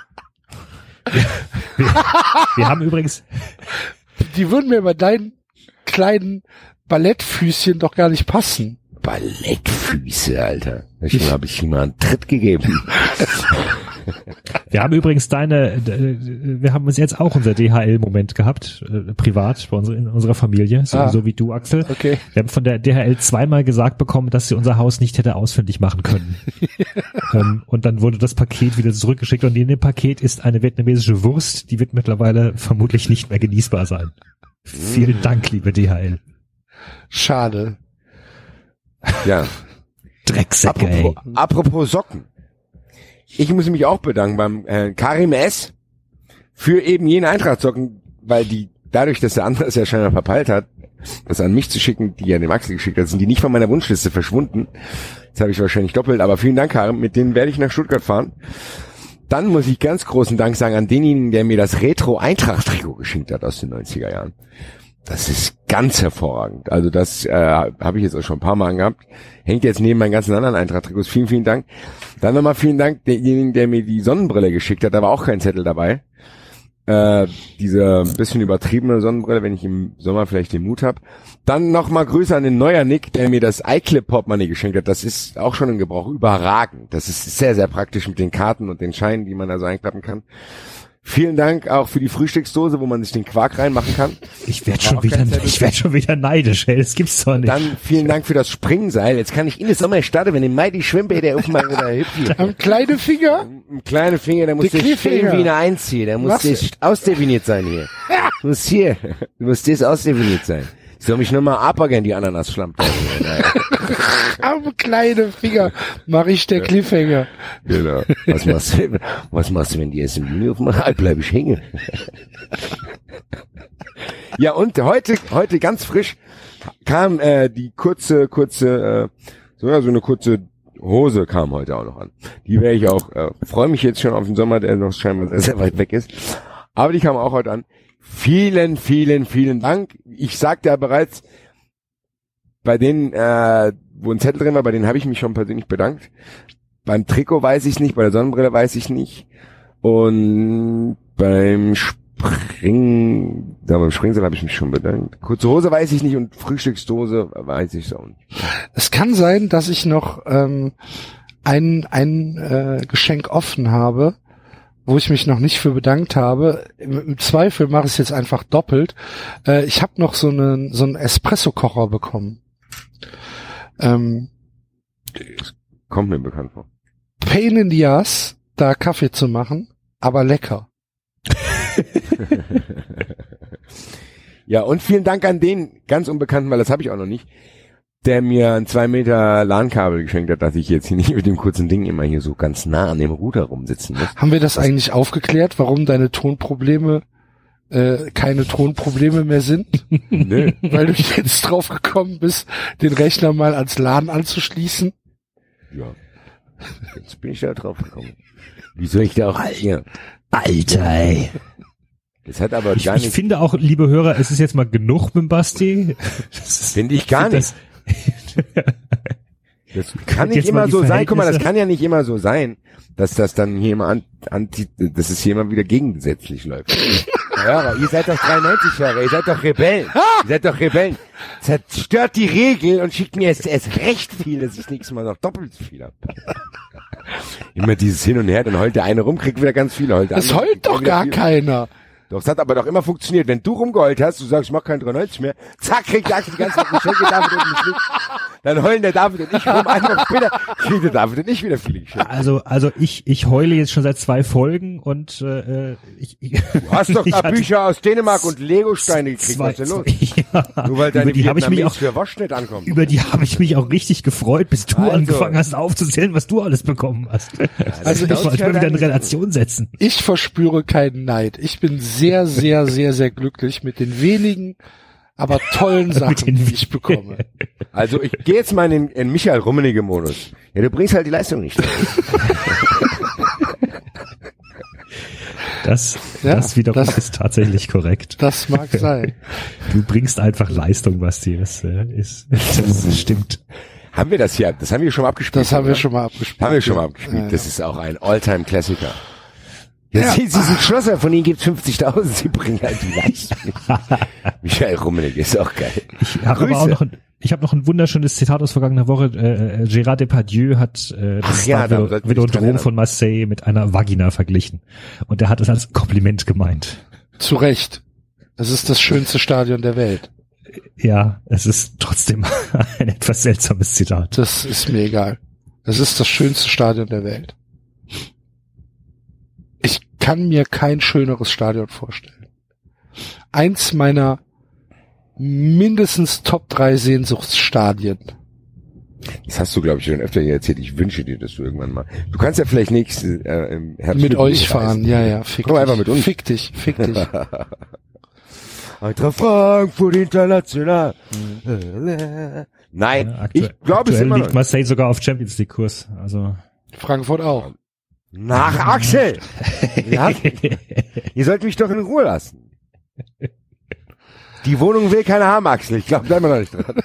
Speaker 6: Wir haben übrigens,
Speaker 2: Die würden mir bei deinen kleinen Ballettfüßchen doch gar nicht passen.
Speaker 3: Ballettfüße, Alter. Schon habe ich ihm mal einen Tritt gegeben.
Speaker 6: wir haben uns jetzt auch unser DHL-Moment gehabt, privat, in unserer Familie, so wie du, Axel.
Speaker 2: Okay.
Speaker 6: Wir haben von der DHL zweimal gesagt bekommen, dass sie unser Haus nicht hätte ausfindig machen können. Und dann wurde das Paket wieder zurückgeschickt und in dem Paket ist eine vietnamesische Wurst, die wird mittlerweile vermutlich nicht mehr genießbar sein. Vielen Dank, liebe DHL.
Speaker 2: Schade.
Speaker 3: Ja.
Speaker 6: Drecksäcke, ey.
Speaker 3: Apropos Socken. Ich muss mich auch bedanken beim Karim S. für eben jene Eintrachtsocken, weil die, dadurch, dass der andere es ja scheinbar verpeilt hat, das an mich zu schicken, die er dem Axel geschickt hat, sind die nicht von meiner Wunschliste verschwunden. Jetzt habe ich wahrscheinlich doppelt, aber vielen Dank, Karim, mit denen werde ich nach Stuttgart fahren. Dann muss ich ganz großen Dank sagen an denjenigen, der mir das Retro-Eintracht-Trikot geschenkt hat aus den 90er Jahren. Das ist ganz hervorragend. Also das habe ich jetzt auch schon ein paar Mal angehabt. Hängt jetzt neben meinen ganzen anderen Eintracht-Trikots. Vielen, vielen Dank. Dann nochmal vielen Dank demjenigen, der mir die Sonnenbrille geschickt hat. Da war auch kein Zettel dabei. Diese bisschen übertriebene Sonnenbrille, wenn ich im Sommer vielleicht den Mut habe. Dann nochmal Grüße an den Neuer Nick, der mir das iClip-Portemonnaie geschenkt hat. Das ist auch schon im Gebrauch überragend. Das ist sehr, sehr praktisch mit den Karten und den Scheinen, die man da so einklappen kann. Vielen Dank auch für die Frühstücksdose, wo man sich den Quark reinmachen kann.
Speaker 6: Ich werde schon wieder neidisch, ey, das gibt's doch nicht.
Speaker 3: Dann vielen Dank für das Springseil. Jetzt kann ich in den Sommer starten, wenn im Mai die Schwimmbäder aufmachen oder hüpfen.
Speaker 2: Am kleinen Finger?
Speaker 3: Ein kleiner Finger, der muss
Speaker 2: Der
Speaker 3: der stehen wie eine Einzieher. Der muss das ausdefiniert sein hier. Du musst das ausdefiniert sein. Ich soll mich nur mal abagern, die Ananas-Schlampe.
Speaker 2: Am kleinen Finger mache ich der Cliffhanger.
Speaker 3: Genau. Was machst du, wenn die erst im Juni aufmachen? Bleib ich hängen. Ja, und heute ganz frisch kam die kurze, so eine kurze Hose kam heute auch noch an. Die werde ich auch, freue mich jetzt schon auf den Sommer, der noch scheinbar sehr, sehr weit weg ist. Aber die kam auch heute an. Vielen, vielen, vielen Dank. Ich sagte ja bereits, bei denen, wo ein Zettel drin war, bei denen habe ich mich schon persönlich bedankt. Beim Trikot weiß ich nicht, bei der Sonnenbrille weiß ich nicht. Und beim Springseil habe ich mich schon bedankt. Kurze Hose weiß ich nicht und Frühstücksdose weiß ich so nicht.
Speaker 2: Es kann sein, dass ich noch ein Geschenk offen habe, wo ich mich noch nicht für bedankt habe. Im Zweifel mache ich es jetzt einfach doppelt. Ich habe noch so einen Espresso-Kocher bekommen.
Speaker 3: Kommt mir bekannt vor.
Speaker 2: Pain in the ass, da Kaffee zu machen, aber lecker.
Speaker 3: Ja, und vielen Dank an den ganz Unbekannten, weil das habe ich auch noch nicht, der mir ein 2 Meter LAN-Kabel geschenkt hat, dass ich jetzt hier nicht mit dem kurzen Ding immer hier so ganz nah an dem Router rumsitzen muss.
Speaker 2: Haben wir das eigentlich aufgeklärt, warum deine Tonprobleme keine Tonprobleme mehr sind?
Speaker 3: Nö.
Speaker 2: Weil du jetzt drauf gekommen bist, den Rechner mal ans LAN anzuschließen?
Speaker 3: Ja. Jetzt bin ich da drauf gekommen. Wie soll ich da auch hier?
Speaker 6: Alter, ey.
Speaker 3: Das hat aber gar
Speaker 6: Ich
Speaker 3: nicht.
Speaker 6: finde auch, liebe Hörer, es ist jetzt mal genug mit dem Basti.
Speaker 3: Finde ich gar nicht. Das kann nicht
Speaker 6: jetzt mal
Speaker 3: immer
Speaker 6: die
Speaker 3: so sein. Guck mal, das
Speaker 6: Verhältnisse-
Speaker 3: kann ja nicht immer so sein, dass das dann hier immer dass es hier immer wieder gegensätzlich läuft. Hörer, ihr seid doch 93 Hörer, ihr seid doch Rebellen. Ihr seid doch Rebellen. Zerstört die Regel und schickt mir erst recht viel, dass ich nächstes Mal noch doppelt so viel hab. Immer dieses Hin und Her, dann heult der eine rum, kriegt wieder ganz viele, heult der
Speaker 2: Das
Speaker 3: andere,
Speaker 2: heult
Speaker 3: kriegt
Speaker 2: doch
Speaker 3: wieder
Speaker 2: gar
Speaker 3: viel.
Speaker 2: keiner.
Speaker 3: Doch, es hat aber doch immer funktioniert. Wenn du rumgeheult hast, du sagst, ich mach keinen 93 mehr, zack, kriegt der Axel die ganze Zeit Geschenke, David und mich nicht. Dann heulen der David und ich rum, eine Woche später kriegt der David und ich wieder viele Geschenke.
Speaker 6: Also ich heule jetzt schon seit 2 Folgen und
Speaker 3: Du hast doch da Bücher aus Dänemark und Lego-Steine gekriegt, was ist denn los?
Speaker 6: Ja,
Speaker 3: Nur weil deine
Speaker 6: über die habe ich mich
Speaker 3: Vietnamese
Speaker 6: auch
Speaker 3: für Wasch nicht ankommen.
Speaker 6: über die habe ich mich auch richtig gefreut, bis du
Speaker 3: Also.
Speaker 6: angefangen hast aufzuzählen, was du alles bekommen hast.
Speaker 2: Also
Speaker 6: das
Speaker 2: ich-
Speaker 6: wollte ich mal wieder in Relation setzen.
Speaker 2: Ich verspüre keinen Neid. Ich bin sehr, sehr, sehr, sehr glücklich mit den wenigen, aber tollen Sachen,
Speaker 6: den
Speaker 2: die ich bekomme.
Speaker 3: Also ich gehe jetzt mal in Michael Rummenigge-Modus. Ja, du bringst halt die Leistung nicht.
Speaker 6: Das
Speaker 2: Ja,
Speaker 6: wiederum
Speaker 2: das-
Speaker 6: ist tatsächlich korrekt.
Speaker 2: Das mag sein.
Speaker 6: Du bringst einfach Leistung, Basti. Das stimmt.
Speaker 3: Haben wir das hier? Das haben wir schon mal abgespielt.
Speaker 2: Das haben wir
Speaker 3: oder?
Speaker 2: schon mal abgespielt.
Speaker 3: Haben wir schon mal abgespielt.
Speaker 2: Ja,
Speaker 3: Das ist auch ein All-Time-Klassiker. Ja, Sie sind Schlosser, von Ihnen gibt's 50.000, Sie bringen halt die Leistung nicht. Michael Rummenigge ist auch geil.
Speaker 6: Ich habe aber auch noch ein wunderschönes Zitat aus vergangener Woche. Gérard Depardieu hat das
Speaker 3: ja, da sollten wir uns dran
Speaker 6: Velodrom
Speaker 3: erinnern.
Speaker 6: von Marseille mit einer Vagina verglichen. Und er hat es als Kompliment gemeint.
Speaker 2: Zu Recht. Das ist das schönste Stadion der Welt.
Speaker 6: Ja, es ist trotzdem ein etwas seltsames Zitat.
Speaker 2: Das ist mir egal. Das ist das schönste Stadion der Welt. Ich kann mir kein schöneres Stadion vorstellen. Eins meiner mindestens Top 3 Sehnsuchtsstadien.
Speaker 3: Das hast du, glaube ich, schon öfter hier erzählt. Ich wünsche dir, dass du irgendwann mal... Du kannst ja vielleicht im Herbst
Speaker 2: Mit euch
Speaker 3: mir
Speaker 2: fahren,
Speaker 3: reisen.
Speaker 2: ja, fick
Speaker 3: Komm
Speaker 2: dich.
Speaker 3: einfach mit uns.
Speaker 2: Fick dich.
Speaker 3: Eintracht Frankfurt international. Nein, ich glaube es
Speaker 6: aktuell
Speaker 3: immer
Speaker 6: liegt
Speaker 3: noch.
Speaker 6: Marseille sogar auf Champions League Kurs. Also
Speaker 2: Frankfurt auch.
Speaker 3: Nach Axel. Ja, ihr sollt mich doch in Ruhe lassen. Die Wohnung will keiner haben, Axel. Ich glaube da immer noch nicht dran.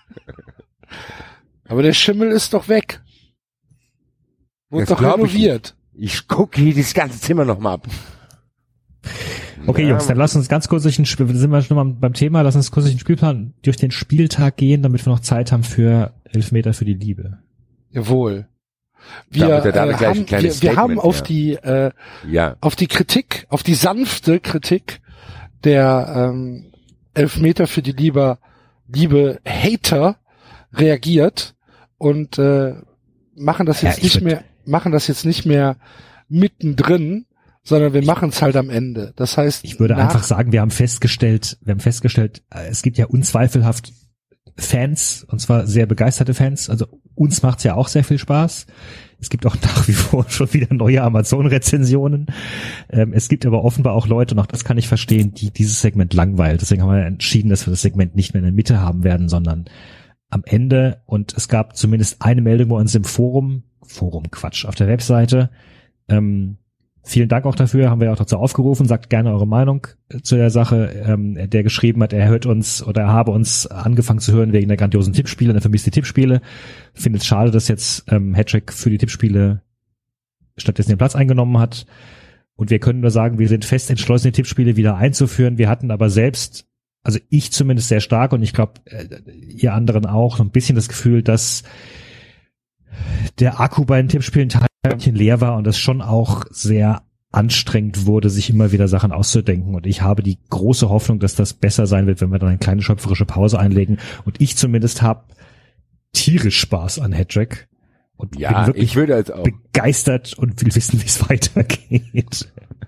Speaker 2: Aber der Schimmel ist doch weg. Wurde
Speaker 3: Das
Speaker 2: doch
Speaker 3: glaub ich
Speaker 2: renoviert.
Speaker 3: Ich gucke hier das ganze Zimmer nochmal ab.
Speaker 6: Okay, Jungs, dann lass uns ganz kurz sind wir schon mal beim Thema, lass uns kurz durch den Spieltag gehen, damit wir noch Zeit haben für Elfmeter für die Liebe.
Speaker 2: Jawohl.
Speaker 3: Damit der David gleich ein kleines
Speaker 2: wir haben
Speaker 3: Statement,
Speaker 2: auf die Kritik, auf die sanfte Kritik der Elfmeter für die liebe Hater reagiert und machen das jetzt nicht mehr mittendrin, sondern wir machen es halt am Ende. Das heißt,
Speaker 6: ich würde einfach sagen, wir haben festgestellt, es gibt ja unzweifelhaft Fans, und zwar sehr begeisterte Fans. Also uns macht's ja auch sehr viel Spaß. Es gibt auch nach wie vor schon wieder neue Amazon-Rezensionen. Es gibt aber offenbar auch Leute, und auch das kann ich verstehen, die dieses Segment langweilt. Deswegen haben wir entschieden, dass wir das Segment nicht mehr in der Mitte haben werden, sondern am Ende. Und es gab zumindest eine Meldung bei uns im auf der Webseite. Vielen Dank auch dafür, haben wir ja auch dazu aufgerufen, sagt gerne eure Meinung zu der Sache, der geschrieben hat, er hört uns oder er habe uns angefangen zu hören wegen der grandiosen Tippspiele, er vermisst die Tippspiele, findet es schade, dass jetzt Hattrick für die Tippspiele stattdessen den Platz eingenommen hat und wir können nur sagen, wir sind fest entschlossen, die Tippspiele wieder einzuführen, wir hatten aber selbst, also ich zumindest sehr stark und ich glaube, ihr anderen auch, so ein bisschen das Gefühl, dass der Akku bei den Tippspielen teilweise leer war und es schon auch sehr anstrengend wurde, sich immer wieder Sachen auszudenken. Und ich habe die große Hoffnung, dass das besser sein wird, wenn wir dann eine kleine schöpferische Pause einlegen. Und ich zumindest habe tierisch Spaß an Hattrick und bin wirklich
Speaker 3: ich würde jetzt auch
Speaker 6: begeistert und will wissen, wie es weitergeht.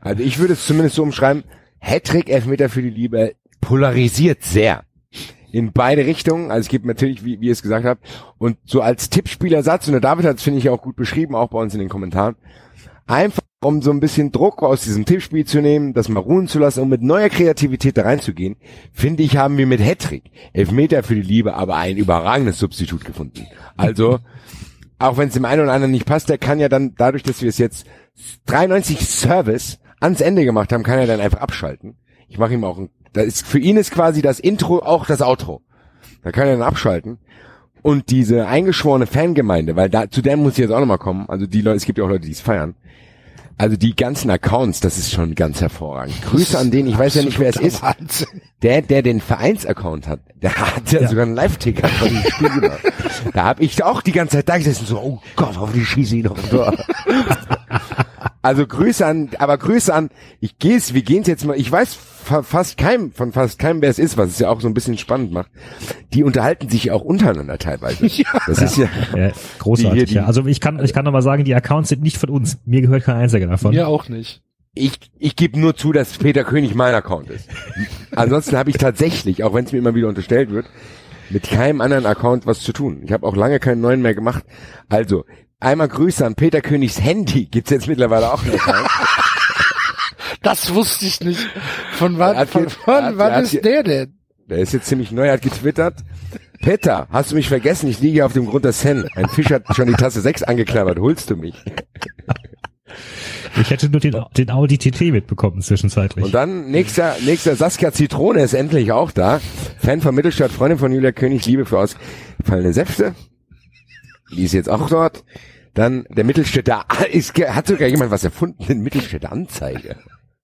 Speaker 3: Also ich würde es zumindest so umschreiben, Hattrick, Elfmeter für die Liebe, polarisiert sehr. In beide Richtungen, also es gibt natürlich, wie ihr es gesagt habt, und so als Tippspielersatz, und der David hat es, finde ich, auch gut beschrieben, auch bei uns in den Kommentaren, einfach um so ein bisschen Druck aus diesem Tippspiel zu nehmen, das mal ruhen zu lassen und mit neuer Kreativität da reinzugehen, finde ich, haben wir mit Hattrick, Elfmeter für die Liebe, aber ein überragendes Substitut gefunden. Also, auch wenn es dem einen oder anderen nicht passt, der kann ja dann, dadurch, dass wir es jetzt 93 Service ans Ende gemacht haben, kann er dann einfach abschalten. Ich mache ihm auch für ihn ist quasi das Intro auch das Outro. Da kann er dann abschalten. Und diese eingeschworene Fangemeinde, weil zu der muss ich jetzt auch nochmal kommen, also die Leute, es gibt ja auch Leute, die es feiern. Also die ganzen Accounts, das ist schon ganz hervorragend. Grüße an den, ich weiß ja nicht, wer es ist.
Speaker 2: Wahnsinn.
Speaker 3: Der den Vereinsaccount hat, der hat ja sogar einen Live-Ticker von dem Spiel gemacht. Da habe ich auch die ganze Zeit da gesessen, so, oh Gott, hoffentlich schieße ich noch ein Tor. Also Grüße an, wir gehen's jetzt mal, ich weiß von fast keinem, wer es ist, was es ja auch so ein bisschen spannend macht. Die unterhalten sich auch untereinander teilweise. Ja. Das ist ja
Speaker 6: großartig. Ja. Also ich kann noch mal sagen, die Accounts sind nicht von uns. Mir gehört kein einziger davon.
Speaker 2: Mir auch nicht.
Speaker 3: Ich gebe nur zu, dass Peter König mein Account ist. Ansonsten habe ich tatsächlich, auch wenn es mir immer wieder unterstellt wird, mit keinem anderen Account was zu tun. Ich habe auch lange keinen neuen mehr gemacht. Also, einmal Grüße an Peter Königs Handy. Gibt's jetzt mittlerweile auch einen Account.
Speaker 2: Das wusste ich nicht. Von wann ist der denn?
Speaker 3: Der ist jetzt ziemlich neu, er hat getwittert. Peter, hast du mich vergessen? Ich liege auf dem Grund der Seine. Ein Fisch hat schon die Tasse 6 angeklammert. Holst du mich?
Speaker 6: Ich hätte nur den Audi TT mitbekommen zwischenzeitlich.
Speaker 3: Und dann nächster Saskia Zitrone ist endlich auch da. Fan von Mittelstadt, Freundin von Julia König, Liebe für ausgefallene Säfte. Die ist jetzt auch dort. Dann der Mittelstädter, hat sogar jemand was erfunden, den Mittelstädter Anzeige.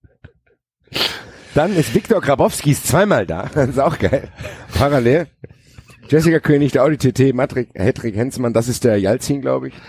Speaker 3: Dann ist Viktor Grabowskis zweimal da, das ist auch geil. Parallel. Jessica König, der Audi TT, Hedrick Hensmann, das ist der Jalzin, glaube ich.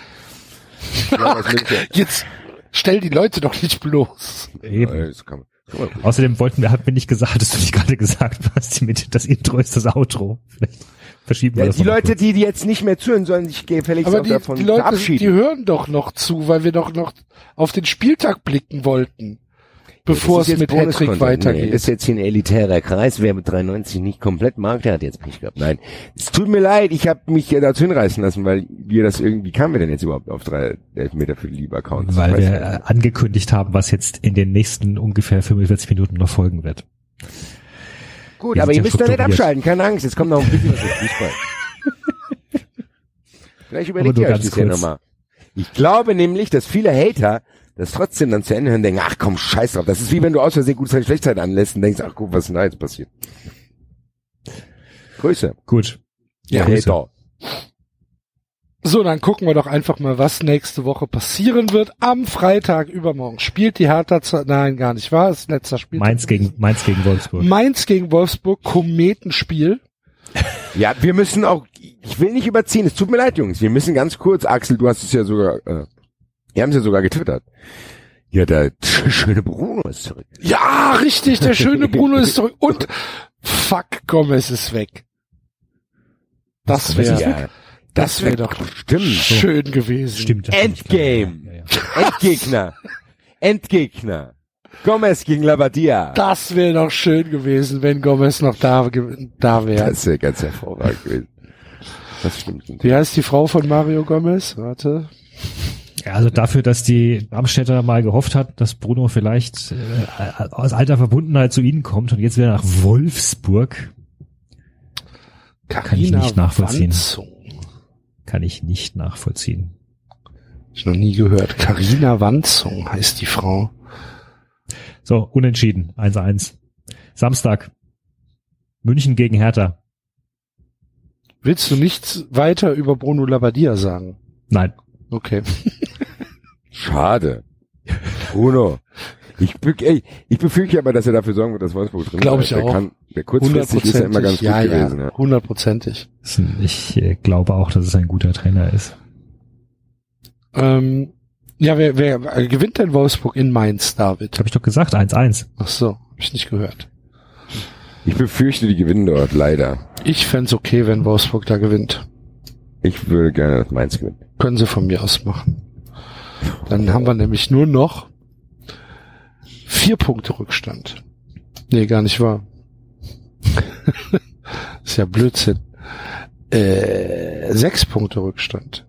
Speaker 2: Jetzt stell die Leute doch nicht bloß.
Speaker 6: Eben. Außerdem hat mir nicht gesagt, dass du nicht gerade gesagt hast, das Intro ist das Outro. Vielleicht verschieben wir das.
Speaker 3: Die Leute, die jetzt nicht mehr zuhören, sollen sich gefälligst auch davon verabschieden.
Speaker 2: Die hören doch noch zu, weil wir doch noch auf den Spieltag blicken wollten. Bevor es mit Hattrick weitergeht.
Speaker 3: Nee, das ist jetzt hier ein elitärer Kreis. Wer mit 93 nicht komplett mag, der hat jetzt Pech gehabt. Nein, es tut mir leid, ich habe mich dazu hinreißen lassen, weil wie kamen wir denn jetzt überhaupt auf 3 Elfmeter für die Liebe-Accounts?
Speaker 6: Weil wir angekündigt haben, was jetzt in den nächsten ungefähr 45 Minuten noch folgen wird.
Speaker 3: Gut, aber ihr müsst da nicht abschalten, keine Angst, jetzt kommt noch ein bisschen was für Fußball. Vielleicht überlegt ihr euch das ja nochmal. Ich glaube nämlich, dass viele Hater das trotzdem dann zu Ende hören und denken, ach komm, scheiß drauf. Das ist wie wenn du aus Versehen Gute Schlechtzeit anlässt und denkst, ach guck, was ist denn da jetzt passiert. Grüße.
Speaker 6: Gut.
Speaker 3: Ja, Hater.
Speaker 2: So, dann gucken wir doch einfach mal, was nächste Woche passieren wird. Am Freitag übermorgen spielt die Hertha, nein, gar nicht wahr, ist letzter Spiel.
Speaker 6: Mainz gegen Wolfsburg.
Speaker 2: Mainz gegen Wolfsburg, Kometenspiel.
Speaker 3: Ja, wir müssen auch, ich will nicht überziehen, es tut mir leid, Jungs, wir müssen ganz kurz, Axel, du hast es ja sogar, wir haben es ja sogar getwittert. Ja, der schöne Bruno ist zurück.
Speaker 2: Ja, richtig, der schöne Bruno ist zurück. Und fuck, Gomez ist weg. Das wäre doch schön gewesen.
Speaker 6: Stimmt.
Speaker 3: Endgame. Ja. Endgegner. Gomez gegen Labadia.
Speaker 2: Das wäre doch schön gewesen, wenn Gomez noch da wäre.
Speaker 3: Das wäre ganz hervorragend gewesen. Das stimmt.
Speaker 2: Wie heißt die Frau von Mario Gomez? Warte.
Speaker 6: Ja, also dafür, dass die Amstetter mal gehofft hat, dass Bruno vielleicht aus alter Verbundenheit zu ihnen kommt und jetzt wieder nach Wolfsburg. Kann ich nicht nachvollziehen. Kann ich nicht nachvollziehen.
Speaker 2: Ich noch nie gehört. Carina Wanzung heißt die Frau.
Speaker 6: So, unentschieden. 1-1. Samstag. München gegen Hertha.
Speaker 2: Willst du nichts weiter über Bruno Labbadia sagen?
Speaker 6: Nein.
Speaker 2: Okay.
Speaker 3: Schade. Bruno. Ich befürchte aber, dass er dafür sorgen wird, dass Wolfsburg drin
Speaker 2: Glaube ich auch.
Speaker 3: Der kurzfristig ist er immer ganz gut gewesen. Ja.
Speaker 2: 100%.
Speaker 6: Ich glaube auch, dass es ein guter Trainer ist.
Speaker 2: Ja, wer gewinnt denn Wolfsburg in Mainz, David?
Speaker 6: Habe ich doch gesagt, 1-1.
Speaker 2: Ach so, hab ich nicht gehört.
Speaker 3: Ich befürchte, die gewinnen dort, leider.
Speaker 2: Ich fänd's okay, wenn Wolfsburg da gewinnt.
Speaker 3: Ich würde gerne, dass Mainz gewinnt.
Speaker 2: Können sie von mir aus machen. Dann haben wir nämlich nur noch 4 Punkte Rückstand. Nee, gar nicht wahr. Ist ja Blödsinn. 6 Punkte Rückstand.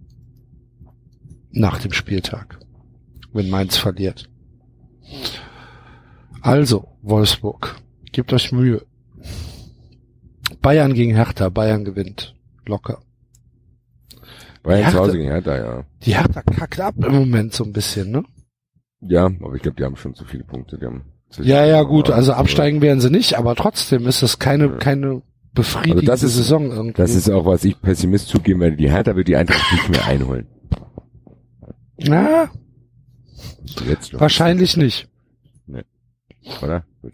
Speaker 2: Nach dem Spieltag. Wenn Mainz verliert. Also, Wolfsburg. Gebt euch Mühe. Bayern gegen Hertha. Bayern gewinnt. Locker.
Speaker 3: Bayern zu Hause gegen Hertha, ja.
Speaker 2: Die Hertha kackt ab im Moment so ein bisschen, ne?
Speaker 3: Ja, aber ich glaube, die haben schon zu viele Punkte. Die haben
Speaker 2: Ja, gut, also absteigen werden sie nicht, aber trotzdem ist das keine befriedigende
Speaker 3: also
Speaker 2: Saison irgendwie.
Speaker 3: Das ist auch, was ich Pessimist zugeben werde. Die Hertha wird die Eintracht nicht mehr einholen.
Speaker 2: Na,
Speaker 3: Jetzt doch.
Speaker 2: wahrscheinlich nicht.
Speaker 3: Nee. Oder? Gut.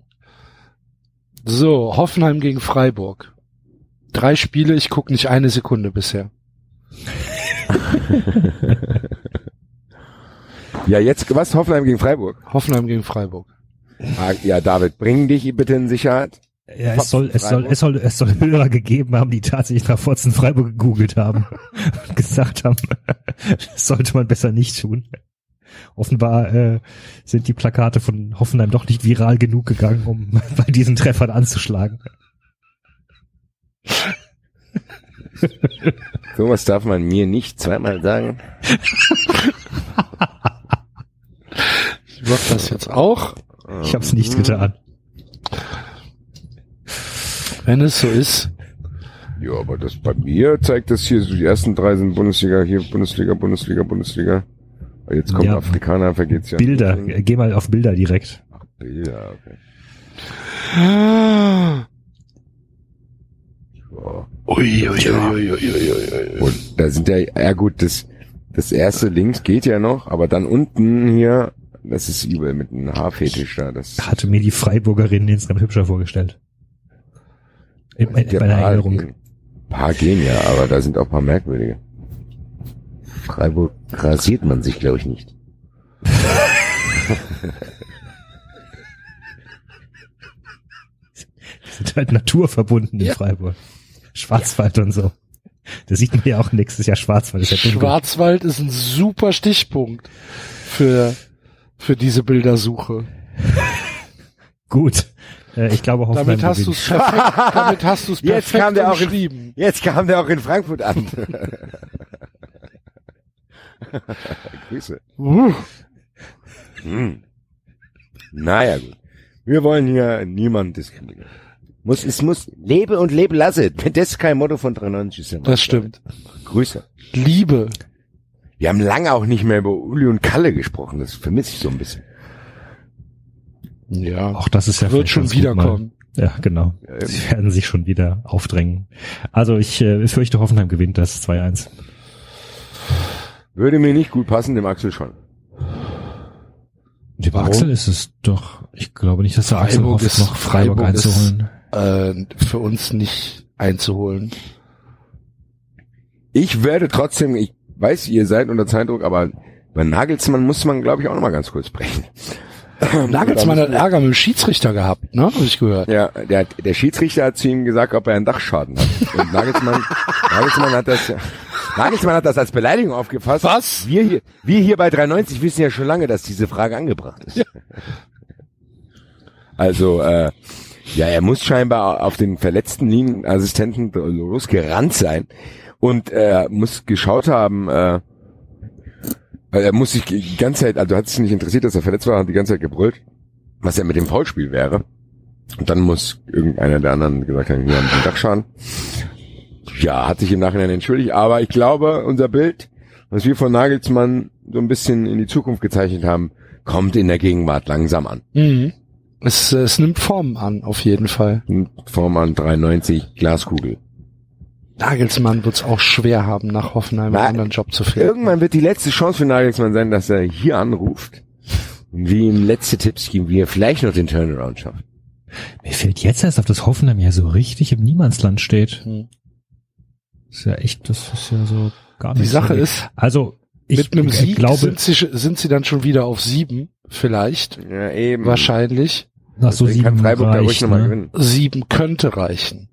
Speaker 2: So, Hoffenheim gegen Freiburg. 3 Spiele, ich gucke nicht eine Sekunde bisher.
Speaker 3: Ja, jetzt, was? Hoffenheim gegen Freiburg?
Speaker 2: Hoffenheim gegen Freiburg.
Speaker 3: Ja, David, bring dich bitte in Sicherheit.
Speaker 6: Ja, es soll Hörer gegeben haben, die tatsächlich nach Fotzen Freiburg gegoogelt haben und gesagt haben, das sollte man besser nicht tun. Offenbar sind die Plakate von Hoffenheim doch nicht viral genug gegangen, um bei diesen Treffern anzuschlagen.
Speaker 3: Sowas darf man mir nicht zweimal sagen.
Speaker 2: Ich mach das jetzt auch.
Speaker 6: Ich hab's nicht getan.
Speaker 2: Wenn es so ist.
Speaker 3: Ja, aber das bei mir zeigt das hier, so die ersten 3 sind Bundesliga, hier Bundesliga. Jetzt kommt
Speaker 6: Ja,
Speaker 3: Afrikaner, vergeht's ja.
Speaker 6: Bilder, geh mal auf Bilder direkt.
Speaker 3: Bilder, okay. So.
Speaker 2: Ui.
Speaker 3: Und da sind ja gut, das erste links geht ja noch, aber dann unten hier, das ist übel mit einem Haarfetisch da. Das
Speaker 6: Hatte mir die Freiburgerin insgesamt hübscher vorgestellt. Bei der Erinnerung.
Speaker 3: Ein paar gehen ja, aber da sind auch ein paar merkwürdige. Freiburg rasiert man sich, glaube ich, nicht.
Speaker 6: Sind halt naturverbunden in Freiburg. Schwarzwald und so. Da sieht man ja auch nächstes Jahr Schwarzwald. Ist ja dunkel.
Speaker 2: Schwarzwald ist ein super Stichpunkt für diese Bildersuche.
Speaker 6: Gut. Ich glaube, Hoffenheim
Speaker 2: Damit hast du es perfekt umschrieben.
Speaker 3: Jetzt kam der auch in Frankfurt an. Grüße. Naja, gut. Wir wollen hier niemanden diskriminieren. Es muss lebe und lebe lasse. Das ist kein Motto von 93.
Speaker 2: Das stimmt.
Speaker 3: Grüße.
Speaker 2: Liebe.
Speaker 3: Wir haben lange auch nicht mehr über Uli und Kalle gesprochen. Das vermisse ich so ein bisschen.
Speaker 2: Ja.
Speaker 6: Auch das ist ja
Speaker 2: wird schon wiederkommen.
Speaker 6: Ja, genau. Sie werden sich schon wieder aufdrängen. Also ich fürchte, Hoffenheim gewinnt das 2-1.
Speaker 3: Würde mir nicht gut passen, dem Axel schon.
Speaker 6: Dem Axel ist es doch, ich glaube nicht, dass der Axel hofft, noch Freiburg einzuholen.
Speaker 2: Für uns nicht einzuholen.
Speaker 3: Ich werde trotzdem, ich weiß, ihr seid unter Zeitdruck, aber bei Nagelsmann muss man, glaube ich, auch noch mal ganz kurz sprechen.
Speaker 2: Nagelsmann hat Ärger mit dem Schiedsrichter gehabt, ne? Habe ich gehört.
Speaker 3: Ja, der Schiedsrichter hat zu ihm gesagt, ob er einen Dachschaden hat. Und Nagelsmann hat das als Beleidigung aufgefasst.
Speaker 2: Was?
Speaker 3: Wir hier bei 93 wissen ja schon lange, dass diese Frage angebracht ist. Ja. Also, er muss scheinbar auf den verletzten Linienassistenten losgerannt sein und muss geschaut haben, er muss sich die ganze Zeit, also hat es nicht interessiert, dass er verletzt war, hat die ganze Zeit gebrüllt, was ja mit dem Foulspiel wäre. Und dann muss irgendeiner der anderen gesagt haben, wir haben den Dachschaden. Ja, hat sich im Nachhinein entschuldigt, aber ich glaube, unser Bild, was wir von Nagelsmann so ein bisschen in die Zukunft gezeichnet haben, kommt in der Gegenwart langsam an.
Speaker 2: Mhm. Es nimmt Form an, auf jeden Fall.
Speaker 3: Form an 93, Glaskugel.
Speaker 2: Nagelsmann wird's auch schwer haben, nach Hoffenheim einen anderen Job zu finden.
Speaker 3: Irgendwann wird die letzte Chance für Nagelsmann sein, dass er hier anruft und wie ihm letzte Tipps geben, wie er vielleicht noch den Turnaround schafft.
Speaker 6: Mir fällt jetzt erst auf, dass Hoffenheim ja so richtig im Niemandsland steht. Ist ja echt, das ist ja so gar nicht.
Speaker 2: Die Sache
Speaker 6: so
Speaker 2: ist,
Speaker 6: also
Speaker 2: mit einem Sieg glaube, sind sie dann schon wieder auf 7, vielleicht.
Speaker 3: Ja, eben.
Speaker 2: Wahrscheinlich.
Speaker 6: Nach so 7
Speaker 3: kann Freiburg
Speaker 6: reicht,
Speaker 3: da ruhig nochmal gewinnen.
Speaker 2: 7 könnte reichen.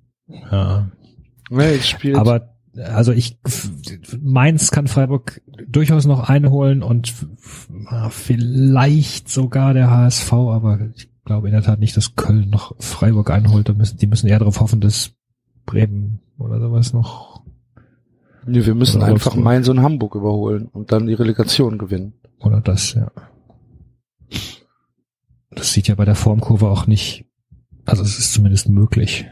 Speaker 6: Ja.
Speaker 2: Ja, jetzt spielt
Speaker 6: aber also Mainz kann Freiburg durchaus noch einholen und vielleicht sogar der HSV, aber ich glaube in der Tat nicht, dass Köln noch Freiburg einholt. Die müssen eher darauf hoffen, dass Bremen oder sowas noch.
Speaker 2: Nee, wir müssen
Speaker 6: oder
Speaker 2: einfach Mainz und Hamburg überholen und dann die Relegation gewinnen.
Speaker 6: Oder das, ja. Das sieht ja bei der Formkurve auch nicht, also es ist zumindest möglich.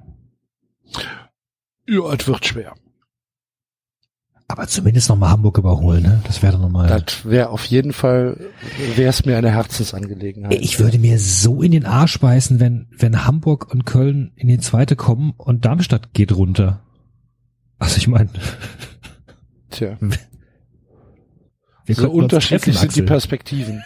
Speaker 2: Ja, es wird schwer.
Speaker 6: Aber zumindest nochmal Hamburg überholen, ne? Das wäre doch nochmal.
Speaker 2: Das wäre auf jeden Fall, wäre es mir eine Herzensangelegenheit.
Speaker 6: Ich würde mir so in den Arsch beißen, wenn Hamburg und Köln in die zweite kommen und Darmstadt geht runter. Also ich meine.
Speaker 2: Tja.
Speaker 6: Wir
Speaker 2: so unterschiedlich
Speaker 6: treffen,
Speaker 2: sind die Perspektiven.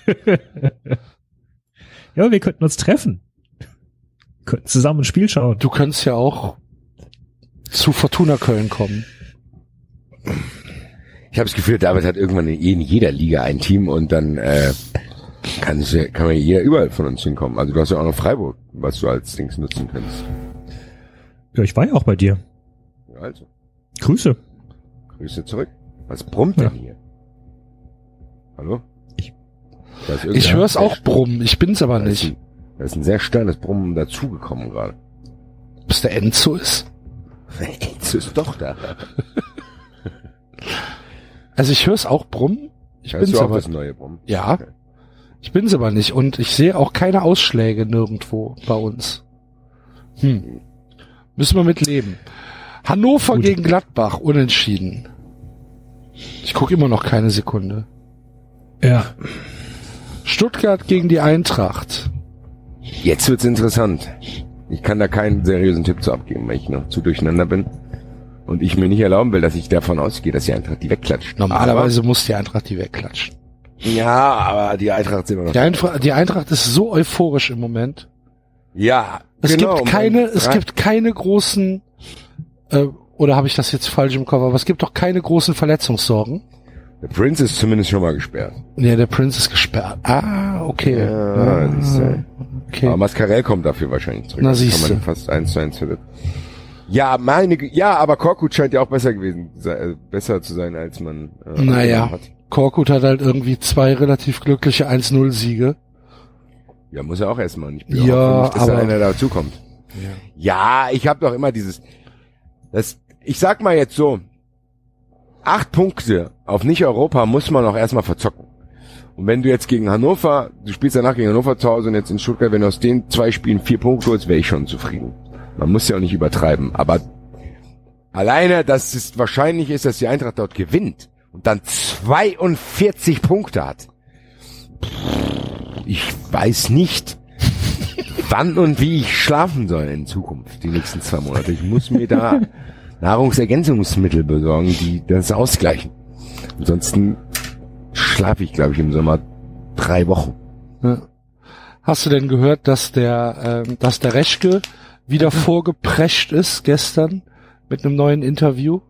Speaker 6: Ja, wir könnten uns treffen. Wir könnten zusammen ein Spiel schauen.
Speaker 2: Du könntest ja auch zu Fortuna Köln kommen.
Speaker 3: Ich habe das Gefühl, David hat irgendwann in jeder Liga ein Team und dann kann man jeder überall von uns hinkommen. Also du hast ja auch noch Freiburg, was du als Dings nutzen kannst.
Speaker 6: Ja, ich war ja auch bei dir.
Speaker 3: Ja, also.
Speaker 6: Grüße
Speaker 3: Zurück. Was brummt denn hier? Hallo?
Speaker 2: Ich höre es auch brummen, ich bin's aber nicht.
Speaker 3: Da ist ein sehr störendes Brummen dazugekommen gerade.
Speaker 2: Bis der Enzo ist?
Speaker 3: Enzo ist doch da.
Speaker 2: Also ich höre es auch brummen. Ich
Speaker 3: Hörst
Speaker 2: bin's
Speaker 3: du auch
Speaker 2: aber.
Speaker 3: das neue Brummen?
Speaker 2: Ja.
Speaker 3: Okay.
Speaker 2: Ich bin's aber nicht und ich sehe auch keine Ausschläge nirgendwo bei uns. Müssen wir mit leben. Hannover
Speaker 6: Gut.
Speaker 2: gegen Gladbach, unentschieden. Ich gucke immer noch keine Sekunde.
Speaker 6: Ja.
Speaker 2: Stuttgart gegen die Eintracht.
Speaker 3: Jetzt wird's interessant. Ich kann da keinen seriösen Tipp zu abgeben, weil ich noch zu durcheinander bin. Und ich mir nicht erlauben will, dass ich davon ausgehe, dass die Eintracht die wegklatscht.
Speaker 2: Normalerweise muss die Eintracht die wegklatschen.
Speaker 3: Ja, aber die Eintracht sind immer noch.
Speaker 2: Die Eintracht ist so euphorisch im Moment.
Speaker 3: Ja,
Speaker 2: Es
Speaker 3: genau.
Speaker 2: gibt keine großen, oder habe ich das jetzt falsch im Kopf, aber es gibt doch keine großen Verletzungssorgen.
Speaker 3: Der Prince ist zumindest schon mal gesperrt.
Speaker 2: Nee, der Prince ist gesperrt. Ah, okay.
Speaker 3: Ja,
Speaker 2: okay.
Speaker 3: Aber Mascarell kommt dafür wahrscheinlich zurück.
Speaker 2: Na,
Speaker 3: Das
Speaker 2: siehst
Speaker 3: kann man
Speaker 2: du.
Speaker 3: fast 1:1 verlieren. Ja, aber Korkut scheint ja auch besser zu sein, als man
Speaker 2: Naja,
Speaker 3: hat.
Speaker 2: Korkut hat halt irgendwie 2 relativ glückliche 1-0-Siege.
Speaker 3: Ja, muss er auch erstmal nicht
Speaker 2: Ja,
Speaker 3: nicht, dass da
Speaker 2: aber
Speaker 3: einer dazukommt. Ja, ich habe doch immer ich sag mal jetzt so, 8 Punkte auf Nicht-Europa muss man auch erstmal verzocken. Und wenn du jetzt gegen Hannover, du spielst danach gegen Hannover zu Hause und jetzt in Stuttgart, wenn du aus den 2 Spielen 4 Punkte holst, wäre ich schon zufrieden. Man muss ja auch nicht übertreiben, aber alleine, dass es wahrscheinlich ist, dass die Eintracht dort gewinnt und dann 42 Punkte hat. Ich weiß nicht, wann und wie ich schlafen soll in Zukunft, die nächsten 2 Monate. Ich muss mir da Nahrungsergänzungsmittel besorgen, die das ausgleichen. Ansonsten schlafe ich, glaube ich, im Sommer 3 Wochen.
Speaker 2: Ja. Hast du denn gehört, dass der Reschke wieder vorgeprescht ist gestern mit einem neuen Interview?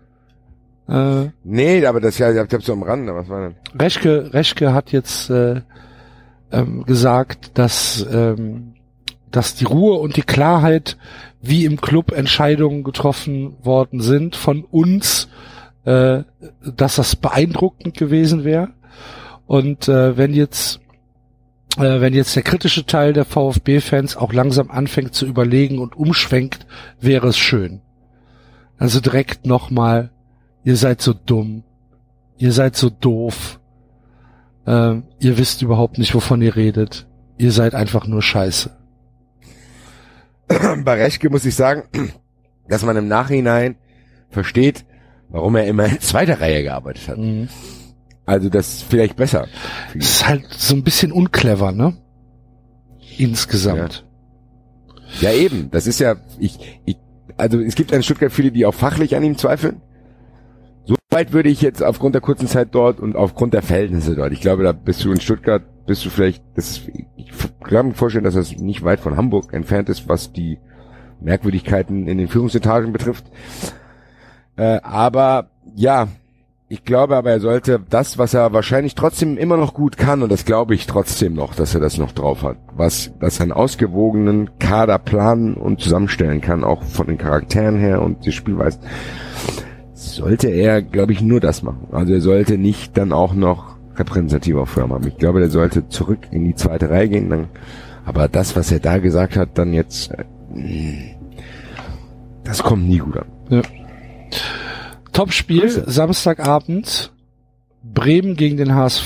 Speaker 3: Nee, aber das ich hab's so am Rande, was war denn?
Speaker 2: Reschke hat jetzt gesagt, dass die Ruhe und die Klarheit, wie im Club Entscheidungen getroffen worden sind von uns, dass das beeindruckend gewesen wäre. Und wenn jetzt der kritische Teil der VfB-Fans auch langsam anfängt zu überlegen und umschwenkt, wäre es schön. Also direkt nochmal, ihr seid so dumm, ihr seid so doof, ihr wisst überhaupt nicht, wovon ihr redet, ihr seid einfach nur Scheiße.
Speaker 3: Bei Reschke muss ich sagen, dass man im Nachhinein versteht, warum er immer in 2. Reihe gearbeitet hat.
Speaker 2: Mhm.
Speaker 3: Also das ist vielleicht besser.
Speaker 2: Das ist halt so ein bisschen unclever, ne? Insgesamt.
Speaker 3: Ja eben, das ist ja, also es gibt in Stuttgart viele, die auch fachlich an ihm zweifeln. So weit würde ich jetzt aufgrund der kurzen Zeit dort und aufgrund der Verhältnisse dort, ich glaube, da bist du in Stuttgart, ich kann mir vorstellen, dass das nicht weit von Hamburg entfernt ist, was die Merkwürdigkeiten in den Führungsetagen betrifft. Aber ja, ich glaube aber, er sollte das, was er wahrscheinlich trotzdem immer noch gut kann, und das glaube ich trotzdem noch, dass er das noch drauf hat, dass er einen ausgewogenen Kader planen und zusammenstellen kann, auch von den Charakteren her und die Spielweise, sollte er, glaube ich, nur das machen. Also er sollte nicht dann auch noch repräsentativ auf Firma haben. Ich glaube, der sollte zurück in die zweite Reihe gehen. Dann, aber das, was er da gesagt hat, dann jetzt, das kommt nie gut an.
Speaker 2: Ja. Topspiel, Samstagabend, Bremen gegen den HSV.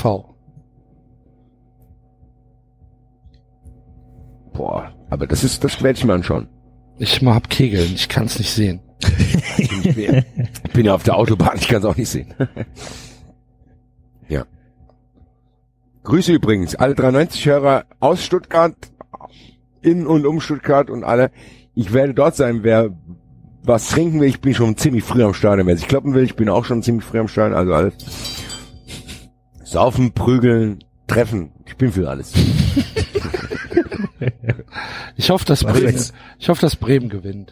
Speaker 3: Boah, aber das werde ich mal anschauen.
Speaker 2: Ich hab Kegeln, ich kann es nicht sehen.
Speaker 3: Ich bin ja auf der Autobahn, ich kann es auch nicht sehen. Ja. Grüße übrigens, alle 93-Hörer aus Stuttgart, in und um Stuttgart und alle. Ich werde dort sein, wer was trinken will. Ich bin schon ziemlich früh am Stadion. Wer sich kloppen will, ich bin auch schon ziemlich früh am Stadion. Also alles. Saufen, prügeln, treffen. Ich bin für alles.
Speaker 2: Ich hoffe, dass Bremen gewinnt.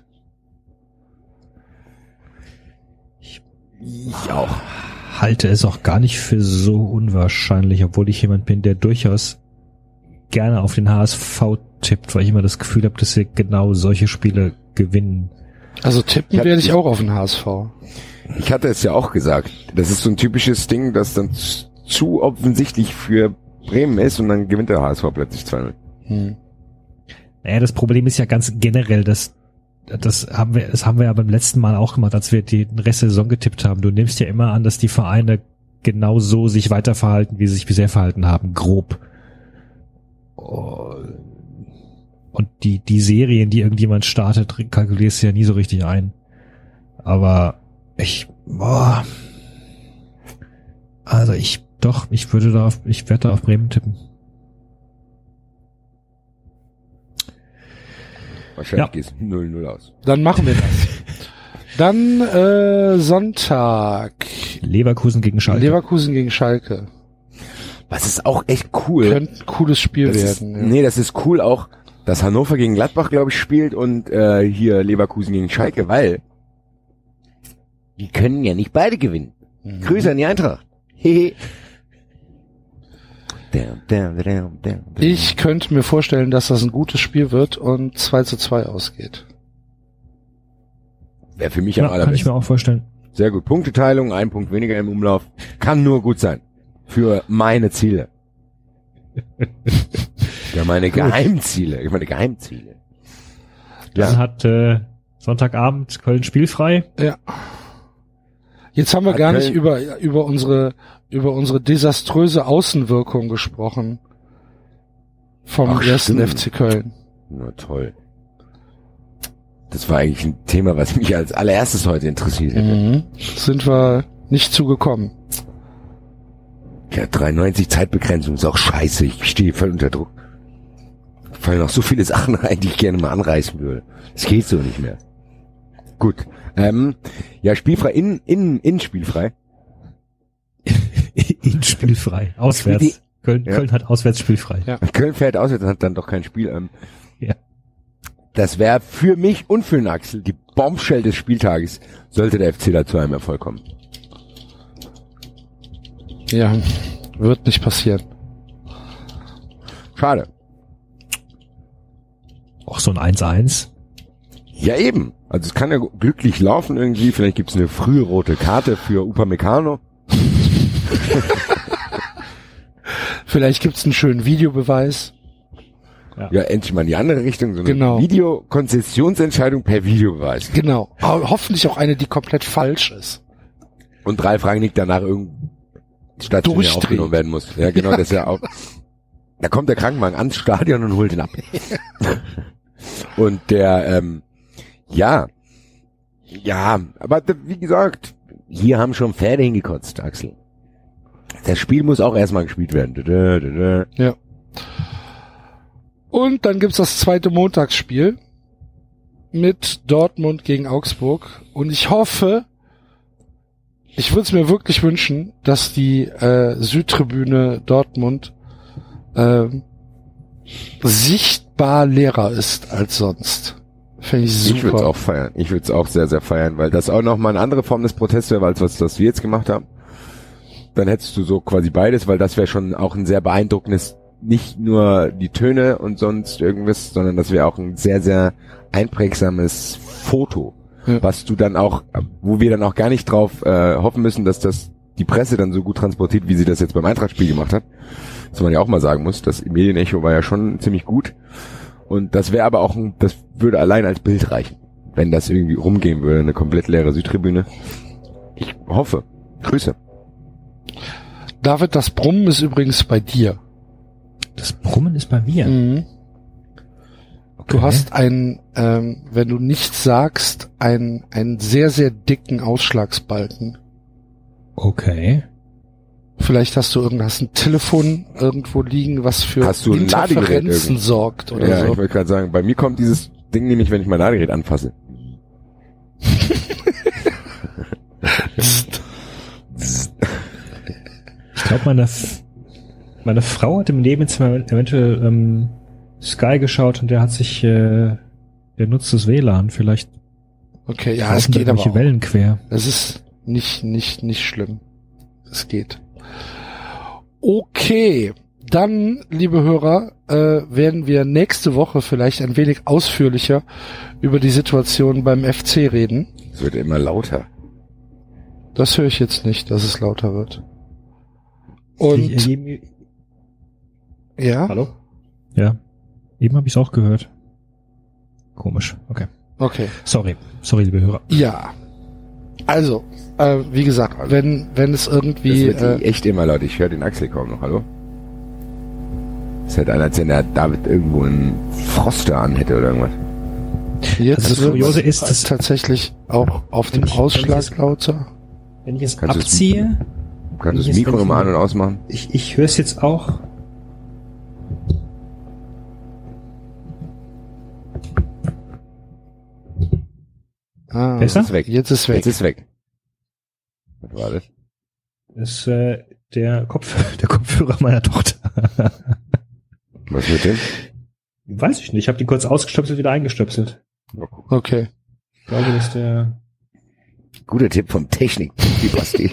Speaker 3: Ich auch.
Speaker 6: Halte es auch gar nicht für so unwahrscheinlich, obwohl ich jemand bin, der durchaus gerne auf den HSV tippt, weil ich immer das Gefühl habe, dass wir genau solche Spiele gewinnen.
Speaker 2: Also tippen werde ich auch auf den HSV.
Speaker 3: Ich hatte es ja auch gesagt. Das ist so ein typisches Ding, das dann zu offensichtlich für Bremen ist und dann gewinnt der HSV plötzlich 2-0.
Speaker 6: Naja, das Problem ist ja ganz generell, das haben wir ja beim letzten Mal auch gemacht, als wir den Rest der Saison getippt haben. Du nimmst ja immer an, dass die Vereine genau so sich weiterverhalten, wie sie sich bisher verhalten haben, grob. Und die Serien, die irgendjemand startet, kalkulierst du ja nie so richtig ein. Aber ich werde da auf Bremen tippen.
Speaker 3: Wahrscheinlich geht es 0-0 aus.
Speaker 2: Dann machen wir das. Dann Sonntag.
Speaker 6: Leverkusen gegen Schalke.
Speaker 3: Was ist auch echt cool.
Speaker 2: Könnte ein cooles Spiel werden.
Speaker 3: Nee, das ist cool auch, dass Hannover gegen Gladbach, glaube ich, spielt und hier Leverkusen gegen Schalke, weil die können ja nicht beide gewinnen. Grüße an die Eintracht. Hehe.
Speaker 2: Ich könnte mir vorstellen, dass das ein gutes Spiel wird und 2-2 ausgeht.
Speaker 3: Wäre für mich am allerbesten.
Speaker 6: Kann ich mir auch vorstellen.
Speaker 3: Sehr gut. Punkteteilung, 1 Punkt weniger im Umlauf. Kann nur gut sein. Für meine Ziele. Ja, meine Geheimziele.
Speaker 6: Dann hat Sonntagabend Köln spielfrei.
Speaker 2: Ja. Jetzt haben wir gar nicht über unsere desaströse Außenwirkung gesprochen vom ersten FC Köln.
Speaker 3: Na toll. Das war eigentlich ein Thema, was mich als allererstes heute interessiert hätte.
Speaker 2: Sind wir nicht zugekommen.
Speaker 3: Ja, 93 Zeitbegrenzung ist auch scheiße. Ich stehe voll unter Druck. Fallen noch so viele Sachen rein, die ich gerne mal anreißen würde. Das geht so nicht mehr. Gut. Ja, spielfrei, in spielfrei.
Speaker 6: In spielfrei. Auswärts. Köln hat auswärts spielfrei.
Speaker 3: Ja. Köln fährt auswärts und hat dann doch kein Spiel.
Speaker 6: Ja.
Speaker 3: Das wäre für mich und für den Axel die Bombshell des Spieltages, sollte der FC da zu einem Erfolg kommen.
Speaker 2: Ja, wird nicht passieren.
Speaker 3: Schade.
Speaker 6: Auch so ein 1-1.
Speaker 3: Ja, eben. Also es kann ja glücklich laufen irgendwie. Vielleicht gibt's eine frühe rote Karte für Upamecano.
Speaker 2: Vielleicht gibt's einen schönen Videobeweis.
Speaker 3: Ja, endlich mal in die andere Richtung. So eine
Speaker 2: Genau.
Speaker 3: Videokonzessionsentscheidung per Videobeweis.
Speaker 2: Genau. Aber hoffentlich auch eine, die komplett falsch ist.
Speaker 3: Und Ralf Rangnick danach irgendwie stationär aufgenommen werden muss. Ja, genau, das ist ja auch. Da kommt der Krankenwagen ans Stadion und holt ihn ab. Und der, ja, aber wie gesagt, hier haben schon Pferde hingekotzt, Axel. Das Spiel muss auch erstmal gespielt werden.
Speaker 2: Ja. Und dann gibt's das zweite Montagsspiel mit Dortmund gegen Augsburg. Und ich hoffe, ich würde es mir wirklich wünschen, dass die Südtribüne Dortmund sichtbar leerer ist als sonst. Finde ich super.
Speaker 3: Ich würde es auch feiern. Ich würde es auch sehr, sehr feiern, weil das auch nochmal eine andere Form des Protests wäre, als was wir jetzt gemacht haben. Dann hättest du so quasi beides, weil das wäre schon auch ein sehr beeindruckendes, nicht nur die Töne und sonst irgendwas, sondern das wäre auch ein sehr, sehr einprägsames Foto. was du dann auch, wo wir dann auch gar nicht drauf hoffen müssen, dass das die Presse dann so gut transportiert, wie sie das jetzt beim Eintracht-Spiel gemacht hat. Was man ja auch mal sagen muss, das Medienecho war ja schon ziemlich gut. Und das wäre aber auch, das würde allein als Bild reichen, wenn das irgendwie rumgehen würde, eine komplett leere Südtribüne. Ich hoffe. Grüße.
Speaker 2: David, das Brummen ist übrigens bei dir.
Speaker 6: Das Brummen ist bei mir.
Speaker 2: Mhm.
Speaker 6: Okay.
Speaker 2: Du hast einen, wenn du nichts sagst, einen sehr, sehr dicken Ausschlagsbalken.
Speaker 6: Okay.
Speaker 2: Vielleicht hast du ein Telefon irgendwo liegen, was für
Speaker 3: Hast du ein Ladegerät
Speaker 2: Interferenzen sorgt oder
Speaker 3: ja,
Speaker 2: so.
Speaker 3: ich wollte gerade sagen, bei mir kommt dieses Ding nämlich, wenn ich mein Ladegerät anfasse.
Speaker 6: Ich glaube, meine Frau hat im Nebenzimmer eventuell Sky geschaut und der hat sich, der nutzt das WLAN. Vielleicht
Speaker 2: Okay, ja, es
Speaker 6: laufen da
Speaker 2: geht aber
Speaker 6: irgendwelche
Speaker 2: auch.
Speaker 6: Wellen quer.
Speaker 2: Es ist nicht schlimm. Es geht. Okay, dann, liebe Hörer, werden wir nächste Woche vielleicht ein wenig ausführlicher über die Situation beim FC reden.
Speaker 3: Es wird immer lauter.
Speaker 2: Das höre ich jetzt nicht, dass es lauter wird. Und ja,
Speaker 6: Hallo? Ja. Eben habe ich es auch gehört. Komisch. Okay. Sorry, liebe Hörer.
Speaker 2: ja. Also, wie gesagt, wenn es irgendwie
Speaker 3: Das wird echt immer laut. Ich höre den Axel kaum noch. Hallo? Ist halt einer, als wenn der David irgendwo einen Froster an hätte oder irgendwas.
Speaker 2: jetzt
Speaker 6: Also das Kuriose ist, dass
Speaker 2: tatsächlich auch auf dem
Speaker 6: wenn ich
Speaker 2: Ausschlag
Speaker 6: es-
Speaker 2: lauter.
Speaker 6: wenn ich es
Speaker 3: Kannst du es-
Speaker 6: abziehe,
Speaker 3: Kannst du das
Speaker 6: Wenn ich
Speaker 3: Mikro
Speaker 6: jetzt-
Speaker 3: nochmal an- und ausmachen?
Speaker 6: ich höre es jetzt auch.
Speaker 2: Ah,
Speaker 6: Besser?
Speaker 3: Ist weg.
Speaker 2: Jetzt ist weg.
Speaker 3: Jetzt ist weg. Was war das?
Speaker 6: Das ist der Kopfhörer meiner Tochter.
Speaker 3: Was mit dem?
Speaker 6: Weiß ich nicht. Ich habe die kurz ausgestöpselt, wieder eingestöpselt.
Speaker 2: Okay.
Speaker 6: Ich glaube, das ist der...
Speaker 3: Guter Tipp vom Technik. Die Basti.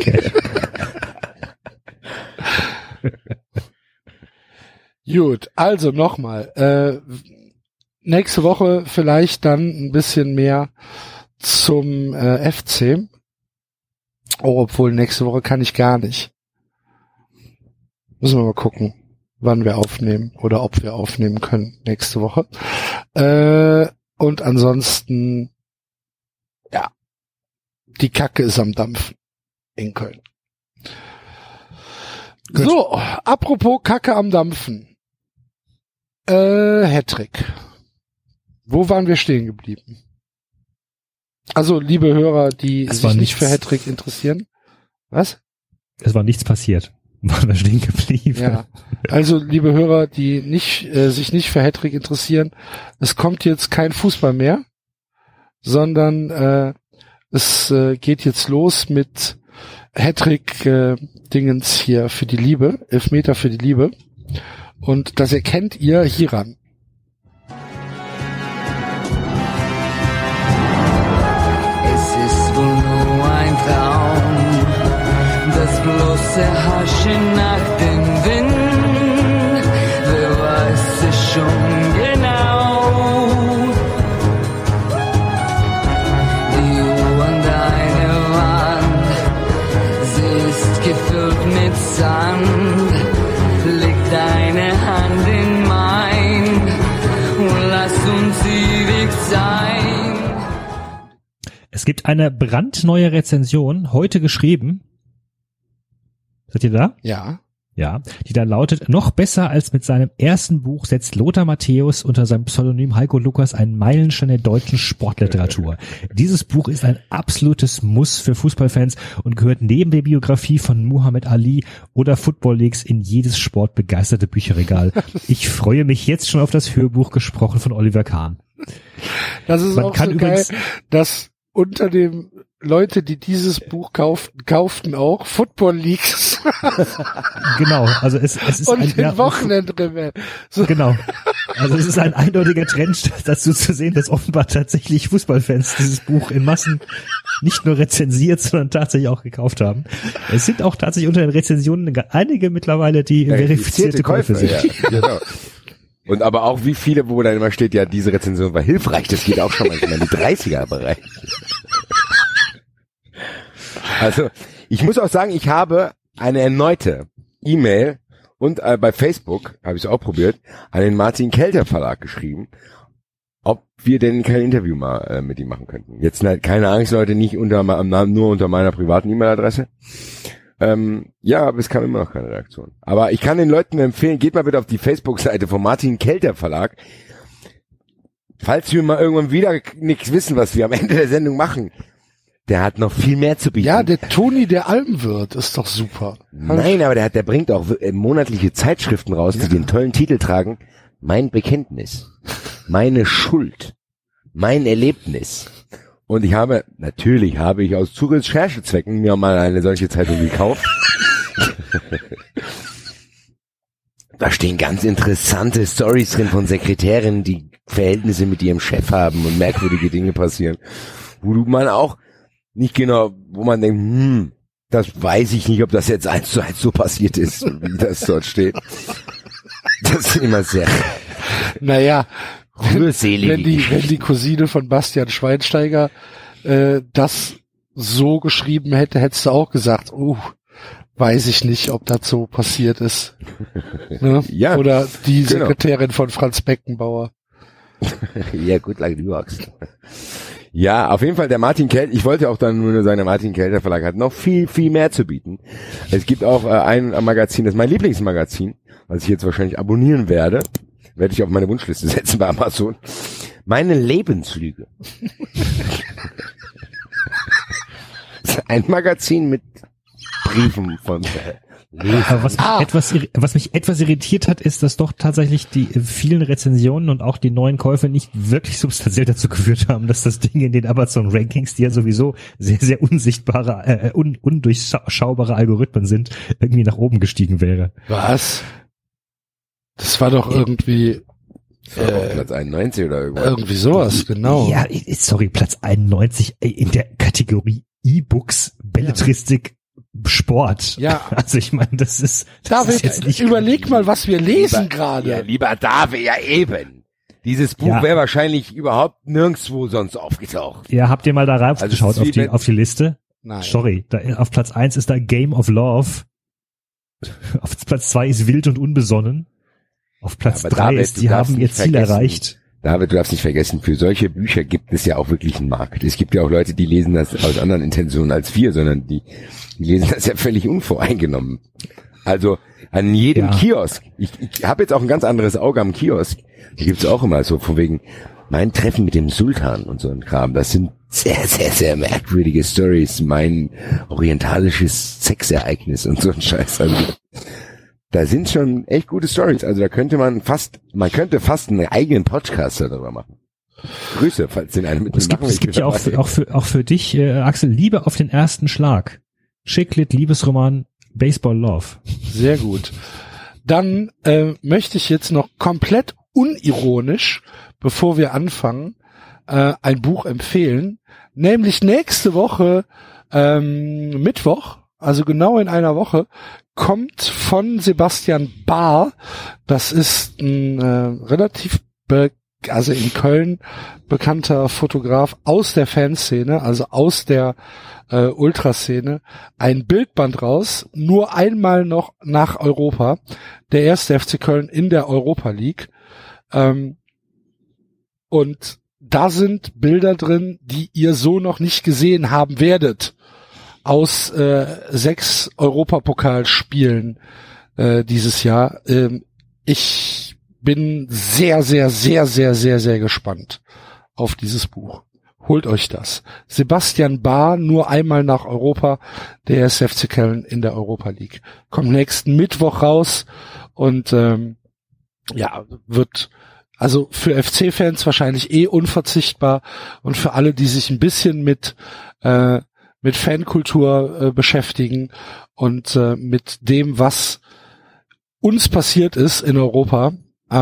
Speaker 2: Gut, also nochmal. Nächste Woche vielleicht dann ein bisschen mehr zum FC. Oh, obwohl nächste Woche kann ich gar nicht. Müssen wir mal gucken, wann wir aufnehmen oder ob wir aufnehmen können nächste Woche. Und ansonsten, ja, die Kacke ist am Dampfen in Köln.
Speaker 6: Gut.
Speaker 2: So, apropos Kacke am Dampfen. Hattrick. Wo waren wir stehen geblieben? Also, liebe Hörer, die
Speaker 6: Es
Speaker 2: sich
Speaker 6: war
Speaker 2: nicht für
Speaker 6: nichts.
Speaker 2: Hattrick interessieren. Was?
Speaker 6: Es war nichts passiert. Waren wir stehen geblieben.
Speaker 2: Ja. Also, liebe Hörer, die sich nicht für Hattrick interessieren, es kommt jetzt kein Fußball mehr, sondern es geht jetzt los mit Hattrick-Dingens hier für die Liebe, Elfmeter für die Liebe. Und das erkennt ihr hieran.
Speaker 7: Es ist wohl nur ein Traum, das bloße Haschen nach dem Wind. Wer weiß es schon genau? Die Uhr an deiner Wand, sie ist gefüllt mit Sand. Leg deine Hand in mein und lass uns ewig sein.
Speaker 6: Es gibt eine brandneue Rezension, heute geschrieben. Seid ihr da?
Speaker 2: Ja.
Speaker 6: Ja, die da lautet: Noch besser als mit seinem ersten Buch setzt Lothar Matthäus unter seinem Pseudonym Heiko Lukas einen Meilenstein der deutschen Sportliteratur. Dieses Buch ist ein absolutes Muss für Fußballfans und gehört neben der Biografie von Muhammad Ali oder Football Leagues in jedes sportbegeisterte Bücherregal. Ich freue mich jetzt schon auf das Hörbuch, gesprochen von Oliver Kahn.
Speaker 2: Das ist
Speaker 6: Man
Speaker 2: auch
Speaker 6: kann
Speaker 2: so geil,
Speaker 6: übrigens-
Speaker 2: dass unter dem Leute, die dieses Buch kauften auch Football Leagues
Speaker 6: Genau, also es ist
Speaker 2: und
Speaker 6: ein
Speaker 2: den Wochenendrebell. So,
Speaker 6: Genau. Also es ist ein eindeutiger Trend dazu zu sehen, dass offenbar tatsächlich Fußballfans dieses Buch in Massen nicht nur rezensiert, sondern tatsächlich auch gekauft haben. Es sind auch tatsächlich unter den Rezensionen einige mittlerweile, die verifizierte Käufe sind.
Speaker 3: Ja, genau. Und aber auch wie viele, wo dann immer steht, ja, diese Rezension war hilfreich, das geht auch schon manchmal in die 30er-Bereich. Also, ich muss auch sagen, ich habe eine erneute E-Mail und bei Facebook, habe ich es auch probiert, an den Martin Kelter Verlag geschrieben, ob wir denn kein Interview mal mit ihm machen könnten. Jetzt keine Angst, Leute, nicht nur unter meiner privaten E-Mail-Adresse. Ja, aber es kam immer noch keine Reaktion. Aber ich kann den Leuten empfehlen, geht mal bitte auf die Facebook-Seite vom Martin Kelter Verlag. Falls wir mal irgendwann wieder nichts wissen, was wir am Ende der Sendung machen, der hat noch viel mehr zu bieten.
Speaker 2: Ja, der Toni, der Almwirt, ist doch super.
Speaker 3: Nein, aber der bringt auch monatliche Zeitschriften raus, die den tollen Titel tragen. Mein Bekenntnis, meine Schuld, mein Erlebnis. Und natürlich habe ich aus Recherchezwecken mir mal eine solche Zeitung gekauft. Da stehen ganz interessante Storys drin von Sekretärinnen, die Verhältnisse mit ihrem Chef haben und merkwürdige Dinge passieren. Wo man auch nicht genau, wo man denkt, das weiß ich nicht, ob das jetzt 1:1 so passiert ist, wie das dort steht. Das ist immer sehr
Speaker 2: wenn die Cousine von Bastian Schweinsteiger das so geschrieben hätte, hättest du auch gesagt, weiß ich nicht, ob das so passiert ist. Ne?
Speaker 3: Ja,
Speaker 2: oder die Sekretärin von Franz Beckenbauer.
Speaker 3: Ja, gut, like du sagst. Ja, auf jeden Fall der Martin Kelter, ich wollte auch dann nur sagen, der Martin Kelter Verlag hat noch viel, viel mehr zu bieten. Es gibt auch ein Magazin, das ist mein Lieblingsmagazin, was ich jetzt wahrscheinlich abonnieren werde ich auf meine Wunschliste setzen bei Amazon. Meine Lebenslüge. Ein Magazin mit Briefen von
Speaker 6: Aber was mich etwas irritiert hat, ist, dass doch tatsächlich die vielen Rezensionen und auch die neuen Käufe nicht wirklich substanziell dazu geführt haben, dass das Ding in den Amazon Rankings, die ja sowieso sehr, sehr unsichtbare, undurchschaubare Algorithmen sind, irgendwie nach oben gestiegen wäre.
Speaker 2: Was? Das war doch irgendwie
Speaker 3: Platz 91 oder irgendwas.
Speaker 2: Irgendwie sowas, genau.
Speaker 6: Ja, sorry, Platz 91 in der Kategorie E-Books, Belletristik, Sport.
Speaker 2: Ja.
Speaker 6: Also ich meine, das ist
Speaker 2: jetzt nicht. Überleg mal, was wir lesen gerade.
Speaker 3: Ja, lieber David, ja eben. Dieses Buch wäre wahrscheinlich überhaupt nirgendwo sonst aufgetaucht.
Speaker 6: Ja, habt ihr mal da reingeschaut auf die Liste?
Speaker 2: Nein.
Speaker 6: Sorry, auf Platz 1 ist da Game of Love. Auf Platz 2 ist Wild und Unbesonnen. Auf Platz 3 ist, die haben ihr Ziel erreicht.
Speaker 3: David, du darfst nicht vergessen, für solche Bücher gibt es ja auch wirklich einen Markt. Es gibt ja auch Leute, die lesen das aus anderen Intentionen als wir, sondern die lesen das ja völlig unvoreingenommen. Also an jedem Kiosk. Ich habe jetzt auch ein ganz anderes Auge am Kiosk. Da gibt's auch immer so von wegen mein Treffen mit dem Sultan und so ein Kram. Das sind sehr, sehr, sehr merkwürdige Stories. Mein orientalisches Sexereignis und so ein Scheiß. Also da sind schon echt gute Stories. Also da könnte man könnte fast einen eigenen Podcast darüber machen. Grüße, falls den einen mit mir machen.
Speaker 6: Es gibt ja auch für dich, Axel, Liebe auf den ersten Schlag. Chicklit, Liebesroman, Baseball Love.
Speaker 2: Sehr gut. Dann möchte ich jetzt noch komplett unironisch, bevor wir anfangen, ein Buch empfehlen. Nämlich nächste Woche, Mittwoch, also genau in einer Woche, kommt von Sebastian Bahr, das ist ein relativ also in Köln bekannter Fotograf aus der Fanszene, also aus der Ultraszene, ein Bildband raus, nur einmal noch nach Europa, der erste FC Köln in der Europa League. Und da sind Bilder drin, die ihr so noch nicht gesehen haben werdet, aus 6 Europapokalspielen dieses Jahr. Ich bin sehr, sehr, sehr, sehr, sehr, sehr gespannt auf dieses Buch. Holt euch das. Sebastian Bahr, nur einmal nach Europa, der ist FC Köln in der Europa League. Kommt nächsten Mittwoch raus und wird also für FC-Fans wahrscheinlich unverzichtbar und für alle, die sich ein bisschen mit Fankultur beschäftigen und mit dem, was uns passiert ist in Europa.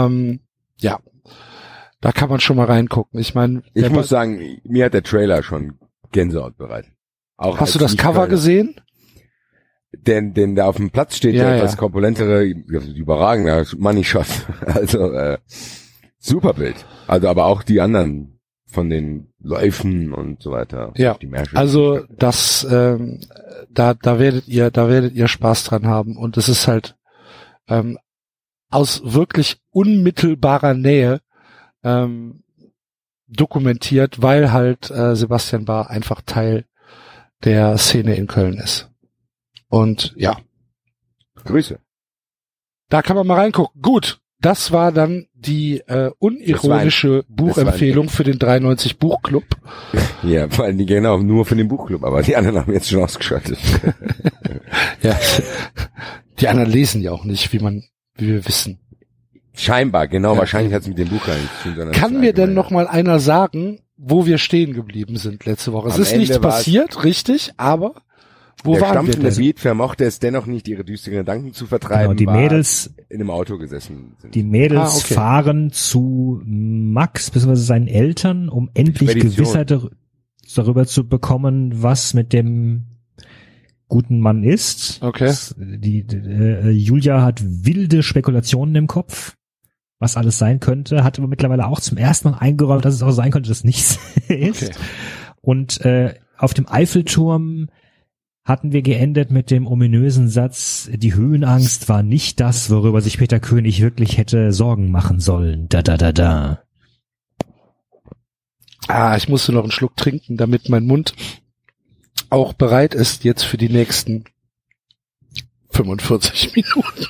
Speaker 2: Da kann man schon mal reingucken. Ich meine,
Speaker 3: ich muss sagen, mir hat der Trailer schon Gänsehaut bereitet.
Speaker 2: Hast du das Cover gesehen?
Speaker 3: denn da auf dem Platz steht,
Speaker 2: Ja,
Speaker 3: der
Speaker 2: ja.
Speaker 3: etwas korpulentere, überragender Money Shot. Also super Bild. Also aber auch die anderen von den Läufen und so weiter.
Speaker 2: Ja,
Speaker 3: Die Märsche.
Speaker 2: also das, da werdet ihr Spaß dran haben und es ist halt aus wirklich unmittelbarer Nähe dokumentiert, weil halt Sebastian Bahr einfach Teil der Szene in Köln ist. Und ja,
Speaker 3: Grüße.
Speaker 2: da kann man mal reingucken. Gut, das war dann die unironische Buchempfehlung für den 93 Buchclub.
Speaker 3: Ja, vor allem genau, nur für den Buchclub, aber die anderen haben jetzt schon ausgeschaltet.
Speaker 2: Ja, die anderen lesen ja auch nicht, wie wir wissen.
Speaker 3: Scheinbar, genau,
Speaker 2: Ja.
Speaker 3: wahrscheinlich hat es mit dem Buch gar nichts zu tun. Sondern
Speaker 2: Kann
Speaker 3: es
Speaker 2: mir
Speaker 3: ist
Speaker 2: denn
Speaker 3: allgemein.
Speaker 2: noch mal einer sagen, wo wir stehen geblieben sind letzte Woche? Es
Speaker 3: Am
Speaker 2: ist nichts
Speaker 3: Ende war es-
Speaker 2: passiert, richtig, aber wo
Speaker 3: Der
Speaker 2: waren wir
Speaker 3: stampfende
Speaker 2: denn?
Speaker 3: Beat vermochte es dennoch nicht, ihre düsteren Gedanken zu vertreiben.
Speaker 6: Genau, die
Speaker 3: war
Speaker 6: Mädels,
Speaker 3: in einem Auto gesessen sind.
Speaker 6: die Mädels
Speaker 2: okay.
Speaker 6: fahren zu Max bzw. seinen Eltern, um endlich
Speaker 3: Expedition.
Speaker 6: Gewissheit darüber zu bekommen, was mit dem guten Mann ist.
Speaker 2: Okay.
Speaker 6: Julia hat wilde Spekulationen im Kopf, was alles sein könnte, hat aber mittlerweile auch zum ersten Mal eingeräumt, dass es auch sein könnte, dass es nichts ist.
Speaker 2: Okay.
Speaker 6: Und auf dem Eiffelturm hatten wir geendet mit dem ominösen Satz, die Höhenangst war nicht das, worüber sich Peter König wirklich hätte Sorgen machen sollen. Da.
Speaker 2: Ich musste noch einen Schluck trinken, damit mein Mund auch bereit ist jetzt für die nächsten 45 Minuten.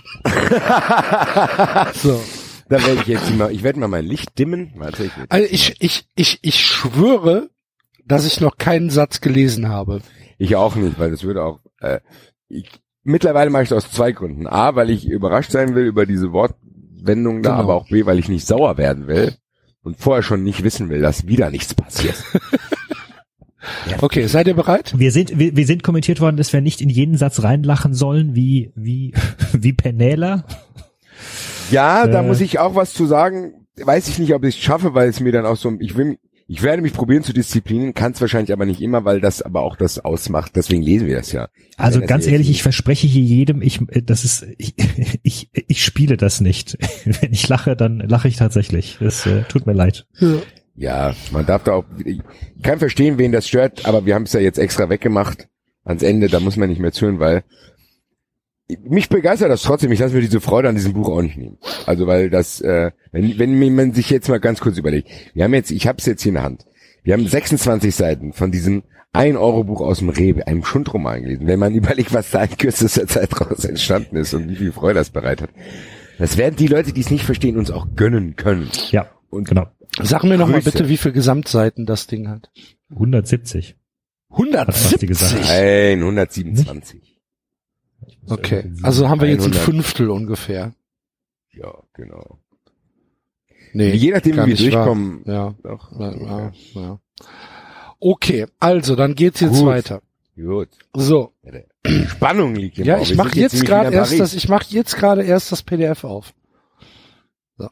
Speaker 2: So.
Speaker 3: Da werde ich jetzt mal, ich werde mal mein Licht dimmen. Warte,
Speaker 2: Also ich schwöre, dass ich noch keinen Satz gelesen habe.
Speaker 3: Ich auch nicht, weil das würde auch, mittlerweile mache ich das aus zwei Gründen. A, weil ich überrascht sein will über diese Wortwendung da,
Speaker 2: Genau.
Speaker 3: aber auch B, weil ich nicht sauer werden will und vorher schon nicht wissen will, dass wieder nichts passiert.
Speaker 2: Okay, seid ihr bereit?
Speaker 6: Wir sind kommentiert worden, dass wir nicht in jeden Satz reinlachen sollen, wie Penela.
Speaker 3: Ja, da muss ich auch was zu sagen. Weiß ich nicht, ob ich es schaffe, weil es mir dann auch so, ich werde mich probieren zu disziplinieren, kann es wahrscheinlich aber nicht immer, weil das aber auch das ausmacht. Deswegen lesen wir das ja.
Speaker 6: Also
Speaker 3: Wenn das
Speaker 6: ganz
Speaker 3: jetzt
Speaker 6: ehrlich,
Speaker 3: nicht-
Speaker 6: ich verspreche hier jedem, ich spiele das nicht. Wenn ich lache, dann lache ich tatsächlich. Das tut mir leid.
Speaker 3: Ja, man darf da auch, ich kann verstehen, wen das stört, aber wir haben es ja jetzt extra weggemacht ans Ende, da muss man nicht mehr zuhören, weil mich begeistert das trotzdem, ich lasse mir diese Freude an diesem Buch auch nicht nehmen. Also weil das, wenn man sich jetzt mal ganz kurz überlegt, ich habe es jetzt hier in der Hand, wir haben 26 Seiten von diesem 1-Euro-Buch aus dem Rewe, einem Schundroman gelesen. Wenn man überlegt, was da in kürzester Zeit draus entstanden ist und wie viel Freude das bereit hat, das werden die Leute, die es nicht verstehen, uns auch gönnen können.
Speaker 6: Ja,
Speaker 3: Und
Speaker 6: genau.
Speaker 2: Sag mir noch mal
Speaker 3: Grüße.
Speaker 2: bitte, wie viele Gesamtseiten das Ding hat.
Speaker 6: 170. Basti gesagt.
Speaker 2: 170.
Speaker 3: Nein, 127.
Speaker 2: Okay, also haben wir jetzt ein
Speaker 3: 100.
Speaker 2: Fünftel ungefähr.
Speaker 3: Ja, genau.
Speaker 2: Nee,
Speaker 3: Je nachdem,
Speaker 2: gar
Speaker 3: wie wir
Speaker 2: nicht wahr.
Speaker 3: durchkommen.
Speaker 2: Ja.
Speaker 3: Doch.
Speaker 2: Ja. Okay, also dann geht's jetzt
Speaker 3: Gut.
Speaker 2: weiter.
Speaker 3: Gut.
Speaker 2: So,
Speaker 3: Spannung liegt im
Speaker 2: ja,
Speaker 3: Raum.
Speaker 2: ich
Speaker 3: Wir
Speaker 2: mache
Speaker 3: sind
Speaker 2: jetzt
Speaker 3: ziemlich
Speaker 2: gerade
Speaker 3: wieder in
Speaker 2: erst
Speaker 3: Paris.
Speaker 2: das PDF auf. So.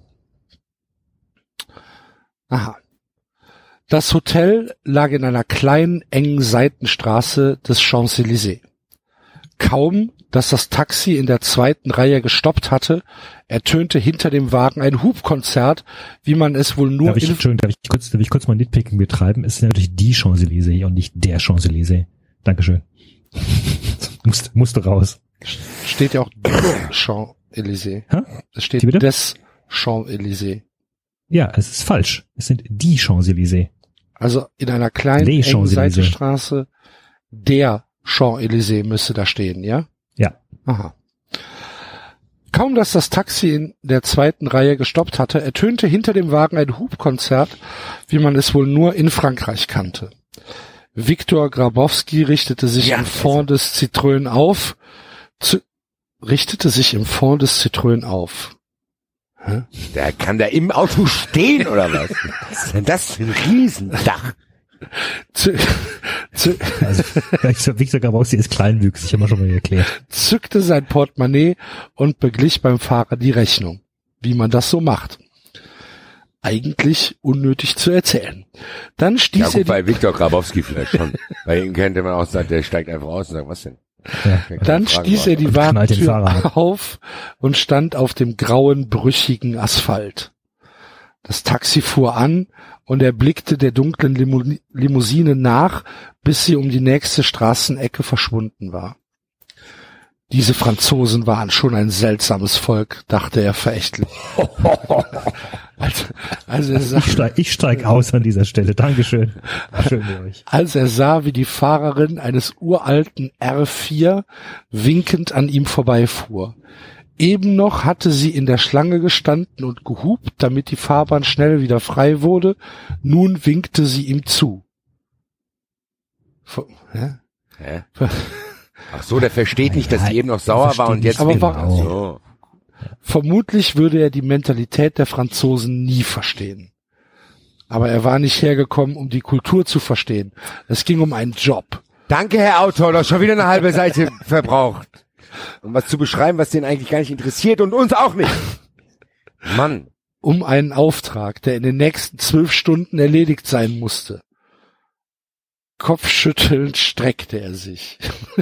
Speaker 2: Aha. Das Hotel lag in einer kleinen, engen Seitenstraße des Champs-Élysées. Kaum, dass das Taxi in der zweiten Reihe gestoppt hatte, ertönte hinter dem Wagen ein Hubkonzert, wie man es wohl nur
Speaker 6: Darf ich kurz mal Nitpicking betreiben? Es ist natürlich die Champs-Élysées und nicht der Champs-Élysées. Dankeschön. musste raus.
Speaker 2: steht ja auch Champs-Élysées.
Speaker 6: Hä?
Speaker 2: Es steht
Speaker 6: Wie bitte?
Speaker 2: des Champs-Élysées.
Speaker 6: Ja, es ist falsch. Es sind die Champs-Élysées.
Speaker 2: Also in einer kleinen,
Speaker 6: Les
Speaker 2: engen
Speaker 6: Champs-Élysées.
Speaker 2: Seitenstraße der Champs-Élysées müsste da stehen, ja?
Speaker 6: Ja.
Speaker 2: Aha. Kaum, dass das Taxi in der zweiten Reihe gestoppt hatte, ertönte hinter dem Wagen ein Hubkonzert, wie man es wohl nur in Frankreich kannte. Viktor Grabowski richtete sich im Fond des Citroën auf. Hä?
Speaker 3: Der kann da im Auto stehen, oder was? Was ist denn das für ein Riesendach?
Speaker 6: Also, Victor Grabowski ist kleinwüchsig, haben wir schon mal erklärt.
Speaker 2: Zückte sein Portemonnaie und beglich beim Fahrer die Rechnung, wie man das so macht. Eigentlich unnötig zu erzählen. Dann
Speaker 3: Ja
Speaker 2: stieß
Speaker 3: gut,
Speaker 2: er
Speaker 3: bei Viktor Grabowski vielleicht schon. Bei ihm könnte man auch sagen, der steigt einfach aus und sagt, was denn?
Speaker 6: Ja.
Speaker 2: Dann stieß er die
Speaker 6: Und knallt den Fahrer
Speaker 2: Warentür auf und stand auf dem grauen, brüchigen Asphalt. Das Taxi fuhr an und er blickte der dunklen Limousine nach, bis sie um die nächste Straßenecke verschwunden war. Diese Franzosen waren schon ein seltsames Volk, dachte er verächtlich. Also er sah,
Speaker 6: Ich steig aus an dieser Stelle. Dankeschön. Schön für euch.
Speaker 2: als er sah, wie die Fahrerin eines uralten R4 winkend an ihm vorbeifuhr. Eben noch hatte sie in der Schlange gestanden und gehupt, damit die Fahrbahn schnell wieder frei wurde. Nun winkte sie ihm zu.
Speaker 3: Hä? Ach so, der versteht nicht, dass sie eben noch sauer war und jetzt
Speaker 2: Aber
Speaker 3: winkt.
Speaker 2: war-
Speaker 3: So.
Speaker 2: Vermutlich würde er die Mentalität der Franzosen nie verstehen. Aber er war nicht hergekommen, um die Kultur zu verstehen. Es ging um einen Job.
Speaker 3: Danke, Herr Autor, du hast schon wieder eine halbe Seite verbraucht. Um was zu beschreiben, was den eigentlich gar nicht interessiert und uns auch nicht. Mann.
Speaker 2: Um einen Auftrag, der in den nächsten 12 Stunden erledigt sein musste. Kopfschüttelnd streckte er sich.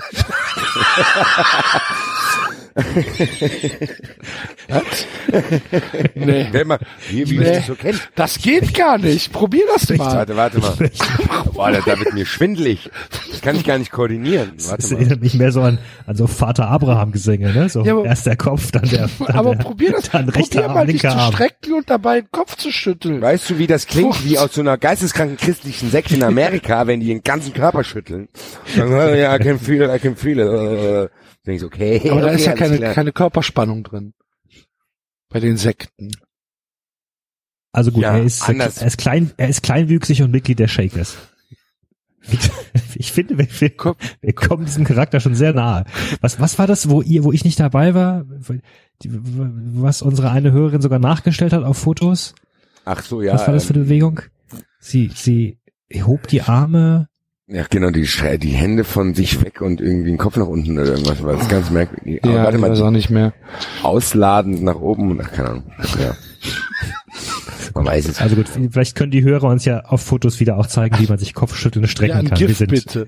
Speaker 2: Was? Nee.
Speaker 3: Wer mal, wie
Speaker 2: Nee.
Speaker 3: man das so kennt.
Speaker 2: Das geht gar nicht. Probier das mal.
Speaker 3: Warte mal. Boah, da wird mir schwindelig. Das kann ich gar nicht koordinieren.
Speaker 6: Das
Speaker 3: Warte mal.
Speaker 6: erinnert mich mehr so an so Vater Abraham-Gesänge, ne? So
Speaker 2: Ja, aber-
Speaker 6: erst der Kopf, dann der
Speaker 2: Aber
Speaker 6: der,
Speaker 2: probier das.
Speaker 6: dann rechter
Speaker 2: Probier
Speaker 6: Arm,
Speaker 2: mal dich
Speaker 6: linker
Speaker 2: zu
Speaker 6: Arm.
Speaker 2: strecken und dabei den Kopf zu schütteln.
Speaker 3: Weißt du, wie das klingt? Wie aus so einer geisteskranken christlichen Sekte in Amerika, wenn die den ganzen Körper schütteln. Sagen, oh, ja, I can feel it. Denke ich, okay.
Speaker 2: Aber da
Speaker 3: okay,
Speaker 2: ist ja
Speaker 3: alles klar.
Speaker 2: keine Körperspannung drin. Bei den Sekten.
Speaker 6: Also gut,
Speaker 3: Ja,
Speaker 6: er ist kleinwüchsig und Mitglied der Shakers. Ich finde, wir kommen diesem Charakter schon sehr nahe. Was war das, wo ich nicht dabei war? Was unsere eine Hörerin sogar nachgestellt hat auf Fotos?
Speaker 3: Ach so, ja.
Speaker 6: Was war das für eine Bewegung? Sie hob die Arme.
Speaker 3: Ja, genau, die Hände von sich weg und irgendwie den Kopf nach unten oder irgendwas. War das ganz merkwürdig. Aber
Speaker 2: Ja,
Speaker 3: warte
Speaker 2: ich weiß auch
Speaker 3: mal,
Speaker 2: nicht mehr.
Speaker 3: ausladend nach oben und ach, keine Ahnung. Ja. Man weiß es.
Speaker 6: Also gut, vielleicht können die Hörer uns ja auf Fotos wieder auch zeigen, wie man sich Kopfschütteln
Speaker 2: Ja,
Speaker 6: strecken
Speaker 2: ein
Speaker 6: kann.
Speaker 2: GIF
Speaker 6: Wir sind
Speaker 2: bitte.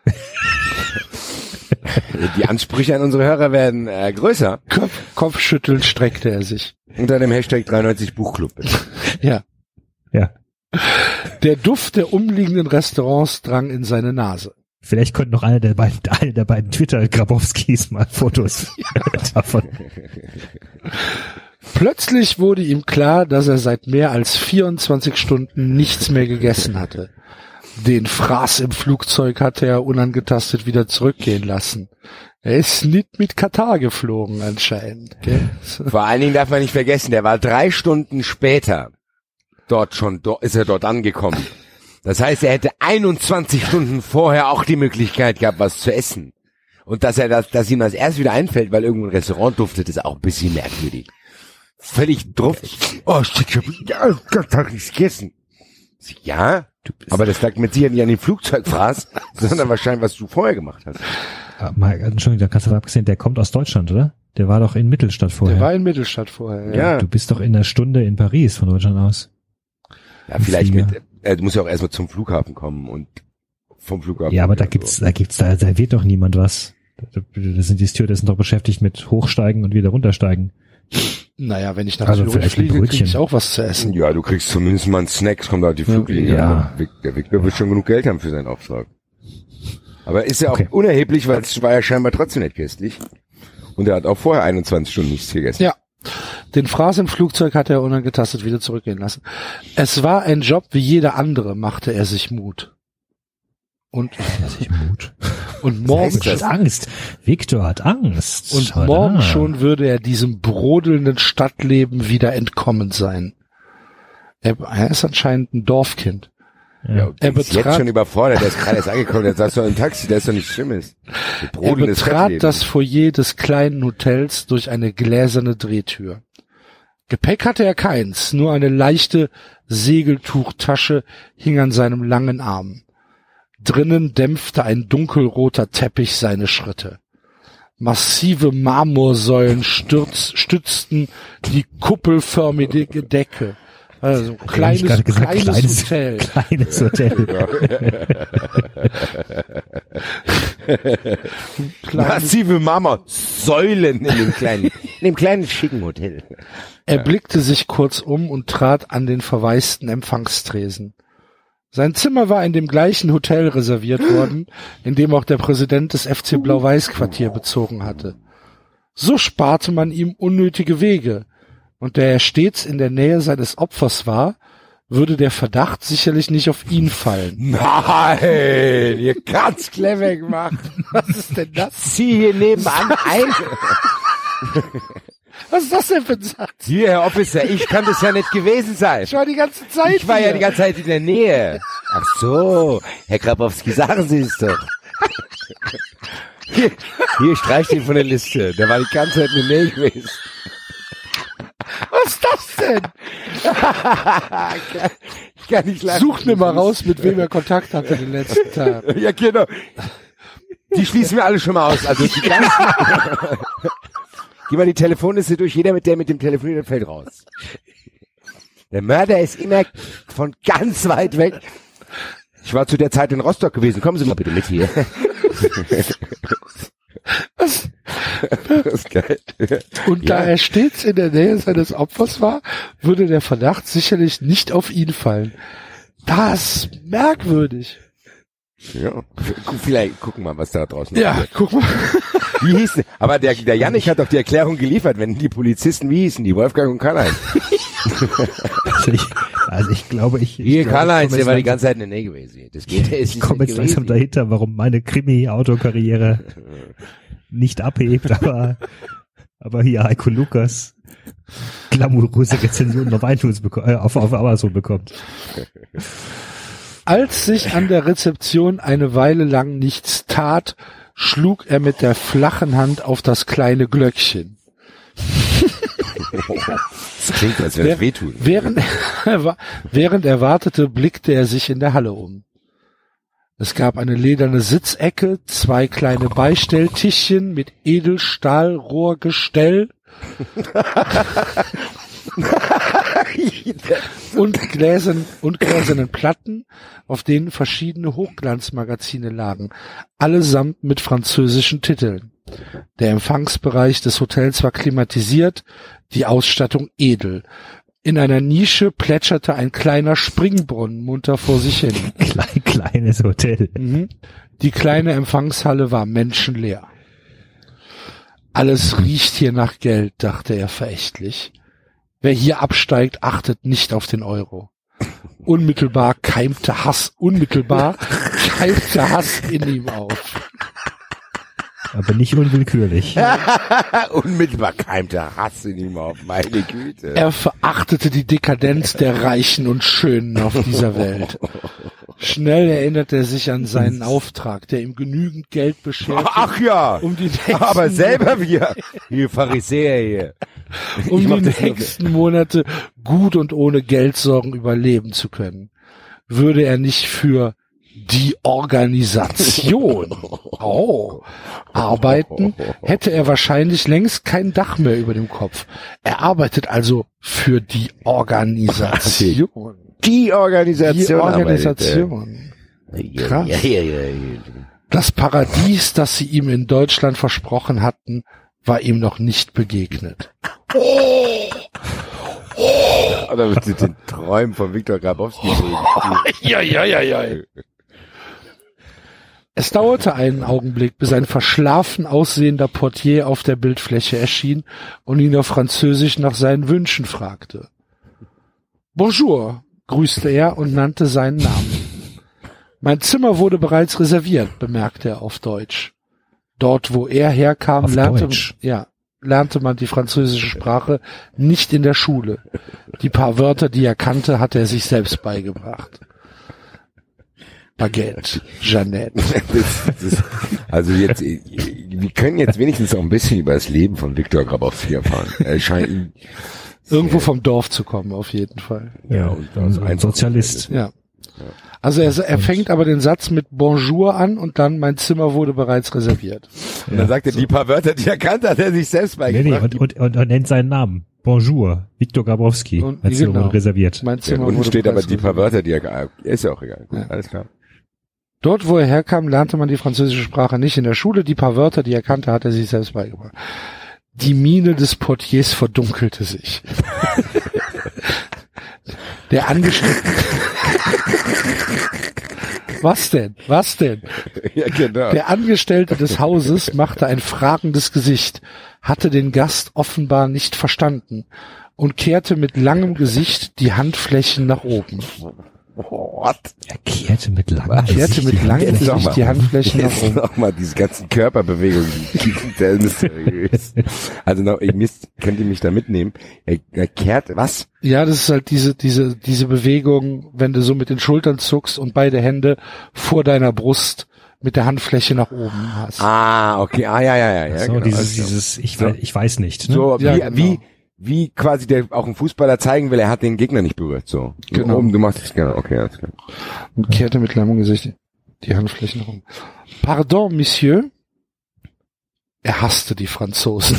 Speaker 3: Die Ansprüche an unsere Hörer werden größer.
Speaker 2: Kopfschütteln streckte er sich.
Speaker 3: Unter dem Hashtag 93 Buchclub.
Speaker 2: Ja.
Speaker 6: ja.
Speaker 2: Der Duft der umliegenden Restaurants drang in seine Nase.
Speaker 6: Vielleicht könnten noch eine der beiden Twitter-Grabowskis mal Fotos davon.
Speaker 2: Plötzlich wurde ihm klar, dass er seit mehr als 24 Stunden nichts mehr gegessen hatte. Den Fraß im Flugzeug hatte er unangetastet wieder zurückgehen lassen. Er ist nicht mit Katar geflogen anscheinend. Gell?
Speaker 3: Vor allen Dingen darf man nicht vergessen, der war 3 Stunden später ist er dort angekommen. Das heißt, er hätte 21 Stunden vorher auch die Möglichkeit gehabt, was zu essen. Und dass ihm das erst wieder einfällt, weil irgendwo ein Restaurant duftet, ist auch ein bisschen merkwürdig. Völlig drauf. Oh, shit, Gott, hab ich gegessen. Ja, aber das lag mit Sicherheit nicht an dem Flugzeugfraß, sondern wahrscheinlich, was du vorher gemacht hast.
Speaker 6: Entschuldigung, da kannst du abgesehen, der kommt aus Deutschland, oder? Der war doch in Mittelstadt vorher.
Speaker 2: Der war in Mittelstadt vorher.
Speaker 3: Ja.
Speaker 6: Du bist doch in einer Stunde in Paris von Deutschland aus.
Speaker 3: Ja, vielleicht
Speaker 6: Flieger.
Speaker 3: du musst ja auch erstmal zum Flughafen kommen und vom Flughafen.
Speaker 6: Ja, aber da
Speaker 3: so.
Speaker 6: wird doch niemand was. Da sind die Stewardessen doch beschäftigt mit Hochsteigen und wieder runtersteigen.
Speaker 2: Naja, wenn ich nach
Speaker 6: Also
Speaker 2: Zürich
Speaker 6: vielleicht ein
Speaker 2: fliege, kriege
Speaker 6: Brötchen.
Speaker 2: ich auch was zu essen.
Speaker 3: Ja, du kriegst zumindest mal einen Snack, es kommt halt die Fluglinie.
Speaker 6: Ja.
Speaker 3: an. Der Victor wird schon genug Geld haben für seinen Auftrag. Aber ist ja auch
Speaker 6: Okay.
Speaker 3: unerheblich, weil es war ja scheinbar trotzdem nicht köstlich. Und er hat auch vorher 21 Stunden nichts gegessen.
Speaker 2: Ja. Den Fraß im Flugzeug hat er unangetastet wieder zurückgehen lassen. Es war ein Job wie jeder andere, machte er sich Mut. Und morgen
Speaker 3: heißt das?
Speaker 6: Hat Angst. Victor hat Angst.
Speaker 2: Und
Speaker 6: Oder?
Speaker 2: morgen schon würde er diesem brodelnden Stadtleben wieder entkommen sein. Er ist anscheinend ein Dorfkind.
Speaker 3: Ja, und
Speaker 2: Er
Speaker 3: der ist jetzt
Speaker 2: betrat-
Speaker 3: schon überfordert, der ist gerade erst angekommen, der saß doch im Taxi, der ist doch nichts Schlimmes.
Speaker 2: Er betrat das Foyer des kleinen Hotels durch eine gläserne Drehtür. Gepäck hatte er keins, nur eine leichte Segeltuchtasche hing an seinem langen Arm. Drinnen dämpfte ein dunkelroter Teppich seine Schritte. Massive Marmorsäulen stützten die kuppelförmige Decke. Also
Speaker 6: Ich gerade gesagt,
Speaker 2: kleines Hotel.
Speaker 6: Kleines Hotel.
Speaker 3: Massive Marmorsäulen in dem kleinen schicken Hotel.
Speaker 2: Er blickte sich kurz um und trat an den verwaisten Empfangstresen. Sein Zimmer war in dem gleichen Hotel reserviert worden, in dem auch der Präsident des FC Blau-Weiß-Quartier bezogen hatte. So sparte man ihm unnötige Wege, und da er stets in der Nähe seines Opfers war, würde der Verdacht sicherlich nicht auf ihn fallen.
Speaker 3: Nein, ihr ganz clever gemacht.
Speaker 2: Was ist denn das?
Speaker 3: Zieh hier nebenan ein.
Speaker 2: Was ist das denn für ein Satz?
Speaker 3: Hier, Herr Officer, ich kann das ja nicht gewesen sein.
Speaker 2: Ich war die ganze Zeit
Speaker 3: Ich war
Speaker 2: hier.
Speaker 3: ja die ganze Zeit in der Nähe. Ach so, Herr Grabowski, sagen Sie es doch. Hier streicht ihn von der Liste. Der war die ganze Zeit in der Nähe gewesen.
Speaker 2: Was ist das denn?
Speaker 3: Ich kann nicht lachen.
Speaker 2: Such mir mal raus, mit wem er Kontakt hatte den letzten Tag.
Speaker 3: Ja, genau. Die schließen wir alle schon mal aus. Also die ganzen... Geh mal die Telefonliste durch. Jeder, mit dem telefoniert, fällt raus. Der Mörder ist immer von ganz weit weg. Ich war zu der Zeit in Rostock gewesen. Kommen Sie mal bitte mit hier.
Speaker 2: Was?
Speaker 3: Das ist geil.
Speaker 2: Und da er stets in der Nähe seines Opfers war, würde der Verdacht sicherlich nicht auf ihn fallen. Das ist merkwürdig.
Speaker 3: Ja, vielleicht gucken wir mal, was da draußen
Speaker 2: Ja,
Speaker 3: passiert.
Speaker 2: guck mal.
Speaker 3: Wie hieß denn? Aber der Jannik hat doch die Erklärung geliefert, wenn die Polizisten, wie hießen die? Wolfgang und Karl-Heinz.
Speaker 6: Also ich glaube,
Speaker 3: Hier, Karl-Heinz, der war die ganze Zeit in der Nähe gewesen. Das geht,
Speaker 6: Ich komme jetzt langsam dahinter, warum meine Krimi-Autokarriere nicht abhebt, aber hier Heiko Lukas glamouröse Rezensionen auf iTunes auf Amazon bekommt.
Speaker 2: Als sich an der Rezeption eine Weile lang nichts tat, schlug er mit der flachen Hand auf das kleine Glöckchen.
Speaker 3: Das klingt, als wäre es wehtun.
Speaker 2: Während er wartete, blickte er sich in der Halle um. Es gab eine lederne Sitzecke, 2 kleine Beistelltischchen mit Edelstahlrohrgestell und gläsernen Platten, auf denen verschiedene Hochglanzmagazine lagen, allesamt mit französischen Titeln. Der Empfangsbereich des Hotels war klimatisiert, die Ausstattung edel. In einer Nische plätscherte ein kleiner Springbrunnen munter vor sich hin.
Speaker 6: Kleines Hotel.
Speaker 2: Die kleine Empfangshalle war menschenleer. Alles riecht hier nach Geld, dachte er verächtlich. Wer hier absteigt, achtet nicht auf den Euro. Unmittelbar keimte Hass in ihm auf.
Speaker 6: Aber nicht unwillkürlich.
Speaker 3: Unmittelbar keimte Hass in ihm auf, meine Güte.
Speaker 2: Er verachtete die Dekadenz der Reichen und Schönen auf dieser Welt. Schnell erinnerte er sich an seinen Auftrag, der ihm genügend Geld bescherte.
Speaker 3: Ach ja,
Speaker 2: um die nächsten,
Speaker 3: aber selber wir Pharisäer hier.
Speaker 2: Um die nächsten Monate gut und ohne Geldsorgen überleben zu können. Würde er nicht für die Organisation arbeiten, hätte er wahrscheinlich längst kein Dach mehr über dem Kopf. Er arbeitet also für die Organisation.
Speaker 3: Die
Speaker 2: Organisation. Krass. Das Paradies, das sie ihm in Deutschland versprochen hatten, war ihm noch nicht begegnet.
Speaker 3: Oder mit den Träumen von Viktor Grabowski.
Speaker 2: Ja. Es dauerte einen Augenblick, bis ein verschlafen aussehender Portier auf der Bildfläche erschien und ihn auf Französisch nach seinen Wünschen fragte. Bonjour, grüßte er und nannte seinen Namen. Mein Zimmer wurde bereits reserviert, bemerkte er auf Deutsch. Dort, wo er herkam, lernte man die französische Sprache nicht in der Schule. Die paar Wörter, die er kannte, hatte er sich selbst beigebracht. Baguette, Jeannette.
Speaker 3: Also jetzt, wir können jetzt wenigstens auch ein bisschen über das Leben von Viktor Grabowski erfahren. Er scheint
Speaker 2: irgendwo vom Dorf zu kommen, auf jeden Fall.
Speaker 6: Ja, und ein Sozialist.
Speaker 2: Ja. Also er fängt aber den Satz mit Bonjour an und dann mein Zimmer wurde bereits reserviert.
Speaker 3: Und dann sagt er, die paar Wörter, die er kannte, hat er sich selbst beigebracht.
Speaker 6: Und nennt seinen Namen. Bonjour, Viktor Grabowski.
Speaker 2: Und-
Speaker 6: Mein Zimmer
Speaker 2: genau.
Speaker 6: wurde reserviert.
Speaker 2: Mein
Speaker 3: Ja,
Speaker 2: Zimmer
Speaker 3: unten
Speaker 2: wurde
Speaker 3: steht aber
Speaker 2: bereits
Speaker 3: die paar
Speaker 2: reserviert.
Speaker 3: Wörter, die er, ist ja auch egal. Gut,
Speaker 2: Ja.
Speaker 3: alles klar.
Speaker 2: Dort, wo er herkam, lernte man die französische Sprache nicht in der Schule. Die paar Wörter, die er kannte, hat er sich selbst beigebracht. Die Miene des Portiers verdunkelte sich. Der Angestellte... Was denn? Was denn?
Speaker 3: Ja, genau.
Speaker 2: Der Angestellte des Hauses machte ein fragendes Gesicht, hatte den Gast offenbar nicht verstanden und kehrte mit langem Gesicht die Handflächen nach oben.
Speaker 3: What?
Speaker 6: Er kehrte mit langem
Speaker 2: Kehrte mit langem
Speaker 3: Jetzt noch
Speaker 2: Gesicht
Speaker 3: mal.
Speaker 2: die Handflächen nach
Speaker 3: Jetzt
Speaker 2: oben.
Speaker 3: noch mal diese ganzen Körperbewegungen, die sind sehr mysteriös. Also noch, könnt ihr mich da mitnehmen? Er kehrt, was?
Speaker 2: Ja, das ist halt diese Bewegung, wenn du so mit den Schultern zuckst und beide Hände vor deiner Brust mit der Handfläche nach oben hast.
Speaker 3: Ah, okay, ja,
Speaker 6: So,
Speaker 3: genau.
Speaker 6: dieses, ich weiß nicht. Ne?
Speaker 3: So,
Speaker 2: Ja, genau.
Speaker 3: wie quasi der auch ein Fußballer zeigen will, er hat den Gegner nicht berührt, so.
Speaker 2: Genau.
Speaker 3: Oben, du machst es genau, okay, alles klar.
Speaker 2: Und kehrte mit langem Gesicht die Handflächen nach oben. Pardon, Monsieur. Er hasste die Franzosen.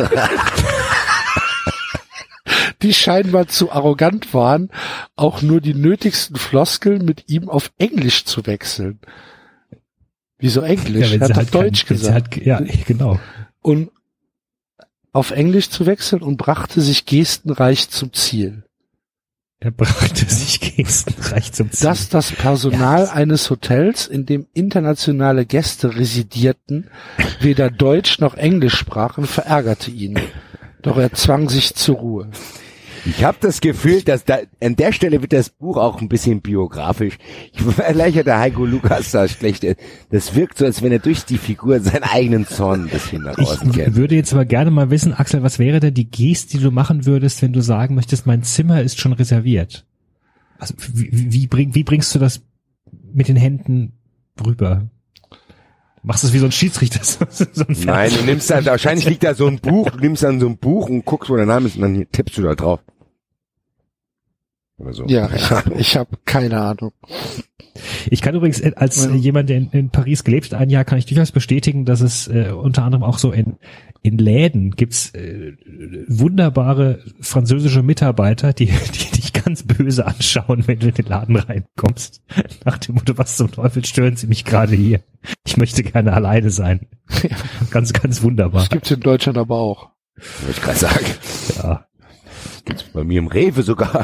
Speaker 2: Die scheinbar zu arrogant waren, auch nur die nötigsten Floskeln mit ihm auf Englisch zu wechseln. Wieso Englisch?
Speaker 6: wenn
Speaker 2: Er
Speaker 6: sie
Speaker 2: hat
Speaker 6: halt
Speaker 2: doch Deutsch
Speaker 6: wenn sie
Speaker 2: gesagt.
Speaker 6: halt, ja, genau.
Speaker 2: Und auf Englisch zu wechseln und brachte sich gestenreich zum Ziel.
Speaker 6: Er brachte sich gestenreich zum Ziel.
Speaker 2: Dass das Personal eines Hotels, in dem internationale Gäste residierten, weder Deutsch noch Englisch sprachen, verärgerte ihn. Doch er zwang sich zur Ruhe.
Speaker 3: Ich habe das Gefühl, dass da an der Stelle wird das Buch auch ein bisschen biografisch. Vielleicht hat der Heiko Lukas da schlecht. Das wirkt so, als wenn er durch die Figur seinen eigenen Zorn ein bisschen nach außen
Speaker 6: Ich
Speaker 3: kennt.
Speaker 6: würde jetzt aber gerne mal wissen, Axel, was wäre denn die Geste, die du machen würdest, wenn du sagen möchtest, mein Zimmer ist schon reserviert? Also wie bringst du das mit den Händen rüber? Machst du es wie so ein Schiedsrichter? So ein
Speaker 3: Nein, du nimmst dann, wahrscheinlich liegt da so ein Buch, du nimmst dann so ein Buch und guckst, wo der Name ist und dann tippst du da drauf. Oder so.
Speaker 2: Ja, ich hab keine Ahnung.
Speaker 6: Ich kann übrigens als jemand, der in Paris gelebt hat, ein Jahr, kann ich durchaus bestätigen, dass es unter anderem auch so in Läden gibt's wunderbare französische Mitarbeiter, die dich ganz böse anschauen, wenn du in den Laden reinkommst. Nach dem Motto, was zum Teufel stören sie mich gerade hier? Ich möchte gerne alleine sein.
Speaker 2: Ja.
Speaker 6: Ganz, ganz wunderbar.
Speaker 2: Das gibt's in Deutschland aber auch.
Speaker 3: Wollte ich gerade sagen.
Speaker 6: Ja.
Speaker 3: Gibt's bei mir im Rewe sogar.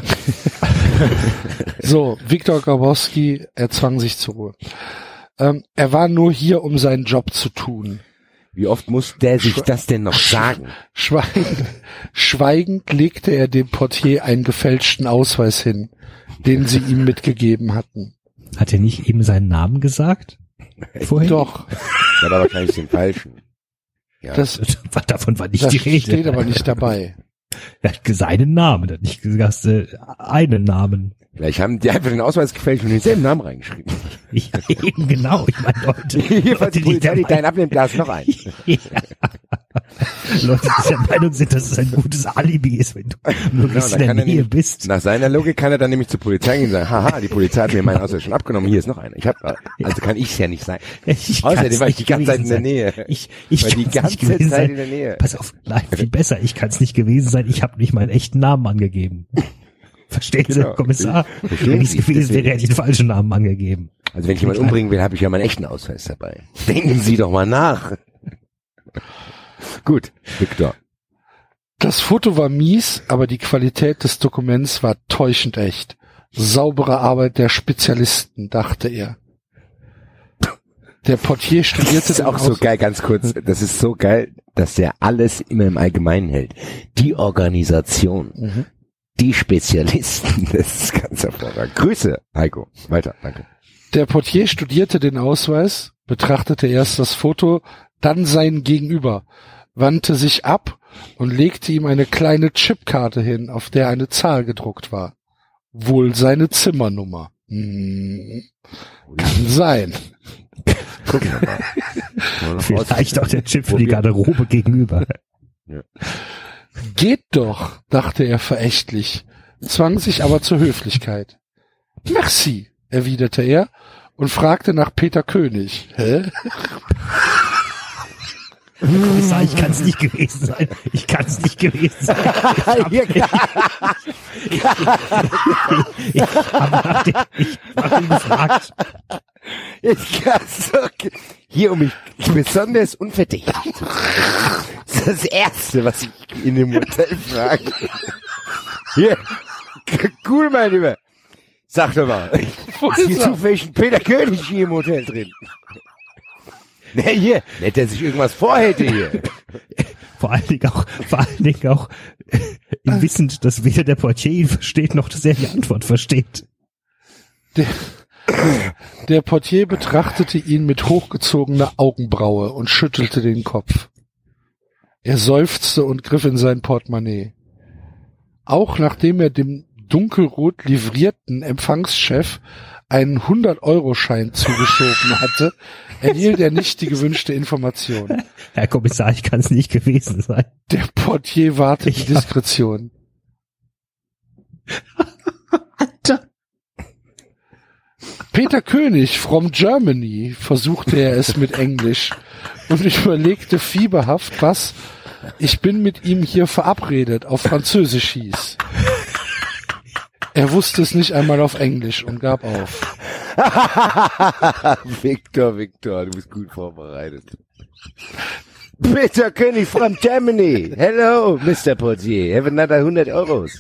Speaker 2: So, Viktor Grabowski, er zwang sich zur Ruhe. Er war nur hier, um seinen Job zu tun.
Speaker 3: Wie oft muss der sich das denn noch sagen?
Speaker 2: Schweigend legte er dem Portier einen gefälschten Ausweis hin, den sie ihm mitgegeben hatten.
Speaker 6: Hat er nicht eben seinen Namen gesagt? Vorhin?
Speaker 2: Doch,
Speaker 3: Ja, aber wahrscheinlich den falschen. Ja.
Speaker 2: das
Speaker 6: Davon war nicht
Speaker 2: das
Speaker 6: die Rede.
Speaker 2: steht aber nicht dabei.
Speaker 6: Er hat seinen Namen, er hat nicht gesagt, einen Namen.
Speaker 3: Vielleicht haben die einfach den Ausweis gefälscht und denselben Namen reingeschrieben.
Speaker 6: Ja, eben genau. Ich meine, Leute,
Speaker 3: Hier, falls die Polizei
Speaker 6: der
Speaker 3: nicht deinen abnimmt, da ist noch ein.
Speaker 6: Ja. Leute, die der Meinung sind, dass es ein gutes Alibi ist, wenn du nur
Speaker 3: Genau,
Speaker 6: in
Speaker 3: dann
Speaker 6: der
Speaker 3: kann er
Speaker 6: Nähe
Speaker 3: nämlich-
Speaker 6: bist.
Speaker 3: Nach seiner Logik kann er dann nämlich zur Polizei gehen und sagen, haha, die Polizei hat mir meinen Ausweis schon abgenommen, hier ist noch einer. Also kann ich's ja nicht sein.
Speaker 6: Ich
Speaker 3: Außerdem
Speaker 6: kann's
Speaker 3: war ich
Speaker 6: nicht
Speaker 3: die ganze Zeit in der
Speaker 6: gewesen
Speaker 3: Nähe.
Speaker 6: sein. Ich
Speaker 3: War die
Speaker 6: kann's
Speaker 3: ganze
Speaker 6: nicht gewesen
Speaker 3: Zeit
Speaker 6: sein.
Speaker 3: in der Nähe.
Speaker 6: Pass auf, nein, viel besser. Ich kann es nicht gewesen sein. Ich habe nicht meinen echten Namen angegeben. Verstehen Sie,
Speaker 3: Genau.
Speaker 6: Herr Kommissar?
Speaker 3: Verstehen
Speaker 6: Wenn ich es
Speaker 3: Sie,
Speaker 6: gewesen
Speaker 3: deswegen.
Speaker 6: wäre, hätte ich den falschen Namen angegeben.
Speaker 3: Also wenn ich jemanden umbringen will, habe ich ja meinen echten Ausweis dabei. Denken Sie doch mal nach. Gut, Viktor.
Speaker 2: Das Foto war mies, aber die Qualität des Dokuments war täuschend echt. Saubere Arbeit der Spezialisten, dachte er. Der Portier studierte
Speaker 3: Das ist
Speaker 2: den
Speaker 3: auch so
Speaker 2: Aus-
Speaker 3: geil, ganz kurz. Das ist so geil, dass der alles immer im Allgemeinen hält. Die Organisation, die Spezialisten, das ist ganz hervorragend. Grüße, Heiko. Weiter, danke.
Speaker 2: Der Portier studierte den Ausweis, betrachtete erst das Foto, dann sein Gegenüber, wandte sich ab und legte ihm eine kleine Chipkarte hin, auf der eine Zahl gedruckt war. Wohl seine Zimmernummer. Kann sein.
Speaker 3: Gucken wir mal.
Speaker 6: Vielleicht auch der Chip für die Garderobe gegenüber.
Speaker 2: Geht doch, dachte er verächtlich, zwang sich aber zur Höflichkeit. Merci, erwiderte er und fragte nach Peter König. Hä?
Speaker 6: Herr Kommissar, ich kann es nicht gewesen sein. Ich kann es nicht gewesen sein. Ich habe ihn gefragt.
Speaker 3: Hier um mich besonders unverdächtig. Das ist das Erste, was ich in dem Hotel frage. Hier, cool, mein Lieber. Sag doch mal, ist hier zufällig ein Peter König hier im Hotel drin? Ne, hier, nicht, dass ich irgendwas vorhätte hier.
Speaker 6: Vor allen Dingen auch wissend, dass weder der Portier ihn versteht, noch dass er die Antwort versteht.
Speaker 2: Der Portier betrachtete ihn mit hochgezogener Augenbraue und schüttelte den Kopf. Er seufzte und griff in sein Portemonnaie. Auch nachdem er dem dunkelrot livrierten Empfangschef einen 100-Euro-Schein zugeschoben hatte, erhielt er nicht die gewünschte Information.
Speaker 6: Herr Kommissar, ich kann es nicht gewesen sein.
Speaker 2: Der Portier wartete Diskretion. Peter König from Germany, versuchte er es mit Englisch und überlegte fieberhaft, was ich bin mit ihm hier verabredet auf Französisch hieß. Er wusste es nicht einmal auf Englisch und gab auf.
Speaker 3: Victor, du bist gut vorbereitet. Peter König from Germany. Hello, Mr. Portier. Have another 100 Euros.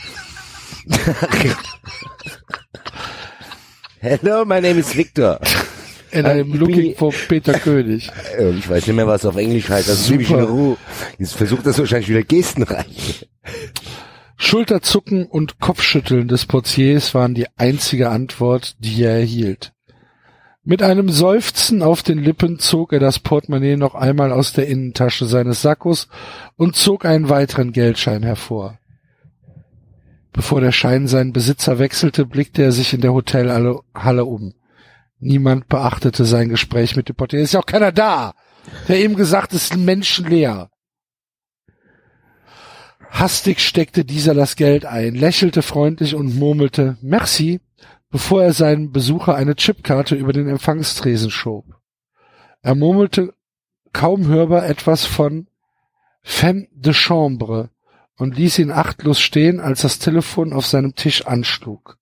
Speaker 3: Hello, my name is Victor.
Speaker 2: And I'm looking for Peter König.
Speaker 3: Ich weiß nicht mehr, was auf Englisch heißt. Also ziemlich in Ruhe. Jetzt versucht das wahrscheinlich wieder gestenreich.
Speaker 2: Schulterzucken und Kopfschütteln des Portiers waren die einzige Antwort, die er erhielt. Mit einem Seufzen auf den Lippen zog er das Portemonnaie noch einmal aus der Innentasche seines Sakkos und zog einen weiteren Geldschein hervor. Bevor der Schein seinen Besitzer wechselte, blickte er sich in der Hotelhalle um. Niemand beachtete sein Gespräch mit dem Portier. Ist ja auch keiner da. Der eben gesagt ist menschenleer. Hastig steckte dieser das Geld ein, lächelte freundlich und murmelte Merci, bevor er seinem Besucher eine Chipkarte über den Empfangstresen schob. Er murmelte kaum hörbar etwas von Femme de Chambre und ließ ihn achtlos stehen, als das Telefon auf seinem Tisch anschlug.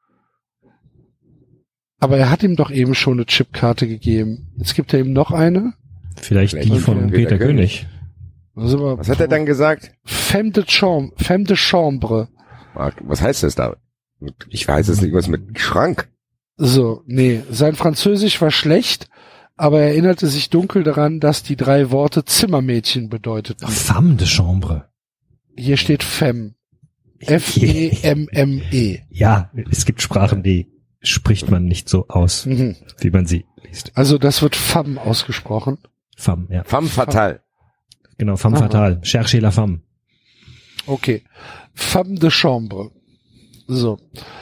Speaker 2: Aber er hat ihm doch eben schon eine Chipkarte gegeben. Jetzt gibt er ihm noch eine.
Speaker 6: Vielleicht die von Peter König.
Speaker 3: Was hat er dann gesagt?
Speaker 2: Femme de Chambre.
Speaker 3: Was heißt das da? Ich weiß es nicht, was mit Schrank.
Speaker 2: So, nee, sein Französisch war schlecht, aber er erinnerte sich dunkel daran, dass die 3 Worte Zimmermädchen bedeuteten.
Speaker 6: Femme de Chambre.
Speaker 2: Hier steht Femme. F-E-M-M-E.
Speaker 6: Ja, es gibt Sprachen, die spricht man nicht so aus, wie man sie liest.
Speaker 2: Also das wird Femme ausgesprochen.
Speaker 6: Femme, ja.
Speaker 3: Femme fatale.
Speaker 6: Genau, Femme fatale. Cherchez la femme.
Speaker 2: Okay. Femme de Chambre. So.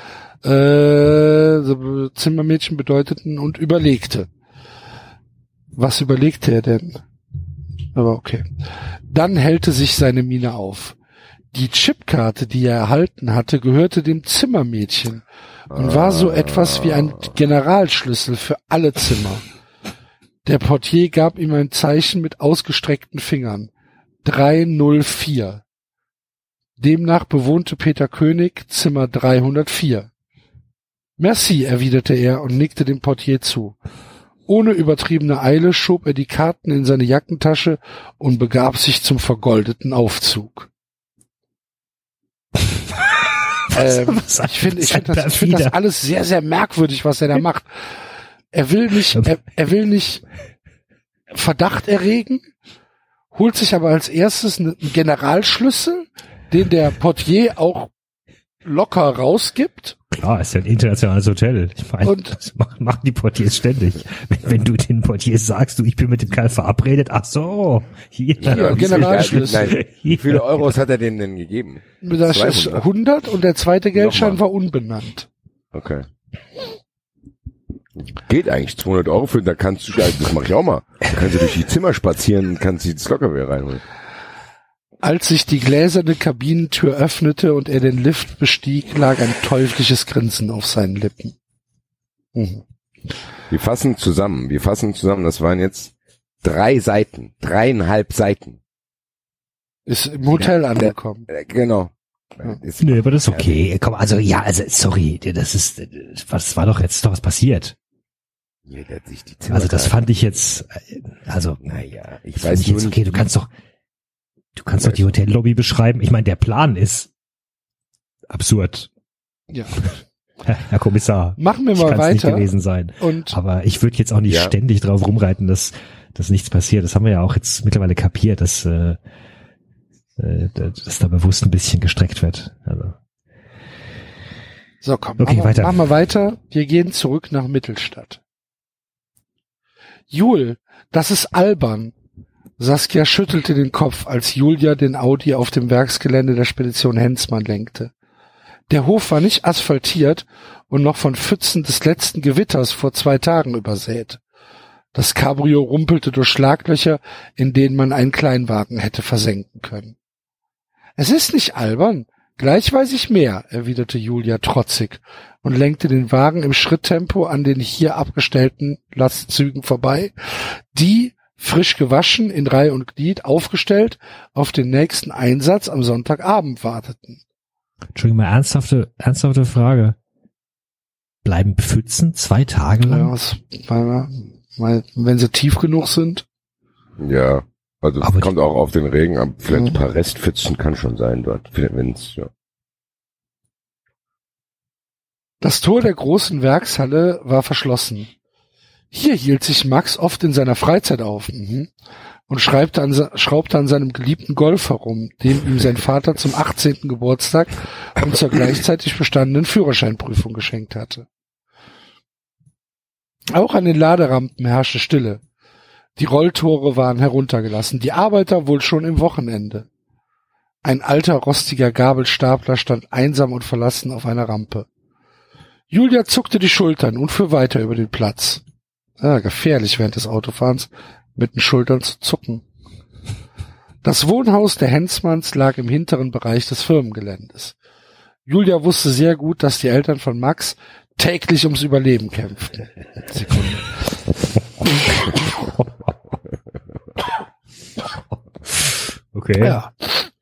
Speaker 2: Zimmermädchen bedeuteten und überlegte. Was überlegte er denn? Aber okay. Dann hellte sich seine Miene auf. Die Chipkarte, die er erhalten hatte, gehörte dem Zimmermädchen und war so etwas wie ein Generalschlüssel für alle Zimmer. Der Portier gab ihm ein Zeichen mit ausgestreckten Fingern. 304. Demnach bewohnte Peter König Zimmer 304. Merci, erwiderte er und nickte dem Portier zu. Ohne übertriebene Eile schob er die Karten in seine Jackentasche und begab sich zum vergoldeten Aufzug. Ich finde das alles sehr, sehr merkwürdig, was er da macht. Er will nicht Verdacht erregen, holt sich aber als erstes einen Generalschlüssel, den der Portier auch locker rausgibt.
Speaker 6: Klar, ist ja ein internationales Hotel. Ich meine, das machen die Portiers ständig. Wenn du den Portiers sagst, ich bin mit dem Kerl verabredet, ach so, hier.
Speaker 2: Generalschlüssel.
Speaker 3: Wie viele Euros hat er denen denn gegeben?
Speaker 2: Das ist 100 und der zweite Geldschein war unbenannt.
Speaker 3: Okay. Geht eigentlich 200 Euro für, da kannst du, das mache ich auch mal. Da kannst du durch die Zimmer spazieren und kannst die locker wieder reinholen.
Speaker 2: Als sich die gläserne Kabinentür öffnete und er den Lift bestieg, lag ein teuflisches Grinsen auf seinen Lippen.
Speaker 3: Wir fassen zusammen, das waren jetzt 3,5 Seiten.
Speaker 2: Ist im Hotel angekommen.
Speaker 3: Genau.
Speaker 6: Nö, aber das ist okay. Komm, sorry, was war doch jetzt was passiert?
Speaker 3: Jeder hat sich die
Speaker 6: Also das fand ich jetzt,
Speaker 3: naja, ich
Speaker 6: weiß
Speaker 3: weiß
Speaker 6: nicht jetzt, okay, du kannst doch die Hotellobby beschreiben. Ich meine, der Plan ist absurd.
Speaker 2: Ja.
Speaker 6: Herr Kommissar.
Speaker 2: Machen wir
Speaker 6: Ich
Speaker 2: mal
Speaker 6: kann's nicht
Speaker 2: weiter.
Speaker 6: gewesen sein.
Speaker 2: Und
Speaker 6: Aber ich würde jetzt auch nicht ständig drauf rumreiten, dass nichts passiert. Das haben wir ja auch jetzt mittlerweile kapiert, dass da bewusst ein bisschen gestreckt wird. Also.
Speaker 2: so, komm,
Speaker 6: Okay, weiter.
Speaker 2: machen wir weiter. Wir gehen zurück nach Mittelstadt. Jul, das ist albern. Saskia schüttelte den Kopf, als Julia den Audi auf dem Werksgelände der Spedition Henzmann lenkte. Der Hof war nicht asphaltiert und noch von Pfützen des letzten Gewitters vor 2 Tagen übersät. Das Cabrio rumpelte durch Schlaglöcher, in denen man einen Kleinwagen hätte versenken können. Es ist nicht albern. Gleich weiß ich mehr, erwiderte Julia trotzig und lenkte den Wagen im Schritttempo an den hier abgestellten Lastzügen vorbei, die, frisch gewaschen, in Reihe und Glied aufgestellt, auf den nächsten Einsatz am Sonntagabend warteten.
Speaker 6: Entschuldigung, mal ernsthafte Frage. Bleiben Pfützen 2 Tage lang?
Speaker 2: Ja, wenn sie tief genug sind.
Speaker 3: Ja, also es
Speaker 6: Aber
Speaker 3: kommt auch auf den Regen ab. Vielleicht ein paar Restpfützen kann schon sein dort. Wenn's, ja.
Speaker 2: Das Tor der großen Werkshalle war verschlossen. Hier hielt sich Max oft in seiner Freizeit auf und schraubte an seinem geliebten Golf herum, den ihm sein Vater zum 18. Geburtstag und zur gleichzeitig bestandenen Führerscheinprüfung geschenkt hatte. Auch an den Laderampen herrschte Stille. Die Rolltore waren heruntergelassen, die Arbeiter wohl schon im Wochenende. Ein alter, rostiger Gabelstapler stand einsam und verlassen auf einer Rampe. Julia zuckte die Schultern und fuhr weiter über den Platz. Gefährlich während des Autofahrens mit den Schultern zu zucken. Das Wohnhaus der Henzmanns lag im hinteren Bereich des Firmengeländes. Julia wusste sehr gut, dass die Eltern von Max täglich ums Überleben kämpften. Sekunde.
Speaker 6: Okay.
Speaker 2: Ja.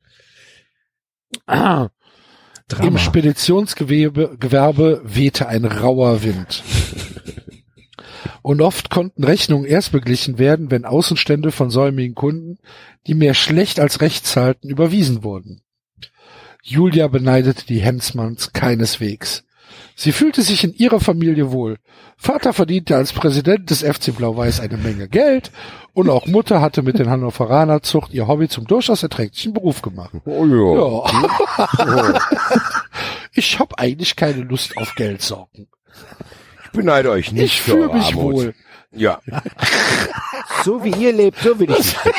Speaker 2: Im Speditionsgewerbe wehte ein rauer Wind. Und oft konnten Rechnungen erst beglichen werden, wenn Außenstände von säumigen Kunden, die mehr schlecht als recht zahlten, überwiesen wurden. Julia beneidete die Henzmanns keineswegs. Sie fühlte sich in ihrer Familie wohl. Vater verdiente als Präsident des FC Blau-Weiß eine Menge Geld und auch Mutter hatte mit den Hannoveraner Zucht ihr Hobby zum durchaus erträglichen Beruf gemacht.
Speaker 3: Oh ja.
Speaker 2: Ja. Ich hab eigentlich keine Lust auf Geldsorgen.
Speaker 3: Ich beneide euch nicht
Speaker 2: Ich
Speaker 3: für
Speaker 2: fühle
Speaker 3: eure
Speaker 2: mich
Speaker 3: Armut.
Speaker 2: wohl.
Speaker 3: Ja. So wie ihr lebt, so will ich nicht leben.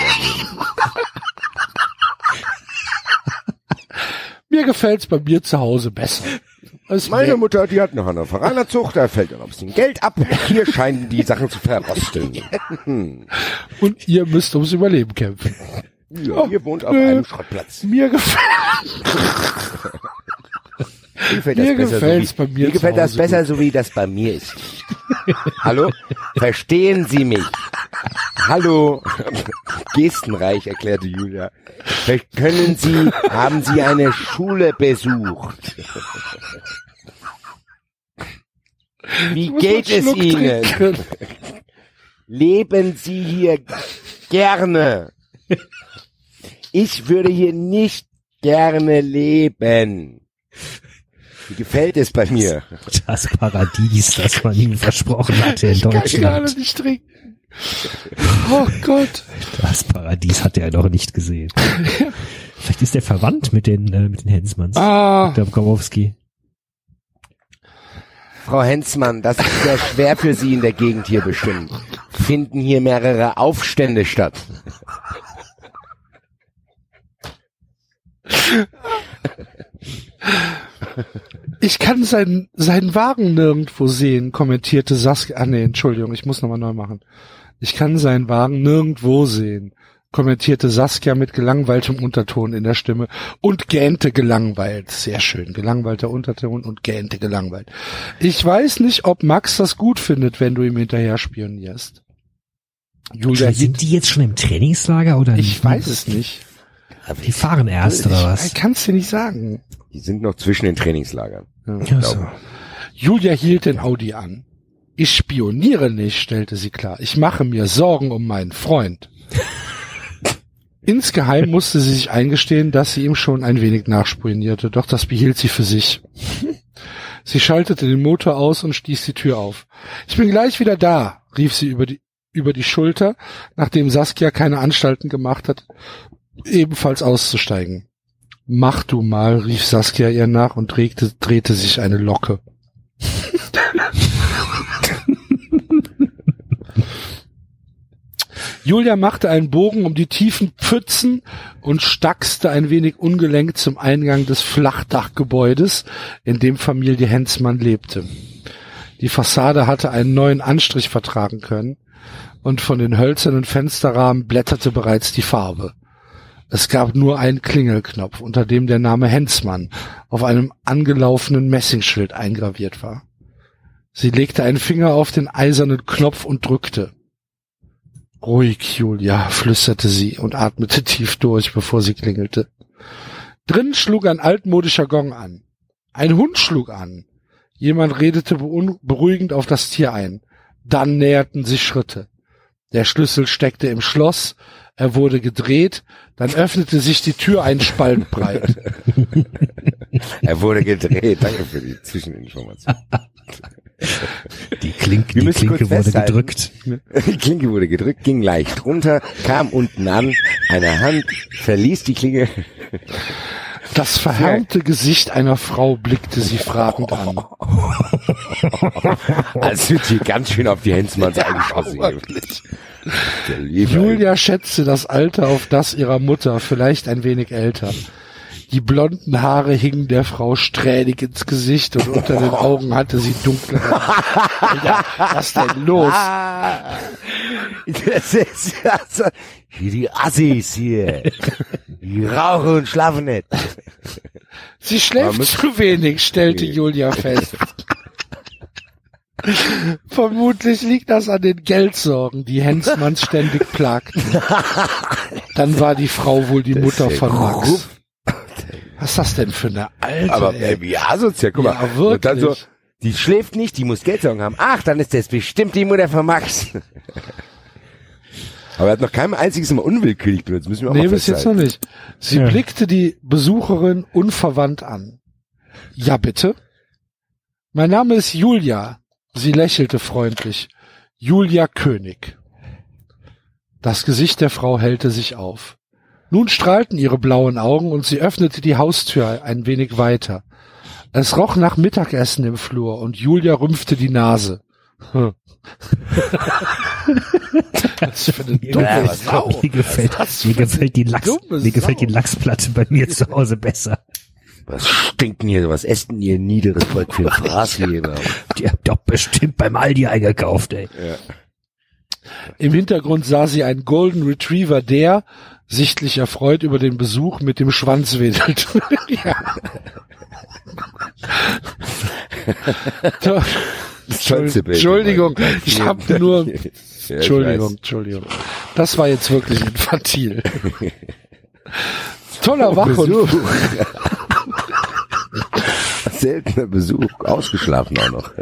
Speaker 2: Mir gefällt's bei mir zu Hause besser.
Speaker 3: Meine Mutter, die hat eine Hannoveraner Zucht, da fällt dann ein bisschen Geld ab. Hier scheinen die Sachen zu verrosteln.
Speaker 2: Und ihr müsst ums Überleben kämpfen.
Speaker 3: Ja, ihr wohnt auf einem Schrottplatz.
Speaker 2: Mir gefällt's bei mir
Speaker 3: Mir gefällt
Speaker 2: zu
Speaker 3: das
Speaker 2: Hause
Speaker 3: besser, so wie das bei mir ist. Hallo? Verstehen Sie mich? Hallo? Gestenreich, erklärte Julia. Haben Sie eine Schule besucht? Wie geht es Ihnen? Leben Sie hier gerne? Ich würde hier nicht gerne leben. Wie gefällt es bei mir?
Speaker 6: Das Paradies, das man ihm versprochen hatte in
Speaker 2: Ich kann gerade
Speaker 6: Deutschland.
Speaker 2: nicht trinken. Oh Gott.
Speaker 6: Das Paradies hat er noch nicht gesehen. Vielleicht ist er verwandt mit den Hensmanns. Der Kowalski.
Speaker 3: Frau Henzmann, das ist sehr schwer für Sie in der Gegend hier bestimmt. Finden hier mehrere Aufstände statt.
Speaker 2: Ich kann seinen Wagen nirgendwo sehen, kommentierte Saskia. Entschuldigung, ich muss nochmal neu machen. Ich kann seinen Wagen nirgendwo sehen, kommentierte Saskia mit gelangweiltem Unterton in der Stimme und gähnte gelangweilt. Sehr schön, gelangweilter Unterton und gähnte gelangweilt. Ich weiß nicht, ob Max das gut findet, wenn du ihm hinterher spionierst. Julia
Speaker 6: Sind die jetzt schon im Trainingslager oder
Speaker 2: ich
Speaker 6: nicht?
Speaker 2: weiß es nicht.
Speaker 6: Die fahren erst oder was?
Speaker 2: Ich kann's dir nicht sagen.
Speaker 3: Die sind noch zwischen den Trainingslagern.
Speaker 6: Ja, so.
Speaker 2: Julia hielt den Audi an. Ich spioniere nicht, stellte sie klar. Ich mache mir Sorgen um meinen Freund. Insgeheim musste sie sich eingestehen, dass sie ihm schon ein wenig nachspionierte, doch das behielt sie für sich. Sie schaltete den Motor aus und stieß die Tür auf. Ich bin gleich wieder da, rief sie über die Schulter, nachdem Saskia keine Anstalten gemacht hat, ebenfalls auszusteigen. Mach du mal, rief Saskia ihr nach und drehte sich eine Locke. Julia machte einen Bogen um die tiefen Pfützen und stackste ein wenig ungelenkt zum Eingang des Flachdachgebäudes, in dem Familie Hensmann lebte. Die Fassade hatte einen neuen Anstrich vertragen können und von den hölzernen Fensterrahmen blätterte bereits die Farbe. Es gab nur einen Klingelknopf, unter dem der Name Hensmann auf einem angelaufenen Messingschild eingraviert war. Sie legte einen Finger auf den eisernen Knopf und drückte. Ruhig, Julia, flüsterte sie und atmete tief durch, bevor sie klingelte. Drinnen schlug ein altmodischer Gong an. Ein Hund schlug an. Jemand redete beruhigend auf das Tier ein. Dann näherten sich Schritte. Der Schlüssel steckte im Schloss, er wurde gedreht, dann öffnete sich die Tür ein Spalt breit.
Speaker 3: Er wurde gedreht, danke für die Zwischeninformation.
Speaker 6: Die Klinke wurde gedrückt.
Speaker 3: Die Klinke wurde gedrückt, ging leicht runter, kam unten an, eine Hand verließ die Klinge.
Speaker 2: Das verhärmte Gesicht einer Frau blickte sie fragend an.
Speaker 3: Als wird hier ganz schön auf die Hensmanns eingeschossen.
Speaker 2: Julia schätzte das Alter auf das ihrer Mutter, vielleicht ein wenig älter. Die blonden Haare hingen der Frau strähnig ins Gesicht und unter den Augen hatte sie dunkle Haare. Ja, was denn los?
Speaker 3: Das ist also, hier die Assis hier. Die rauchen und schlafen nicht.
Speaker 2: Sie schläft zu wenig, stellte Julia fest. Vermutlich liegt das an den Geldsorgen, die Hensmanns ständig plagten. Dann war die Frau wohl die Mutter von Max. Was ist das denn für eine Alte?
Speaker 3: Aber wie asozial, guck mal.
Speaker 2: Ja, wirklich.
Speaker 3: Und dann so, die schläft nicht, die muss Geldsorgen haben. Ach, dann ist das bestimmt die Mutter von Max. Aber er hat noch kein einziges Mal unwillkürlich benutzt. Müssen wir auch mal
Speaker 2: bis jetzt noch nicht. Sie blickte die Besucherin unverwandt an. Ja, bitte? Mein Name ist Julia. Sie lächelte freundlich. Julia König. Das Gesicht der Frau hellte sich auf. Nun strahlten ihre blauen Augen und sie öffnete die Haustür ein wenig weiter. Es roch nach Mittagessen im Flur und Julia rümpfte die Nase. Was für eine dumme Sau.
Speaker 6: Mir gefällt die Lachsplatte bei mir zu Hause besser.
Speaker 3: Was stinkt denn hier? Was essen ihr niederes Volk für Fraßgeber?
Speaker 6: Die habt doch bestimmt beim Aldi eingekauft, ey.
Speaker 3: Ja.
Speaker 2: Im Hintergrund sah sie einen Golden Retriever, der, sichtlich erfreut über den Besuch, mit dem Schwanz wedelt. Ja. Entschuldigung, ich habe nur... Entschuldigung. Das war jetzt wirklich infantil. Toller Wachhund.
Speaker 3: Seltener Besuch, ausgeschlafen auch noch.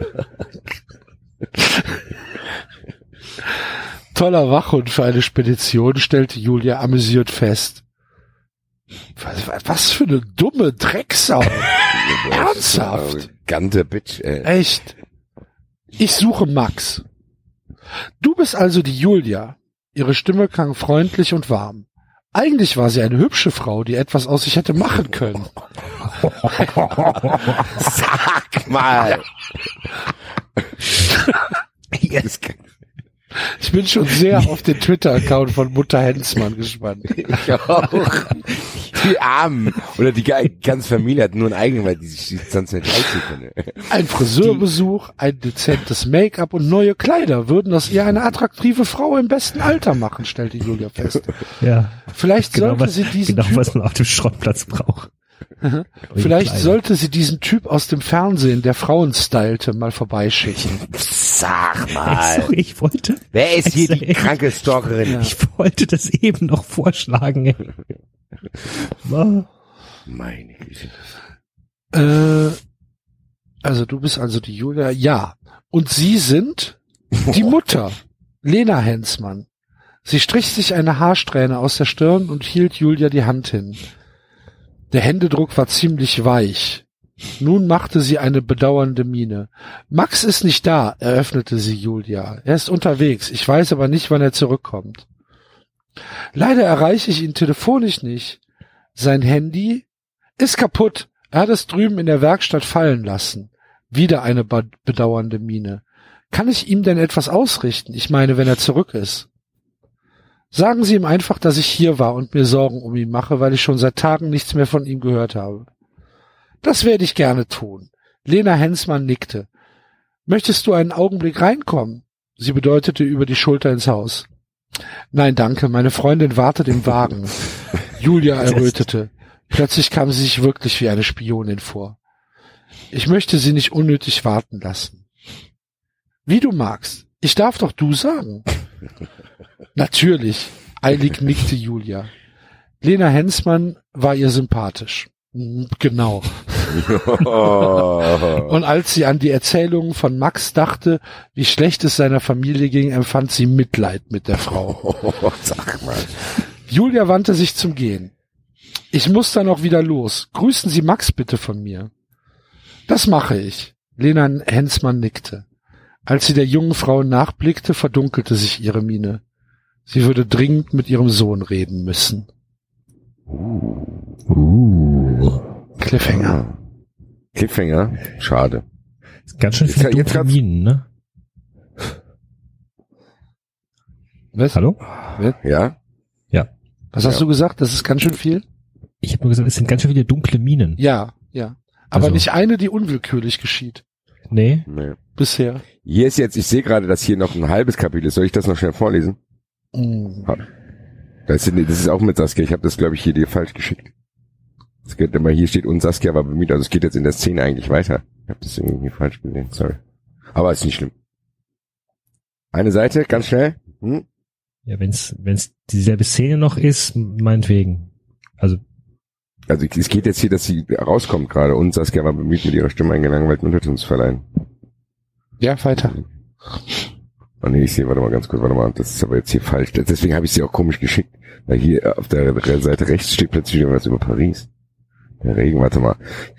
Speaker 2: Toller Wachhund für eine Spedition, stellte Julia amüsiert fest. Was für eine dumme Drecksau. Ernsthaft?
Speaker 3: Gante Bitch, ey.
Speaker 2: Echt? Ich suche Max. Du bist also die Julia. Ihre Stimme klang freundlich und warm. Eigentlich war sie eine hübsche Frau, die etwas aus sich hätte machen können.
Speaker 3: Sag mal!
Speaker 2: Ich bin schon sehr auf den Twitter-Account von Mutter Hensmann gespannt.
Speaker 3: Ich auch. Die Armen. Oder die ganze Familie hat nur ein Eigen, weil die sich sonst nicht leisten können.
Speaker 2: Ein Friseurbesuch, ein dezentes Make-up und neue Kleider würden aus ihr eine attraktive Frau im besten Alter machen, stellte Julia fest.
Speaker 6: Ja.
Speaker 2: Vielleicht sollte sie diesen
Speaker 6: was man auf dem Schrottplatz braucht.
Speaker 2: Vielleicht sollte sie diesen Typ aus dem Fernsehen, der Frauen stylte, mal vorbeischicken.
Speaker 3: Sag mal.
Speaker 6: Sorry, ich wollte.
Speaker 3: Wer ist hier die
Speaker 6: Scheiße,
Speaker 3: kranke Stalkerin?
Speaker 6: Ich wollte das eben noch vorschlagen. Ey.
Speaker 3: Meine Güte.
Speaker 2: Also du bist also die Julia, ja. Und Sie sind die Mutter, Lena Hensmann. Sie strich sich eine Haarsträhne aus der Stirn und hielt Julia die Hand hin. Der Händedruck war ziemlich weich. Nun machte sie eine bedauernde Miene. Max ist nicht da, eröffnete sie Julia. Er ist unterwegs, ich weiß aber nicht, wann er zurückkommt. Leider erreiche ich ihn telefonisch nicht. Sein Handy ist kaputt. Er hat es drüben in der Werkstatt fallen lassen. Wieder eine bedauernde Miene. Kann ich ihm denn etwas ausrichten? Ich meine, wenn er zurück ist. Sagen Sie ihm einfach, dass ich hier war und mir Sorgen um ihn mache, weil ich schon seit Tagen nichts mehr von ihm gehört habe. Das werde ich gerne tun. Lena Hensmann nickte. Möchtest du einen Augenblick reinkommen? Sie bedeutete über die Schulter ins Haus. Nein, danke, meine Freundin wartet im Wagen. Julia errötete. Plötzlich kam sie sich wirklich wie eine Spionin vor. Ich möchte sie nicht unnötig warten lassen. Wie du magst. Ich darf doch du sagen. Natürlich. Eilig nickte Julia. Lena Hensmann war ihr sympathisch. Genau. Und als sie an die Erzählungen von Max dachte, wie schlecht es seiner Familie ging, empfand sie Mitleid mit der Frau.
Speaker 3: Sag mal.
Speaker 2: Julia wandte sich zum Gehen. Ich muss dann auch wieder los. Grüßen Sie Max bitte von mir. Das mache ich. Lena Hensmann nickte. Als sie der jungen Frau nachblickte, verdunkelte sich ihre Miene. Sie würde dringend mit ihrem Sohn reden müssen. Cliffhanger.
Speaker 3: Cliffhanger? Schade.
Speaker 6: Ganz schön viele dunkle Minen, ne?
Speaker 2: Was?
Speaker 6: Hallo?
Speaker 3: Ja?
Speaker 6: Ja.
Speaker 2: Was hast du gesagt? Das ist ganz schön viel?
Speaker 6: Ich habe nur gesagt, es sind ganz schön viele dunkle Minen.
Speaker 2: Ja, ja. Aber
Speaker 6: Also.
Speaker 2: nicht eine, die unwillkürlich geschieht.
Speaker 6: Nee.
Speaker 3: Nee.
Speaker 2: Bisher.
Speaker 3: Hier ist jetzt, ich sehe gerade, dass hier noch ein halbes Kapitel ist. Soll ich das noch schnell vorlesen? Das ist auch mit Saskia. Ich habe das, glaube ich, hier dir falsch geschickt. Es geht immer, hier steht, und Saskia war bemüht. Also es geht jetzt in der Szene eigentlich weiter. Ich habe das irgendwie falsch gesehen. Sorry. Aber ist nicht schlimm. Eine Seite, ganz schnell.
Speaker 6: Ja, wenn's dieselbe Szene noch ist, meinetwegen. Also
Speaker 3: es geht jetzt hier, dass sie rauskommt gerade, und Saskia war bemüht, mit ihrer Stimme einen gelangweilten Unterton zu verleihen.
Speaker 2: Ja, weiter.
Speaker 3: Oh nee, ich sehe, warte mal, das ist aber jetzt hier falsch. Deswegen habe ich sie auch komisch geschickt, weil hier auf der Seite rechts steht plötzlich wieder was über Paris. Der Regen, warte mal.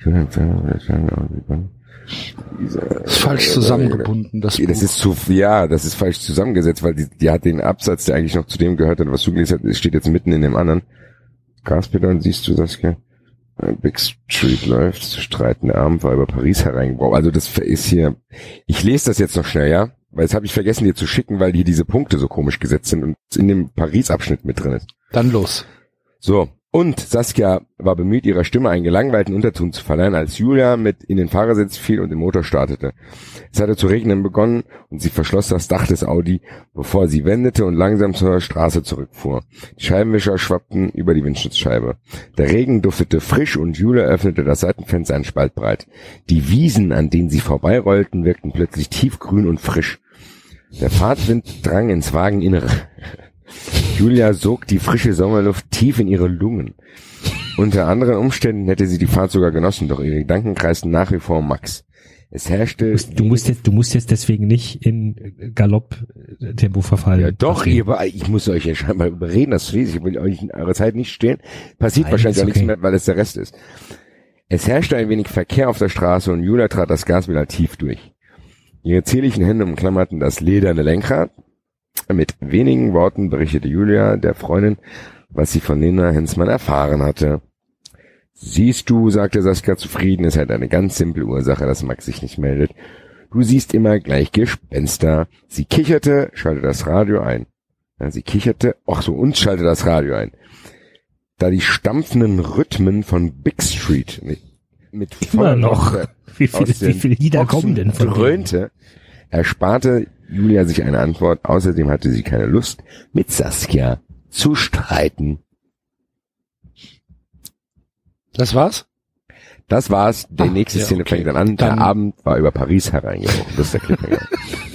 Speaker 2: Das ist falsch zusammengebunden. Das
Speaker 3: ist falsch zusammengesetzt, weil die hat den Absatz, der eigentlich noch zu dem gehört hat, was du gelesen hast, steht jetzt mitten in dem anderen. Gaspedal, siehst du das hier? Big Street läuft, streitende Abend war über Paris hereingebraucht. Also das ist hier, ich lese das jetzt noch schnell, ja? Weil das habe ich vergessen dir zu schicken, weil hier diese Punkte so komisch gesetzt sind und in dem Paris-Abschnitt mit drin ist.
Speaker 2: Dann los.
Speaker 3: So. Und Saskia war bemüht, ihrer Stimme einen gelangweilten Unterton zu verleihen, als Julia mit in den Fahrersitz fiel und den Motor startete. Es hatte zu regnen begonnen und sie verschloss das Dach des Audi, bevor sie wendete und langsam zur Straße zurückfuhr. Die Scheibenwischer schwappten über die Windschutzscheibe. Der Regen duftete frisch und Julia öffnete das Seitenfenster einen Spalt breit. Die Wiesen, an denen sie vorbeirollten, wirkten plötzlich tiefgrün und frisch. Der Fahrtwind drang ins Wageninnere. Julia sog die frische Sommerluft tief in ihre Lungen. Unter anderen Umständen hätte sie die Fahrt sogar genossen, doch ihre Gedanken kreisten nach wie vor um Max. Es herrschte... Du musst jetzt deswegen nicht in Galopp-Tempo verfallen. Ja doch, ich muss euch ja scheinbar überreden, das lese ich. Ich will euch in eurer Zeit nicht stehlen. Passiert wahrscheinlich auch nichts mehr, weil es der Rest ist. Es herrschte ein wenig Verkehr auf der Straße und Julia trat das Gaspedal tief durch. Ihre zierlichen Hände umklammerten das lederne Lenkrad. Mit wenigen Worten berichtete Julia der Freundin, was sie von Lena Hensmann erfahren hatte. Siehst du, sagte Saskia zufrieden, es hat eine ganz simple Ursache, dass Max sich nicht meldet. Du siehst immer gleich Gespenster. Sie kicherte, schaltete das Radio ein. Ja, und schaltete das Radio ein. Da die stampfenden Rhythmen von Big Street mit
Speaker 6: immer noch. Wie viele Lieder kommen denn von
Speaker 3: dröhnte, ersparte Julia sich eine Antwort. Außerdem hatte sie keine Lust, mit Saskia zu streiten.
Speaker 2: Das war's?
Speaker 3: Das war's. Die nächste Szene fängt dann an. Der Abend war über Paris hereingebrochen. Das ist der Cliffhanger.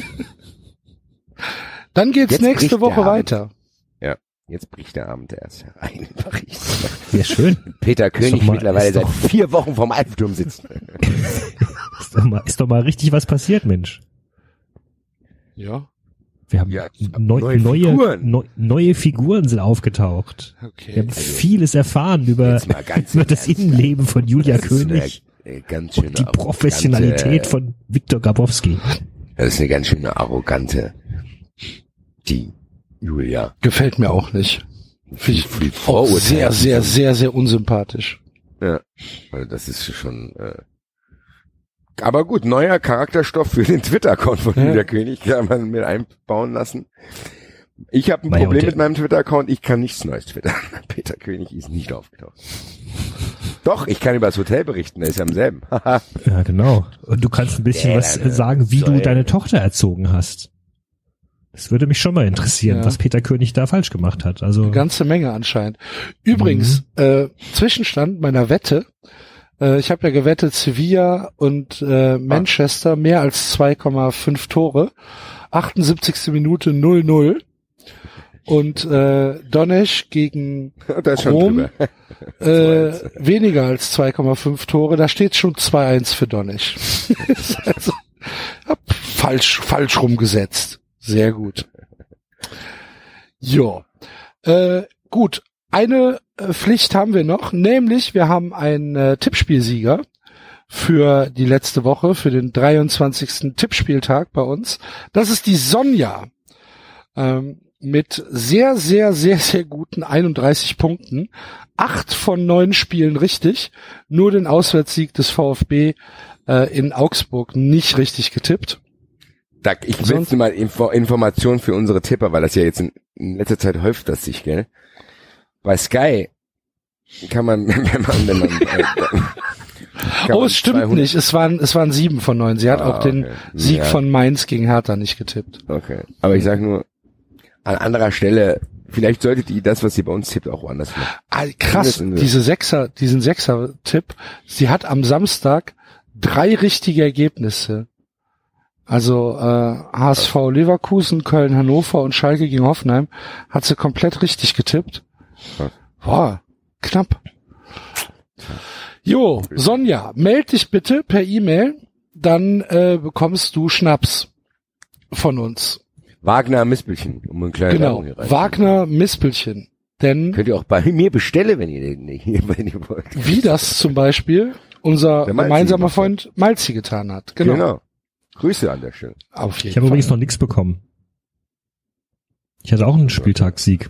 Speaker 2: Dann geht's
Speaker 3: Jetzt
Speaker 2: nächste
Speaker 3: bricht
Speaker 2: Woche
Speaker 3: der Abend.
Speaker 2: weiter.
Speaker 3: Ja, jetzt bricht der Abend erst herein in Paris.
Speaker 6: Ja, schön.
Speaker 3: Peter König
Speaker 6: mal-
Speaker 3: mittlerweile
Speaker 6: ist
Speaker 3: seit
Speaker 6: doch-
Speaker 3: 4 Wochen vom Eiffelturm sitzt.
Speaker 6: Ist doch mal richtig was passiert, Mensch.
Speaker 2: Ja,
Speaker 6: Wir haben
Speaker 3: Ja,
Speaker 6: neue
Speaker 3: Figuren.
Speaker 6: neue Figuren sind aufgetaucht. Wir
Speaker 2: okay.
Speaker 6: haben vieles erfahren über,
Speaker 3: Jetzt mal ganz
Speaker 6: über das
Speaker 3: im Ernst.
Speaker 6: Innenleben von Julia
Speaker 3: Das ist
Speaker 6: König
Speaker 3: eine ganz schöne
Speaker 6: und die Professionalität von Viktor Grabowski.
Speaker 3: Das ist eine ganz schöne arrogante, die Julia.
Speaker 2: Gefällt mir auch nicht. Finde ich
Speaker 3: Viel
Speaker 2: auch
Speaker 3: Vorurteile.
Speaker 2: sehr, sehr, sehr, sehr unsympathisch.
Speaker 3: Ja, also das ist schon. Aber gut, neuer Charakterstoff für den Twitter-Account von Julia König kann man mit einbauen lassen. Ich habe ein
Speaker 6: Naja,
Speaker 3: Problem
Speaker 6: und
Speaker 3: mit meinem Twitter-Account. Ich kann nichts Neues twittern. Peter König ist nicht aufgetaucht. Doch, ich kann über das Hotel berichten. Er ist ja am selben.
Speaker 6: Ja, genau. Und du kannst ein bisschen was sagen, wie du deine Tochter erzogen hast. Das würde mich schon mal interessieren,
Speaker 2: Ja.
Speaker 6: was Peter König da falsch gemacht hat. Also
Speaker 2: Eine ganze Menge anscheinend. Übrigens, Zwischenstand meiner Wette. Ich habe ja gewettet, Sevilla und Manchester mehr als 2,5 Tore. 78. Minute 0-0. Und Donetsk gegen
Speaker 3: Da ist schon
Speaker 2: Rom
Speaker 3: drüber.
Speaker 2: weniger als 2,5 Tore. Da steht schon 2-1 für Donetsk. Ist also, hab falsch rumgesetzt. Sehr gut. Jo. Gut. Eine Pflicht haben wir noch, nämlich wir haben einen Tippspielsieger für die letzte Woche, für den 23. Tippspieltag bei uns. Das ist die Sonja. Mit sehr, sehr, sehr, sehr guten 31 Punkten. 8 von 9 Spielen richtig. Nur den Auswärtssieg des VfB in Augsburg nicht richtig getippt.
Speaker 3: Ich will jetzt mal Informationen für unsere Tipper, weil das ja jetzt in letzter Zeit häuft das sich, gell? Bei Sky kann man, wenn man
Speaker 2: Oh, es stimmt nicht. Es waren 7 von 9. Sie hat auch den Sieg von Mainz gegen Hertha nicht getippt.
Speaker 3: Okay. Aber ich sag nur, an anderer Stelle, vielleicht solltet ihr das, was ihr bei uns tippt, auch woanders machen.
Speaker 2: Ah, krass, diesen Sechser-Tipp. Sie hat am Samstag 3 richtige Ergebnisse. Also HSV Leverkusen, Köln, Hannover und Schalke gegen Hoffenheim hat sie komplett richtig getippt. Boah, knapp. Jo, Sonja, meld dich bitte per E-Mail, dann bekommst du Schnaps von uns.
Speaker 3: Wagner Mispelchen, um einen kleinen
Speaker 2: Genau, Wagner Mispelchen. Denn
Speaker 3: könnt ihr auch bei mir bestellen, wenn ihr wollt.
Speaker 2: Wie das zum Beispiel unser gemeinsamer Freund Malzi getan hat. Genau.
Speaker 3: Grüße an der Stelle.
Speaker 2: Auf jeden
Speaker 6: ich habe
Speaker 2: Fall.
Speaker 6: übrigens noch nichts bekommen. Ich hatte auch einen Spieltagssieg.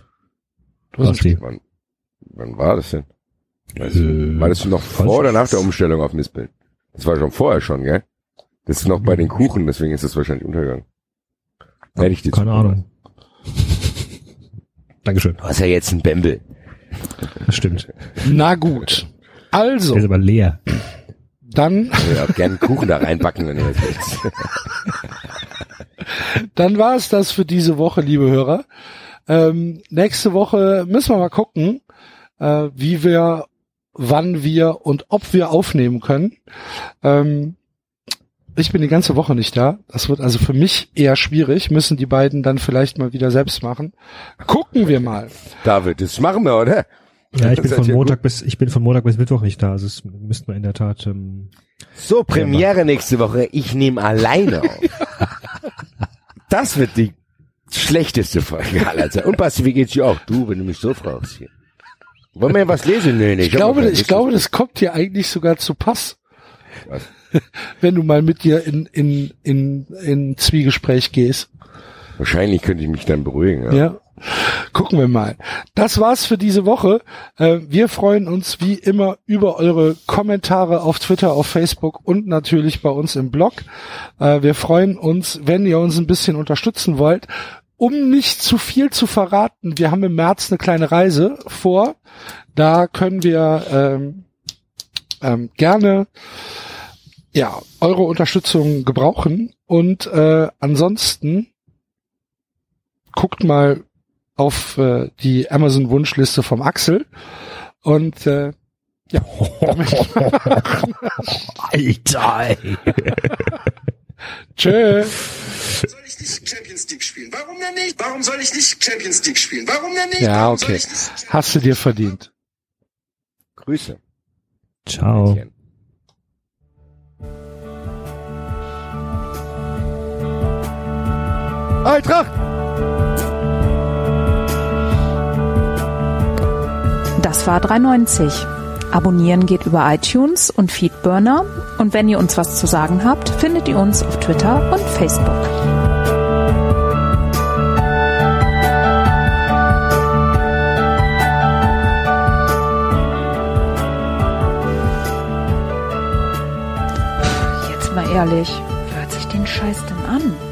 Speaker 3: Wann war das denn? War das noch vor oder nach der Umstellung auf Mispeln? Das war schon vorher schon, gell? Das ist noch bei den Kuchen, deswegen ist das wahrscheinlich untergegangen. Werde ich dir
Speaker 6: Keine Ahnung. Dankeschön.
Speaker 3: Du hast ja jetzt ein Bembel.
Speaker 6: Das stimmt.
Speaker 2: Na gut. Also,
Speaker 6: Der ist aber leer.
Speaker 2: dann
Speaker 3: Ich würde auch gerne einen Kuchen da reinbacken, wenn ihr das willst.
Speaker 2: Dann war es das für diese Woche, liebe Hörer. Nächste Woche müssen wir mal gucken, wie wir, wann wir und ob wir aufnehmen können. Ich bin die ganze Woche nicht da. Das wird also für mich eher schwierig. Müssen die beiden dann vielleicht mal wieder selbst machen. Gucken wir mal.
Speaker 3: David, das machen wir, oder?
Speaker 6: Ja, ich bin
Speaker 3: Seid ihr
Speaker 6: von Montag bis Mittwoch nicht da. Also das müssten wir in der Tat.
Speaker 3: So, Premiere nächste Woche. Ich nehme alleine auf. Das wird die schlechteste Folge aller Zeiten. Und Basti, wie geht's dir auch? Du, wenn du mich so fragst hier. Wollen wir was lesen? Nee,
Speaker 2: Ich glaube, das kommt dir eigentlich sogar zu Pass.
Speaker 3: Was?
Speaker 2: Wenn du mal mit dir in Zwiegespräch gehst.
Speaker 3: Wahrscheinlich könnte ich mich dann beruhigen.
Speaker 2: Ja. Gucken wir mal. Das war's für diese Woche. Wir freuen uns wie immer über eure Kommentare auf Twitter, auf Facebook und natürlich bei uns im Blog. Wir freuen uns, wenn ihr uns ein bisschen unterstützen wollt. Um nicht zu viel zu verraten, wir haben im März eine kleine Reise vor. Da können wir gerne eure Unterstützung gebrauchen. Und ansonsten guckt mal auf die Amazon-Wunschliste vom Axel und Ja.
Speaker 6: Alter, ey.
Speaker 2: Tschö.
Speaker 4: Soll ich nicht Champions League spielen? Warum denn nicht? Warum soll ich nicht Champions League spielen? Warum denn nicht?
Speaker 2: Ja,
Speaker 4: Warum soll
Speaker 2: okay.
Speaker 4: ich nicht?
Speaker 2: Hast du dir verdient.
Speaker 3: Grüße.
Speaker 6: Ciao.
Speaker 3: Eintracht!
Speaker 1: Das war 390. Abonnieren geht über iTunes und Feedburner. Und wenn ihr uns was zu sagen habt, findet ihr uns auf Twitter und Facebook. Jetzt mal ehrlich, wer hört sich den Scheiß denn an?